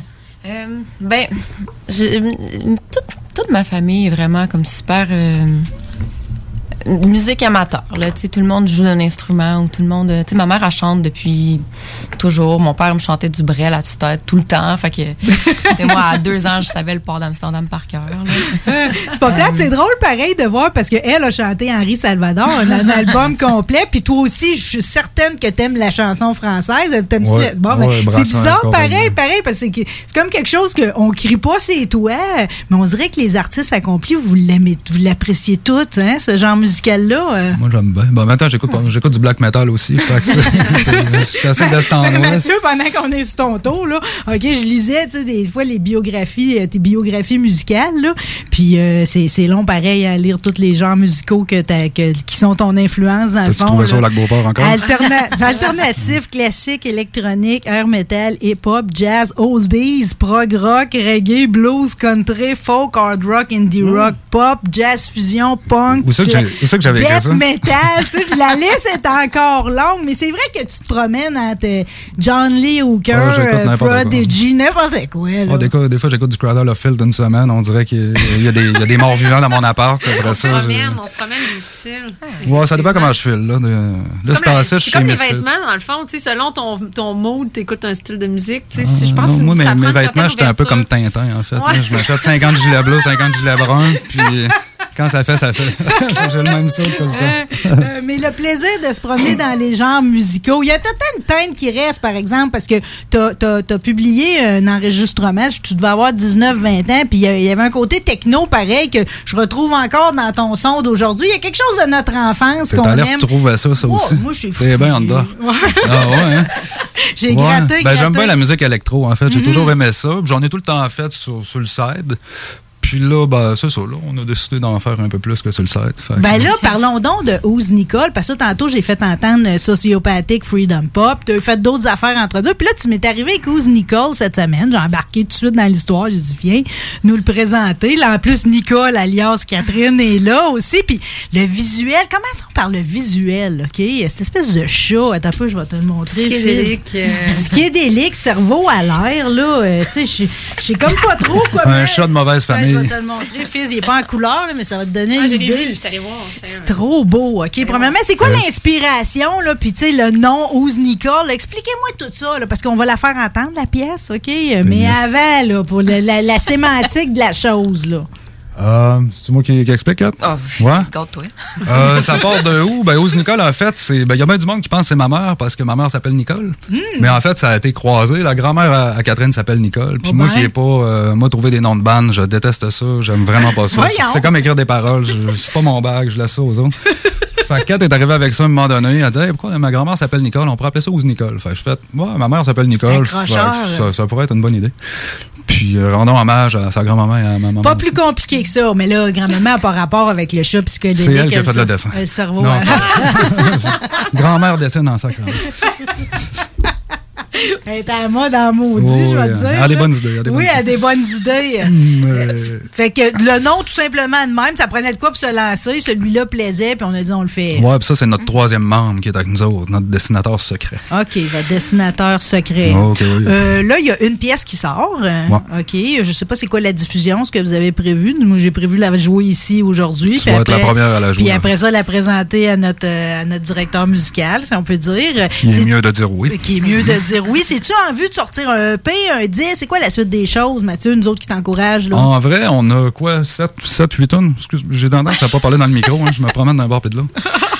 toute ma famille est vraiment comme super musique amateur, là, tu sais, tout le monde joue d'un instrument ou tout le monde, tu sais, ma mère elle chante depuis toujours, mon père me chantait du Brel à tue-tête tout le temps, fait que c'est moi à 2 ans je savais le port d'Amsterdam par cœur. C'est pas plate, c'est drôle pareil de voir parce qu'elle a chanté Henri Salvador, un album complet, puis toi aussi je suis certaine que t'aimes la chanson française, t'aimes c'est bizarre pareil parce que c'est comme quelque chose qu'on crie pas c'est toi, mais on dirait que les artistes accomplis vous l'appréciez toutes, hein, ce genre musical musical-là? Moi, j'aime bien. Bon, maintenant, j'écoute du black metal aussi. Fait que je suis assez de cet endroit. Mathieu, pendant qu'on est sur ton tour, là, OK, je lisais, tu sais, des fois, tes biographies musicales, là, puis c'est long, pareil, à lire tous les genres musicaux qui sont ton influence, dans le fond. Tu trouvais ça au Lac-Beauport encore? Alternatif, classique, électronique, air metal, hip-hop, jazz, oldies, prog rock, reggae, blues, country, folk, hard rock, indie rock, pop, jazz fusion, punk, Où ça que j'avais écrit ça? death metal, tu sais, puis la liste est encore longue, mais c'est vrai que tu te promènes entre John Lee Hooker, Prodigy, n'importe quoi. Là. Des fois, j'écoute du Cradle of Filth d'une semaine, on dirait qu'il y a des morts vivants dans mon appart. On se promène des styles. Ouais, ça dépend comment je file. Là, c'est comme les vêtements, dans le fond, tu sais, selon ton mood, t'écoutes un style de musique. Tu sais, je pense que moi, mes vêtements, j'étais un peu comme Tintin, en fait. Ouais. Je m'achète 50 gilets bleus, 50 gilets bruns, puis quand ça fait, ça fait. J'ai le même saut tout le temps. Mais le plaisir de se promener dans les genres musicaux, il y a toute une teinte qui reste, par exemple, parce que t'as publié un enregistrement, tu devais avoir 19-20 ans, puis il y avait un côté techno pareil que je retrouve encore dans ton son d'aujourd'hui. Il y a quelque chose de notre enfance qu'on aime. Tu trouves ça aussi. Moi, je suis fou. C'est bien en dedans. Ah ouais, hein? J'ai gratté. J'aime bien la musique électro, en fait. J'ai toujours aimé ça. J'en ai tout le temps fait sur le side. Puis là, c'est ça. Là, on a décidé d'en faire un peu plus que sur le site. Là, parlons donc de Ooze Nicole, parce que tantôt, j'ai fait entendre Sociopathic Freedom Pop. Tu as fait d'autres affaires entre deux. Puis là, tu m'es arrivé avec Ooze Nicole cette semaine. J'ai embarqué tout de suite dans l'histoire. J'ai dit, viens nous le présenter. Là, en plus, Nicole, alias Catherine, est là aussi. Puis le visuel, commençons par le visuel, OK? Cette espèce de chat, attends un peu, je vais te le montrer. Psychédélique, cerveau à l'air, là. Tu sais, je sais comme pas trop quoi. Un chat de mauvaise famille. Je vais te le montrer, Fizz. Il n'est pas en couleur, là, mais ça va te donner une idée. J'ai vu, je suis allée voir. C'est trop beau, OK? Premièrement, c'est quoi l'inspiration, là? Puis, tu sais, le nom Ooze Nicole. Expliquez-moi tout ça, là, parce qu'on va la faire entendre, la pièce, OK? Mais avant, là, pour la sémantique de la chose, là. C'est moi qui explique, Kat? Ouais. Garde-toi. Ça part de où? Ooze Nicole, en fait, il y a bien du monde qui pense que c'est ma mère parce que ma mère s'appelle Nicole. Mais en fait, ça a été croisé. La grand-mère à Catherine s'appelle Nicole. Puis moi qui n'ai pas trouvé des noms de bandes, je déteste ça. J'aime vraiment pas ça. C'est comme écrire des paroles. C'est pas mon bague, je laisse ça aux autres. Fait que Kat est arrivée avec ça à un moment donné. Elle dit pourquoi ma grand-mère s'appelle Nicole? On pourrait appeler ça Ooze Nicole. Fait que je fais ma mère s'appelle Nicole. Ça pourrait être une bonne idée. Puis rendons hommage à sa grand-maman et à ma maman. Pas plus compliqué que ça, mais là, grand-maman n'a pas rapport avec le chat psychédélique. C'est elle qui a fait le dessin. Le cerveau. Non, grand-mère dessine dans ça, quand même. Elle est à moi dans maudit, je vais te dire. Elle a des bonnes idées. Elle a des bonnes idées. Fait que le nom, tout simplement de même, ça prenait de quoi pour se lancer. Celui-là plaisait, puis on a dit on le fait. Ouais, puis ça, c'est notre troisième membre qui est avec nous autres, notre dessinateur secret. OK, votre dessinateur secret. OK, oui. Là, il y a une pièce qui sort. OK, je sais pas c'est quoi la diffusion, ce que vous avez prévu. Moi, j'ai prévu la jouer ici aujourd'hui. Tu vas être la première à la jouer. Puis après ça, la présenter à notre directeur musical, si on peut dire. Qui est mieux de dire oui. Qui est mieux de dire oui. C'est-tu en vue de sortir un EP, un 10? C'est quoi la suite des choses, Mathieu? Nous autres qui t'encouragent, là? En vrai, on a quoi? 7-8 tonnes? Excuse, j'ai tendance à pas parler dans le micro. Je me promène d'un bord et de l'autre.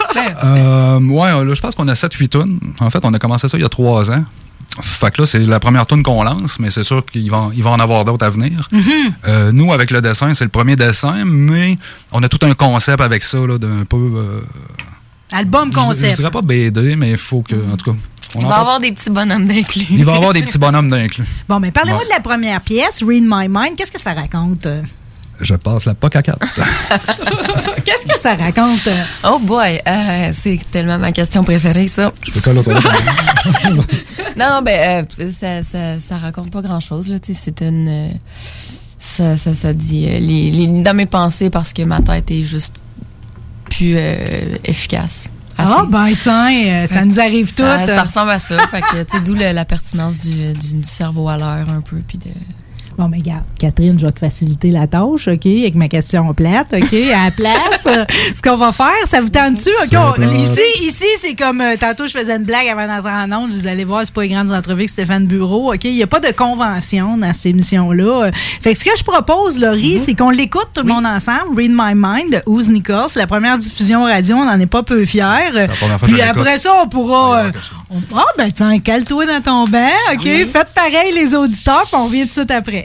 Là, je pense qu'on a 7-8 tonnes. En fait, on a commencé ça il y a 3 ans. Fait que là, c'est la première tune qu'on lance, mais c'est sûr qu'il va en avoir d'autres à venir. Nous, avec le dessin, c'est le premier dessin, mais on a tout un concept avec ça, là, d'un peu... Album concept. Je dirais pas BD, mais il faut que... En tout cas... Il va y avoir des petits bonhommes d'inclus. Il va y avoir des petits bonhommes d'inclus. Bon, mais parlez-moi de la première pièce, Read My Mind. Qu'est-ce que ça raconte? Je passe la POC à 4. Qu'est-ce que ça raconte? Oh boy, c'est tellement ma question préférée, ça. Je peux pas l'autre. Non, ça raconte pas grand-chose, là. Tu sais, c'est une... Ça dit dans mes pensées parce que ma tête est juste plus efficace. Tiens, ça nous arrive tout. Ça ressemble à ça. Fait que, tu sais, d'où la pertinence du cerveau à l'air un peu, puis de... Bon, mais regarde, Catherine, je vais te faciliter la tâche, OK, avec ma question plate, OK, à la place. Ce qu'on va faire, ça vous tente-tu? OK, ici, c'est comme, tantôt, je faisais une blague avant d'entrer en ondes, je vous allez voir, c'est pas les grandes entrevues avec Stéphane Bureau, OK? Il n'y a pas de convention dans ces émissions-là. Fait que ce que je propose, Laurie, c'est qu'on l'écoute tout le monde ensemble, Read My Mind, de Ooze Nicole. C'est la première diffusion radio, on n'en est pas peu fiers. Puis après ça, on pourra... tiens, cale-toi dans ton banc, OK? Faites pareil, les auditeurs, puis on revient tout de suite après.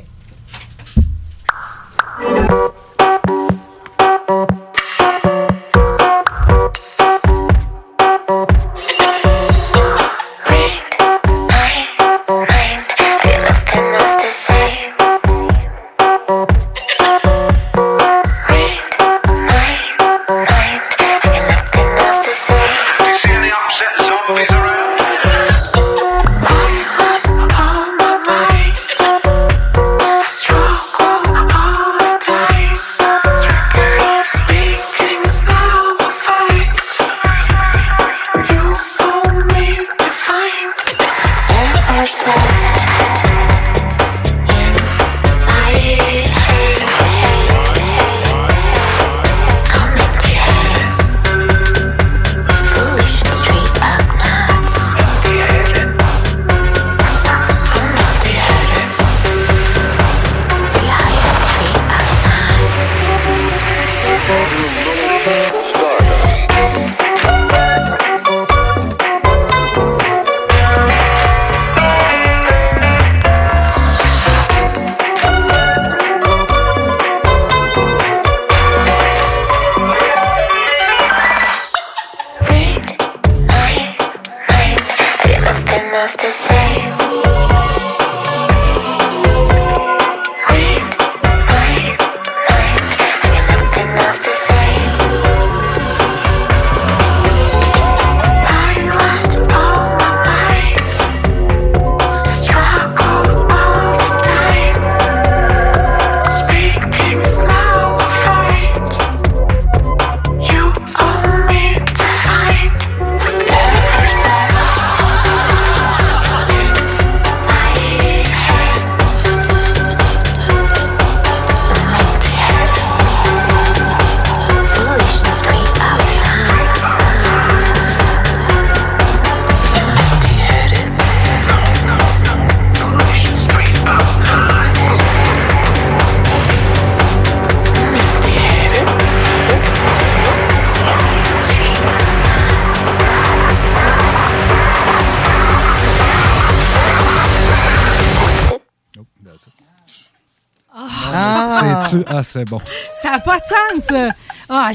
C'est bon. Ça n'a pas de sens. Ah,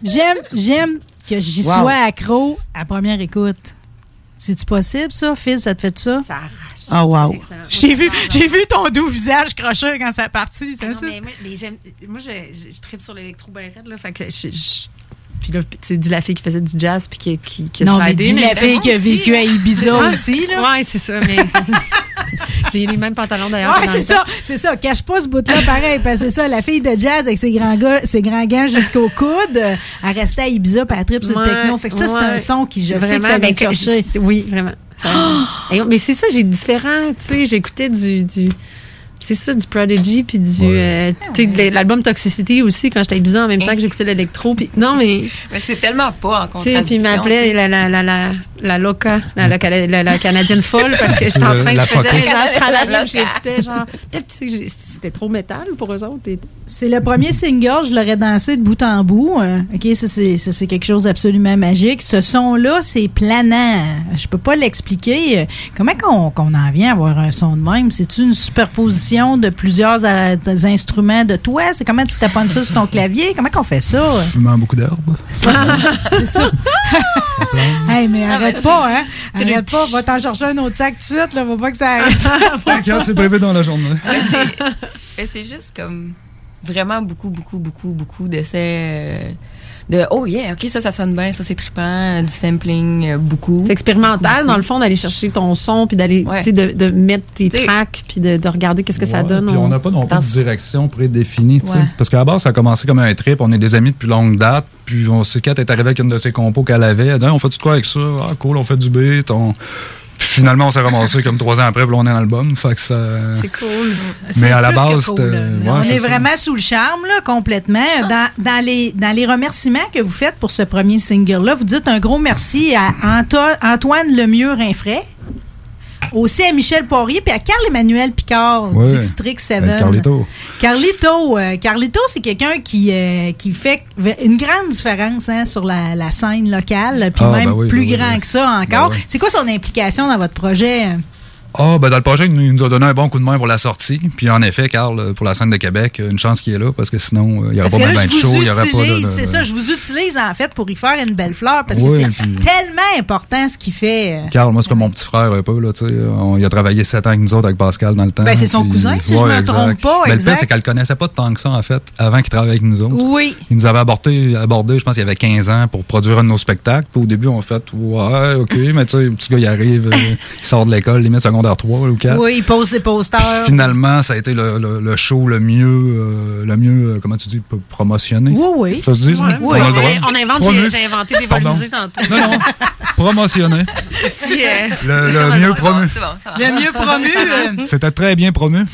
j'aime que j'y sois accro à première écoute. C'est-tu possible, ça? Phil, ça te fait ça? Ça arrache. Ah, wow. J'ai vu ton doux visage crocheur quand ça a parti. Moi, je tripe sur l'électro bien raide, là. Fait que puis là, c'est dit la fille qui faisait du jazz puis qui non, mais dis la fille qui a vécu à Ibiza aussi, là. Ouais, c'est ça, mais j'ai les mêmes pantalons d'ailleurs. Ouais, c'est ça. Cache pas ce bout-là pareil, parce que c'est ça, la fille de jazz avec ses grands gants jusqu'au coude, elle restait à Ibiza puis elle tripe sur le techno. Fait que ça, c'est un son qui, je sais que ça vient chercher. Oui, vraiment. Mais c'est ça, j'ai différents, tu sais, j'écoutais c'est ça, du Prodigy, puis l'album Toxicity aussi, quand j'étais bizarre en même temps que j'écoutais l'électro. Puis non, mais c'est tellement pas en contradiction. Puis il m'appelait la loca, la canadienne folle, parce que j'étais en train, je faisais mes âges, je travaillais, j'écoutais genre, peut-être que c'était trop métal pour eux autres. C'est le premier single, je l'aurais dansé de bout en bout. OK, ça c'est quelque chose d'absolument magique. Ce son-là, c'est planant. Je peux pas l'expliquer. Comment qu'on en vient à avoir un son de même? C'est-tu une superposition de plusieurs instruments de toi? C'est comment tu taponnes ça sur ton clavier? Comment qu'on fait ça? Je mets beaucoup d'herbe. C'est ça. Hey, mais arrête pas, hein? Arrête pas. Va t'en chercher un autre sac tout de suite, là. Faut pas que ça arrive. T'inquiète, c'est prévu dans la journée. C'est juste comme vraiment beaucoup d'essais de oh yeah, ok, ça sonne bien, ça c'est trippant, du sampling, beaucoup. C'est expérimental, beaucoup. Dans le fond, d'aller chercher ton son, puis d'aller, tu sais, de mettre tes tracks, puis de regarder qu'est-ce que ça donne. Puis on n'a pas non plus de direction prédéfinie, tu sais. Parce qu'à la base, ça a commencé comme un trip, on est des amis depuis longue date, puis on sait qu'elle est arrivée avec une de ses compos qu'elle avait, elle dit, on fait du quoi avec ça? Ah, cool, on fait du beat, Puis finalement, on s'est ramassé comme 3 ans après, puis on est dans l'album. Fait que ça. C'est cool. Mais à la base, c'était. On est vraiment sous le charme, là, complètement. Dans les remerciements que vous faites pour ce premier single-là, vous dites un gros merci à Antoine Lemieux-Rinfray, aussi à Michel Poirier, puis à Carl-Emmanuel Picard, du District 7. Carlito, c'est quelqu'un qui fait une grande différence sur la scène locale, puis plus grand que ça encore. C'est quoi son implication dans votre projet? Dans le projet, il nous a donné un bon coup de main pour la sortie. Puis en effet, Carl, pour la scène de Québec, une chance qu'il est là, parce que sinon, il n'y aurait pas bien de show. Il y aurait pas de... C'est ça, je vous utilise en fait pour y faire une belle fleur, parce que c'est tellement important ce qu'il fait. Carl, moi, c'est comme mon petit frère un peu, là, tu sais. Il a travaillé 7 ans avec nous autres, avec Pascal, dans le temps. C'est son cousin, si je ne me trompe pas. Mais le fait, c'est qu'elle ne connaissait pas tant que ça, en fait, avant qu'il travaille avec nous autres. Oui. Il nous avait abordé, je pense qu'il y avait 15 ans pour produire un de nos spectacles. Puis au début, on a fait, ouais, OK, mais tu sais, le petit gars, il arrive, il sort de l'école, limite secondaire secondaire 3 ou 4. Oui, il pose ses posters. Finalement, ça a été le show le mieux, comment tu dis, promotionné. Oui. Ça se dit, ça? Oui. On invente, j'ai inventé des volumisés tantôt. Non, promotionné. Le mieux promu. Le mieux promu. C'était très bien promu.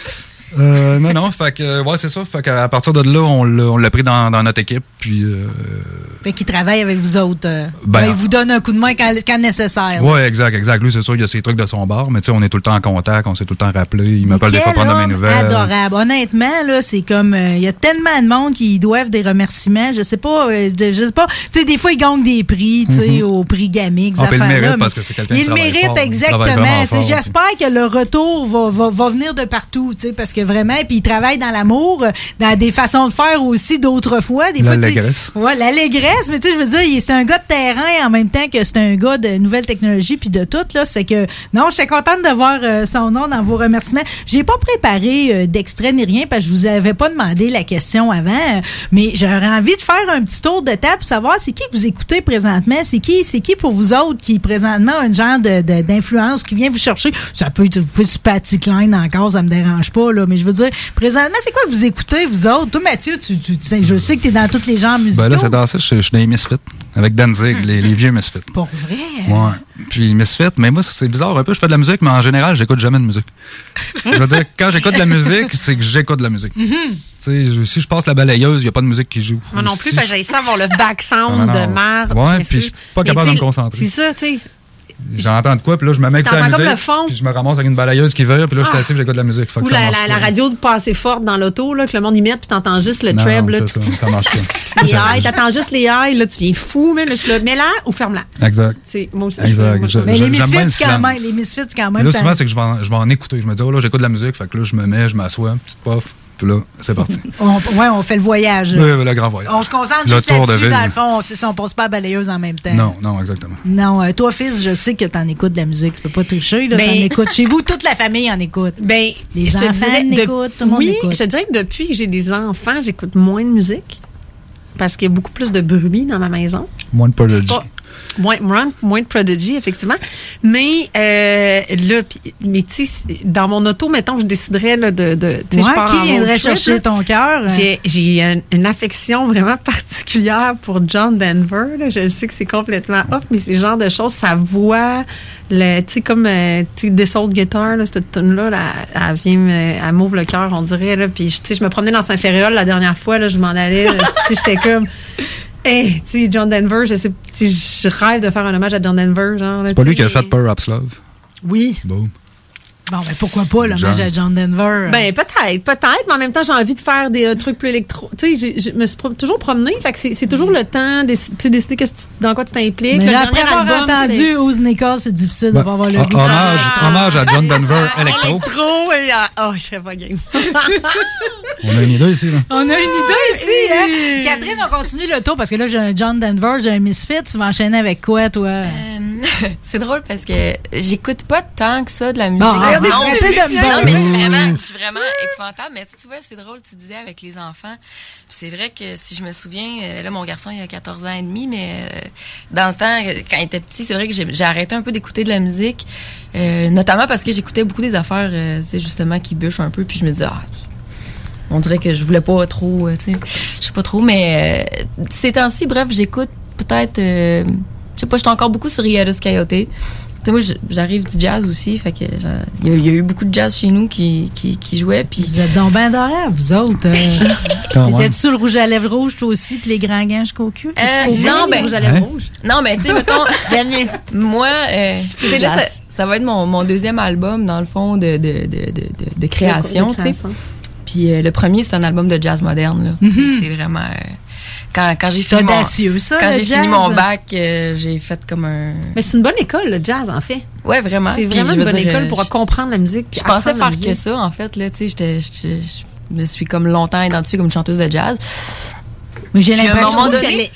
Non, fait que, ouais, c'est ça. Fait qu'à partir de là, on l'a pris dans notre équipe, puis... Fait qu'il travaille avec vous autres. Ben, il vous donne un coup de main quand nécessaire. Oui, exact. Lui, c'est sûr, il y a ses trucs de son bar, mais tu sais, on est tout le temps en contact, on s'est tout le temps rappelé. Il m'appelle des fois prendre de mes nouvelles. Adorable. Honnêtement, là, c'est comme... Il y a tellement de monde qui doivent des remerciements. Je sais pas. Tu sais, des fois, ils gagnent des prix, tu sais, au prix Gamic, il le mérite parce que c'est quelqu'un qui travaille fort. Il le mérite, exactement. J'espère que le retour va venir de partout, tu sais, parce que vraiment, puis il travaille dans l'amour, dans des façons de faire aussi d'autrefois. L'allégresse. Ouais, l'allégresse, mais tu sais, je veux dire, c'est un gars de terrain en même temps que c'est un gars de nouvelles technologies puis de tout, là. C'est que, non, j'étais contente de voir son nom dans vos remerciements. J'ai pas préparé d'extrait ni rien parce que je vous avais pas demandé la question avant, mais j'aurais envie de faire un petit tour de table pour savoir c'est qui que vous écoutez présentement, c'est qui pour vous autres qui présentement a un genre d'influence qui vient vous chercher. Ça peut être, vous pouvez sur Patty Klein encore, ça me dérange pas, là, mais je veux dire, présentement, c'est quoi que vous écoutez, vous autres? Toi, Mathieu, je sais que tu es dans tous les genres musicaux. Ben là, c'est dans ça, je suis dans les Misfits, avec Danzig, les vieux Misfits. Pour vrai? Ouais. Puis les Misfits, mais moi, c'est bizarre un peu, je fais de la musique, mais en général, j'écoute jamais de musique. Je veux dire, quand j'écoute de la musique, c'est que j'écoute de la musique. Tu sais, si je passe la balayeuse, il n'y a pas de musique qui joue. Moi non plus, parce que j'ai ça avoir le back sound de merde. Ouais, puis je suis pas capable de me concentrer. C'est ça, tu sais. J'entends de quoi, puis là, je me mets avec la musique, puis je me ramasse avec une balayeuse qui veut, puis là, je suis assis, puis j'écoute de la musique. Ou la radio pas assez forte dans l'auto, là, que le monde y mette, puis t'entends juste le treble. Là, ça marche pas. Les highs, t'entends juste les highs, là, tu viens fou, mais là, je suis là, mets-la ou ferme-la. Exact. Moi aussi, mais les Misfits, quand même. Là, souvent, c'est que je vais en écouter. Je me dis, oh là, j'écoute de la musique, fait que là, je me mets, je m'assois, petite puff. Puis là, c'est parti. on fait le voyage. Oui, le grand voyage. On se concentre juste là-dessus, dans le fond. On passe pas à balayeuse en même temps. Non, exactement. Non, toi, fils, je sais que t'en écoutes de la musique. Tu peux pas tricher, là. T'en écoutes. Chez vous, toute la famille en écoute. Ben, les enfants en écoutent, tout le monde écoute. Oui, je te dirais que depuis que j'ai des enfants, j'écoute moins de musique. Parce qu'il y a beaucoup plus de bruit dans ma maison. Moins de Prodigy. Moins de Prodigy, effectivement. Mais là, mais tu sais, dans mon auto, mettons, je déciderais là, de tu sais, je pars qui viendrait chercher ton cœur? J'ai une affection vraiment particulière pour John Denver. Là. Je sais que c'est complètement off, mais c'est le genre de choses, sa voix, tu sais, comme This Old Guitar, là, cette tune-là, elle vient, elle m'ouvre le cœur, on dirait. Là, puis, tu sais, je me promenais dans Saint-Féréol la dernière fois, là, je m'en allais, tu sais, j'étais comme... Hey, tu sais, John Denver, je rêve de faire un hommage à John Denver. Genre, c'est pas lui qui a fait Perhaps Love? Oui. Boom. Bon, ben pourquoi pas l'hommage à John Denver? Ben peut-être, mais en même temps, j'ai envie de faire des trucs plus électro. Tu sais, je me suis toujours promenée, fait que c'est toujours le temps de décider dans quoi tu t'impliques. Mais là, après avoir entendu Oz Nichols, c'est difficile de pas avoir le goût. Hommage à John Denver électro. Électro, je serais pas game. On a une idée ici, là. On a une idée ici, hein? Catherine, on continue le tour parce que là, j'ai un John Denver, j'ai un Misfit. Tu vas enchaîner avec quoi, toi? C'est drôle parce que j'écoute pas tant que ça de la musique. Non, mais je suis vraiment épouvantable. Mais tu vois, c'est drôle, tu disais avec les enfants. Puis c'est vrai que si je me souviens, là, mon garçon, il a 14 ans et demi, mais dans le temps, quand il était petit, c'est vrai que j'ai arrêté un peu d'écouter de la musique, notamment parce que j'écoutais beaucoup des affaires, justement, qui bûchent un peu. Puis je me disais, on dirait que je voulais pas trop, tu sais, je sais pas trop. Mais ces temps-ci, bref, j'écoute peut-être, je sais pas, j'étais encore beaucoup sur Hiatus Coyote. Moi, j'arrive du jazz aussi, fait que il y a eu beaucoup de jazz chez nous qui jouaient. Puis vous êtes donc bien d'horaire, vous autres. T'étais-tu sur le rouge à lèvres rouge, toi aussi, puis les grands gants jusqu'au cul? Non, rouge à lèvres rouge. Non, mais tu sais, mettons, jamais. Moi, tu sais, là, ça va être mon deuxième album, dans le fond, de création, tu sais. Puis le premier, c'est un album de jazz moderne, là. C'est vraiment... Quand j'ai fini mon bac, j'ai fait comme un... Mais c'est une bonne école, le jazz, en fait. Ouais, vraiment. C'est vraiment une bonne école pour comprendre la musique. Je pensais faire que ça, en fait. Là, tu sais, je me suis comme longtemps identifiée comme une chanteuse de jazz. Mais j'ai l'impression à un moment donné,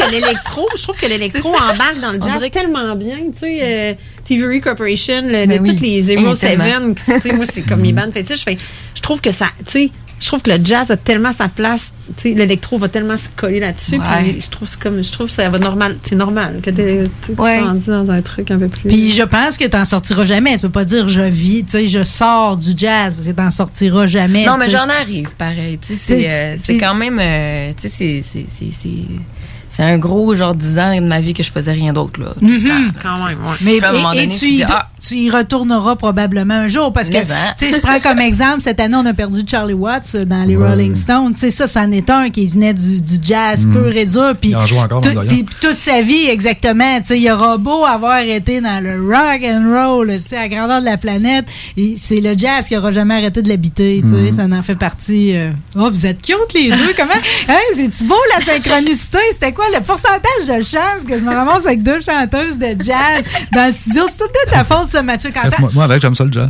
je trouve que l'électro embarque dans le jazz tellement bien. Tu sais, Thievery Corporation, toutes les 07, moi, c'est comme mes bandes fétiches. Je trouve que ça, tu sais, je trouve que le jazz a tellement sa place, tu sais, l'électro va tellement se coller là-dessus, puis je trouve que ça va normal, c'est normal que tu sois rendu dans un truc un peu plus... Puis je pense que t'en sortiras jamais, tu peux pas dire je vis, tu sais, je sors du jazz, parce que t'en sortiras jamais. Non, mais j'en arrive, pareil, tu sais, c'est quand même, tu sais, c'est un gros genre 10 ans de ma vie que je faisais rien d'autre, là. Tout le temps, quand même, ouais. Mais à un moment donné, tu y retourneras probablement un jour, parce que, tu sais, je prends comme exemple, cette année, on a perdu Charlie Watts dans les Rolling Stones. Tu sais, ça en est un qui venait du jazz pur et dur. Puis, il en joue encore, puis toute sa vie, exactement. Tu sais, il aura beau avoir été dans le rock and roll, tu sais, à la grandeur de la planète. C'est le jazz qui aura jamais arrêté de l'habiter, tu sais. Ça en fait partie. Oh, vous êtes cute, les deux. Comment? Hein, c'est-tu beau, la synchronicité? C'était quoi le pourcentage de chance que je me ramasse avec deux chanteuses de jazz dans le studio? C'est tout de ta faute, ça, Mathieu Quentin. Moi, avec, j'aime ça le jazz.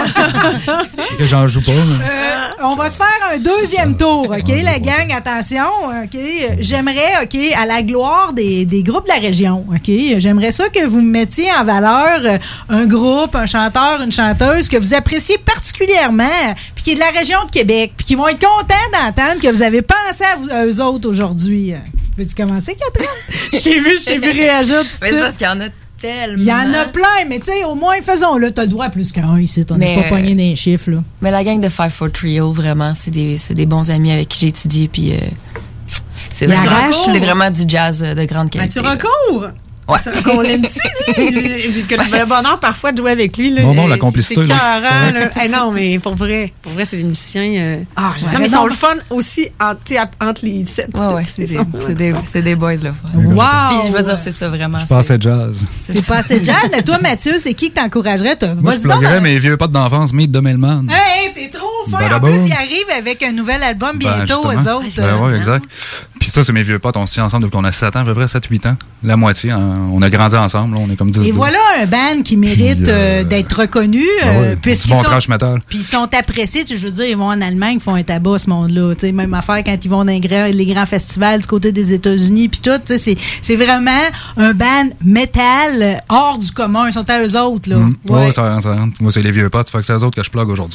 Que j'en joue pas. On va se faire un deuxième tour, OK, la gang? Attention, OK? J'aimerais, OK, à la gloire des groupes de la région, OK? J'aimerais ça que vous me mettiez en valeur un groupe, un chanteur, une chanteuse que vous appréciez particulièrement, puis qui est de la région de Québec, puis qui vont être contents d'entendre que vous avez pensé à eux autres aujourd'hui. Veux-tu commencer, Catherine? J'ai vu réagir tout de suite. C'est parce qu'il y en a tellement. Il y en a plein, mais tu sais, au moins, faisons-le. T'as le droit à plus qu'un ici. On n'est pas poigné dans les chiffres, là. Mais la gang de 5-4 Trio, vraiment, c'est des bons amis avec qui j'ai étudié, puis c'est vraiment du jazz de grande qualité. Mathieu Rancourt! Ouais. On l'aime-tu, J'ai le bonheur parfois de jouer avec lui. Là. Bon, la complicité. C'est écœurant. non, mais pour vrai, c'est des musiciens. Non, mais ils sont le fun aussi entre les sets. Ouais, c'est des boys, là. Wow! Puis je veux dire, c'est ça, vraiment. Je passe à jazz. C'est pas assez jazz. Mais toi, Mathieu, c'est qui t'encouragerait? Moi, je pluggerais mes vieux potes d'enfance, Meet the Mailman. Hey, t'es trop fin! En plus, ils arrivent avec un nouvel album bientôt, eux autres. Oui, exact. Puis ça, c'est mes vieux potes. On se tient ensemble depuis qu'on a 7 ans, à peu près 7-8 ans. La moitié. On a grandi ensemble. Là, on est comme 10. Et voilà un band qui mérite d'être reconnu. Puisqu'ils bon trash metal. Puis ils sont appréciés. Je veux dire, ils vont en Allemagne, ils font un tabac, ce monde-là. T'sais, même affaire quand ils vont dans les grands festivals du côté des États-Unis. Puis tout. C'est vraiment un band metal hors du commun. Ils sont à eux autres. Là. Ouais, ça rentre. Moi, c'est les vieux potes. Fait que c'est eux autres que je plug aujourd'hui.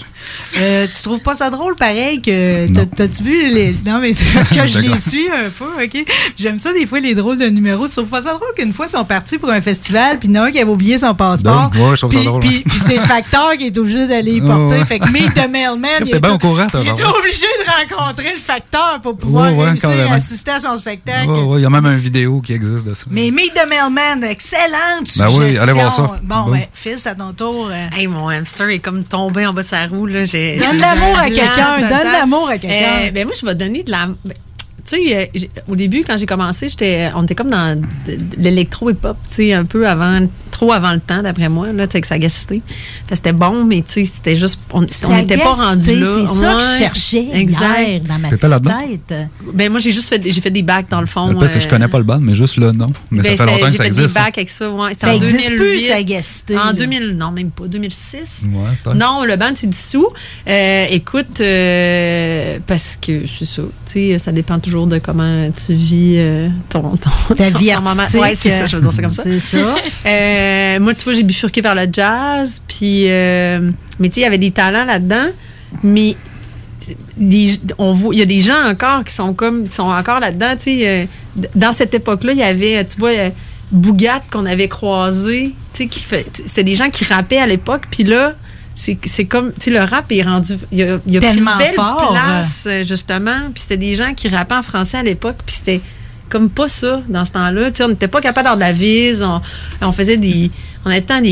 Tu trouves pas ça drôle, pareil? Que t'as-tu vu les. Non, mais c'est parce que je les suis un peu. OK? J'aime ça, des fois, les drôles de numéros. Tu trouves pas ça drôle qu'une fois, ils sont partis pour un festival, puis il y en a un qui avait oublié son passeport. Ouais, je trouve ça drôle. Puis c'est le facteur qui est obligé d'aller y porter. Fait que Meet the Mailman, il était obligé de rencontrer le facteur pour pouvoir réussir à assister à son spectacle. Il y a même une vidéo qui existe de ça. Mais Meet the Mailman, excellente suggestion. Oui, allez voir ça. Bon, ouais, Fils, à ton tour. Hey, mon hamster est comme tombé en bas de sa roue. Là. Donne l'amour à quelqu'un. Donne l'amour à quelqu'un. Ben moi, je vais donner de la... Tu sais, au début, quand j'ai commencé, on était comme dans l'électro-hip-hop, tu sais, un peu trop avant le temps, d'après moi, là, tu sais, avec sagacité. C'était bon, mais tu sais, c'était juste, on n'était pas rendu là. C'est ça que je cherchais hier dans ma petite tête. Ben moi, j'ai fait des bacs, dans le fond. Parce que je connais pas le band, mais juste le nom. Mais ça fait longtemps que ça existe. J'ai fait des bacs avec ça, ouais. Ça existe plus, sagacité. En 2000, non, même pas, 2006. Ouais, non, le band s'est dissous. Écoute, parce que c'est ça, tu sais, ça dépend toujours de comment tu vis ta vie artistique. Oui, c'est ça, je veux dire ça comme ça. C'est ça. Moi, tu vois, j'ai bifurqué vers le jazz, puis mais tu sais, il y avait des talents là-dedans, mais il y a des gens encore qui sont encore là-dedans, tu sais. Dans cette époque-là, il y avait, tu vois, Bougat qu'on avait croisé, tu sais, c'était des gens qui rappaient à l'époque, puis là, c'est comme, tu sais, le rap est rendu, il a pris une belle place, justement, puis c'était des gens qui rappaient en français à l'époque, puis c'était comme pas ça dans ce temps-là. Tu sais, on n'était pas capable d'avoir de la vise, on faisait on avait tant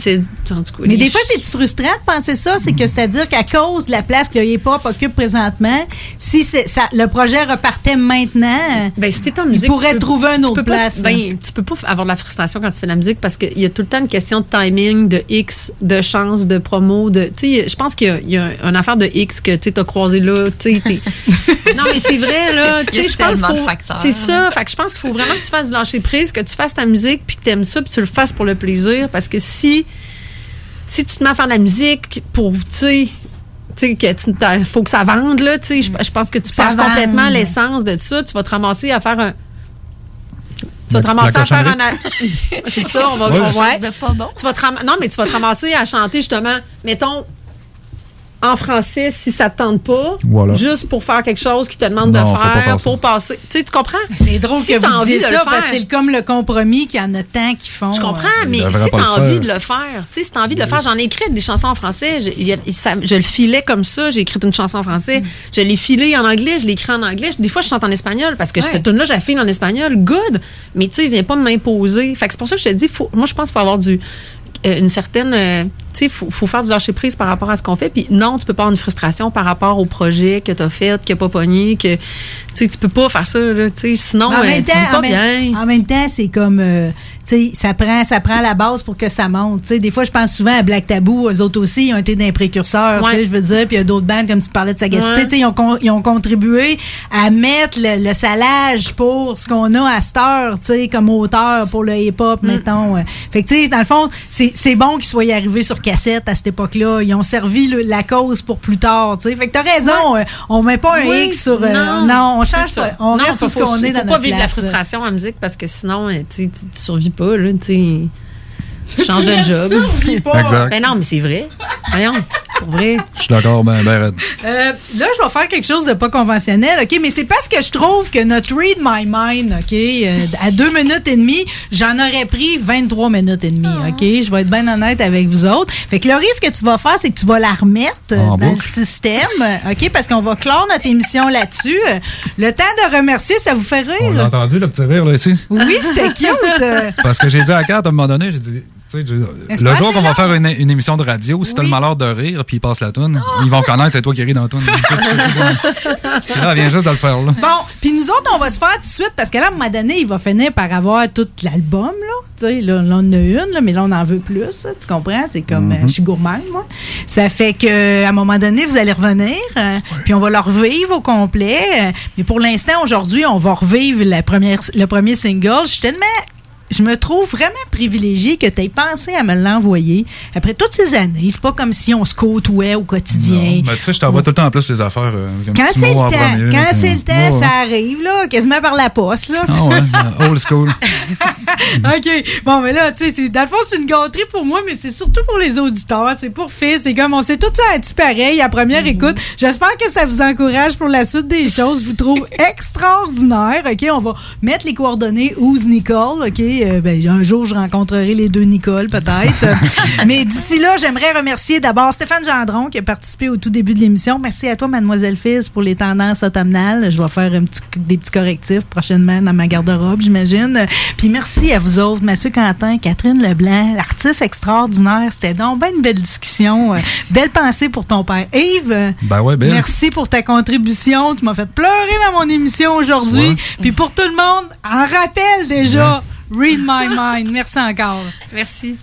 mais des fois, c'est frustrant de penser ça, c'est que c'est-à-dire qu'à cause de la place que le hip-hop occupe présentement, si le projet repartait maintenant, si t'es en musique, il pourrait trouver une autre place. Tu peux pas avoir de la frustration quand tu fais de la musique parce qu'il y a tout le temps une question de timing, de X, de chance, de promo, tu sais, je pense qu'il y a une affaire de X que tu as croisé là, tu sais. Non, mais c'est vrai, là, tu sais, je pense que c'est ça. Fait que je pense qu'il faut vraiment que tu fasses du lâcher prise, que tu fasses ta musique, puis que tu aimes ça, puis tu le fasses pour le plaisir. Parce que si tu te mets à faire de la musique pour, tu sais, que faut que ça vende, là, tu sais, je pense que tu perds complètement l'essence de ça. Tu vas te ramasser à faire un... Tu vas te ramasser à faire un... C'est ça, on va... de pas bon. Non, mais tu vas te ramasser à chanter, justement, mettons... en français si ça te tente pas, Voilà. juste pour faire quelque chose qui te demande Non, de faut pas faire, faire ça. pour passer. Tu comprends? C'est drôle Si que t'as vous envie disiez de le ça, parce que faire. c'est comme le compromis qu'il y en a tant qui font. Je comprends, mais devrait si pas t'as le envie faire. de le faire, tu sais, si t'as envie de le faire, j'en ai écrit des chansons en français, je le filais comme ça, j'ai écrit une chanson en français, je l'ai filé en anglais, je l'ai écrit en anglais, des fois je chante en espagnol, parce que cette tune-là, j'ai fait en espagnol, good, mais tu sais, viens pas m'imposer. Fait que c'est pour ça que je te dis, moi je pense qu'il faut avoir une certaine, tu sais, faut faire du lâcher prise par rapport à ce qu'on fait, puis non, tu peux pas avoir une frustration par rapport au projet que t'as fait, qui a pas pogné, que, tu sais, tu peux pas faire ça, là, tu sais, sinon, tu vis pas bien. En même temps, c'est comme, tu sais, ça prend la base pour que ça monte. Tu sais, des fois, je pense souvent à Black Tabou, eux autres aussi, ils ont été des précurseurs, tu sais, je veux dire, puis il y a d'autres bandes, comme tu parlais de Sagacité, tu sais, ils ont contribué à mettre le salage pour ce qu'on a à cette heure, tu sais, comme auteur pour le hip-hop, mettons. Fait que, tu sais, dans le fond, c'est bon qu'ils soient arrivés sur cassette à cette époque-là. Ils ont servi la cause pour plus tard, tu sais. Fait que t'as raison, on met pas un X sur... non, on change pas. On reste sur ce qu'on est dans notre faut pas vivre la place. frustration en musique, parce que sinon, tu survis pas, là, tu sais. Tu changes de job. Exact. Ben non, mais c'est vrai. Voyons, pour vrai. Je suis d'accord, ben raide. Là, je vais faire quelque chose de pas conventionnel, OK? Mais c'est parce que je trouve que notre Read My Mind, OK, à 2 minutes et demie, j'en aurais pris 23 minutes et demie, OK? Je vais être bien honnête avec vous autres. Fait que Laurie, ce que tu vas faire, c'est que tu vas la remettre dans le système, OK? Parce qu'on va clore notre émission là-dessus. Le temps de remercier, ça vous fait rire? On l'a entendu, le petit rire, là, ici? Oui, c'était cute. Parce que j'ai dit à Kat, à un moment donné, j'ai dit... Le jour qu'on va faire une émission de radio, si t'as le malheur de rire puis ils passent la toune, ils vont connaître c'est toi qui ris dans la toune. Là, elle vient juste de le faire. Là. Bon, puis nous autres, on va se faire tout de suite parce que là, à un moment donné, il va finir par avoir tout l'album. Là, là, on en a une, là, mais là, on en veut plus. Tu comprends? C'est comme je suis gourmande, moi. Ça fait qu'à un moment donné, vous allez revenir, puis on va le revivre au complet. Mais pour l'instant, aujourd'hui, on va revivre le premier single. Je me trouve vraiment privilégiée que tu aies pensé à me l'envoyer après toutes ces années. C'est pas comme si on se côtoyait au quotidien. Mais tu sais, je t'envoie tout le temps en plus les affaires. Quand c'est le temps, c'est le temps, ça arrive, là, quasiment par la poste. Là. Ah ouais, old school. OK. Bon, mais là, tu sais, dans le fond, c'est une gâterie pour moi, mais c'est surtout pour les auditeurs. C'est pour Fils. C'est comme on s'est tous sentis pareil à première écoute. J'espère que ça vous encourage pour la suite des choses. Je vous trouve extraordinaire. OK, on va mettre les coordonnées Who's Nicole. OK. Un jour, je rencontrerai les deux Nicole, peut-être. Mais d'ici là, j'aimerais remercier d'abord Stéphane Gendron qui a participé au tout début de l'émission. Merci à toi, Mademoiselle Fils, pour les tendances automnales. Je vais faire des petits correctifs prochainement dans ma garde-robe, j'imagine. Puis merci à vous autres, Mathieu Quentin, Catherine Leblanc, l'artiste extraordinaire. C'était donc bien une belle discussion. Belle pensée pour ton père. Yves, merci pour ta contribution. Tu m'as fait pleurer dans mon émission aujourd'hui. Puis pour tout le monde, en rappel déjà, Read My Mind. Merci encore. Merci.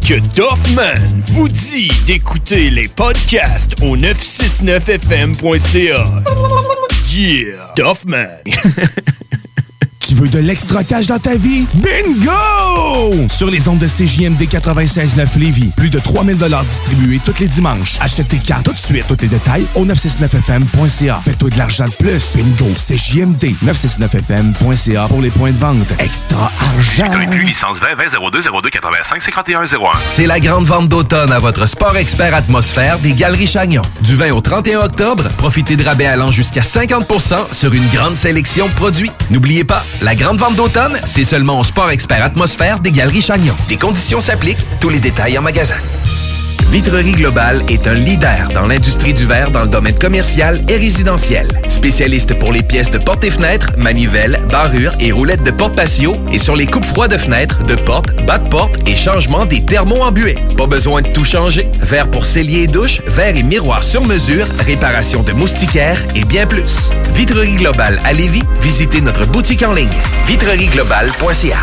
que Doffman vous dit d'écouter les podcasts au 969fm.ca. Yeah, Doffman. Tu veux de l'extra cash dans ta vie? Bingo! Sur les ondes de CJMD 96.9 Lévis, plus de 3000 $ distribués tous les dimanches. Achète tes cartes tout de suite. Tous les détails au 969fm.ca. Fais-toi de l'argent de plus. Bingo! CJMD 969fm.ca pour les points de vente. Extra argent! Licence 20 02 02 85 51 01. C'est la grande vente d'automne à votre Sport Expert Atmosphère des Galeries Chagnon. Du 20 au 31 octobre, profitez de rabais allant jusqu'à 50% sur une grande sélection de produits. N'oubliez pas, la grande vente d'automne, c'est seulement au Sport Expert Atmosphère des Galeries Chagnon. Des conditions s'appliquent, tous les détails en magasin. Vitrerie Globale est un leader dans l'industrie du verre dans le domaine commercial et résidentiel. Spécialiste pour les pièces de portes et fenêtres, manivelles, barrures et roulettes de porte patio et sur les coupes-froids de fenêtres, de portes, bas de porte et changement des thermos embués. Pas besoin de tout changer. Verre pour cellier et douche, verre et miroir sur mesure, réparation de moustiquaires et bien plus. Vitrerie Globale à Lévis, visitez notre boutique en ligne. vitrerieglobale.ca.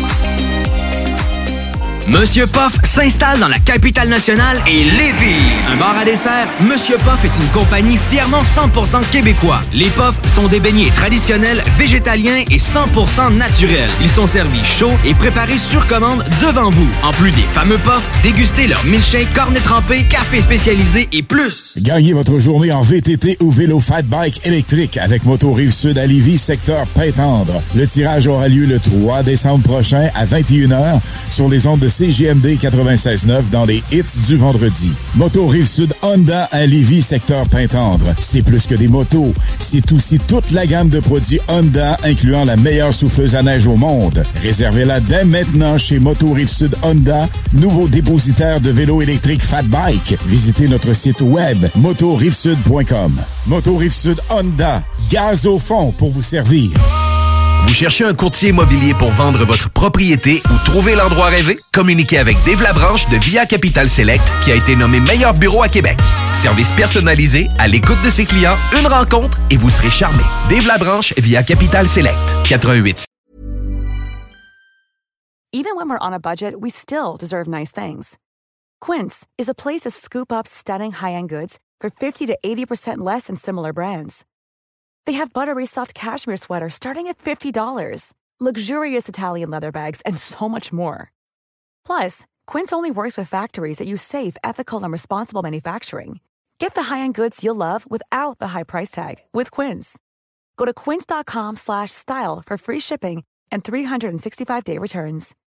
Monsieur Poff s'installe dans la capitale nationale et Lévis. Un bar à dessert, Monsieur Poff est une compagnie fièrement 100% québécois. Les Poffs sont des beignets traditionnels, végétaliens et 100% naturels. Ils sont servis chauds et préparés sur commande devant vous. En plus des fameux Poffs, dégustez leur milkshake, cornet trempé, café spécialisé et plus. Gagnez votre journée en VTT ou vélo fat bike électrique avec Moto Rive-Sud à Lévis, secteur Pintendre. Le tirage aura lieu le 3 décembre prochain à 21h sur les ondes de CJMD 96.9 dans les hits du vendredi. Moto Rive-Sud Honda à Lévis, secteur Pintendre. C'est plus que des motos. C'est aussi toute la gamme de produits Honda, incluant la meilleure souffleuse à neige au monde. Réservez-la dès maintenant chez Moto Rive-Sud Honda, nouveau dépositaire de vélos électriques Fat Bike. Visitez notre site web motorivesud.com. Moto Rive-Sud Honda, gaz au fond pour vous servir. Vous cherchez un courtier immobilier pour vendre votre propriété ou trouver l'endroit rêvé? Communiquez avec Dave Labranche de Via Capital Select qui a été nommé meilleur bureau à Québec. Service personnalisé, à l'écoute de ses clients, une rencontre et vous serez charmé. Dave Labranche via Capital Select. 88. Even when we're on a budget, we still deserve nice things. Quince is a place to scoop up stunning high-end goods for 50 to 80% less than similar brands. They have buttery soft cashmere sweaters starting at $50, luxurious Italian leather bags, and so much more. Plus, Quince only works with factories that use safe, ethical, and responsible manufacturing. Get the high-end goods you'll love without the high price tag with Quince. Go to quince.com/style for free shipping and 365-day returns.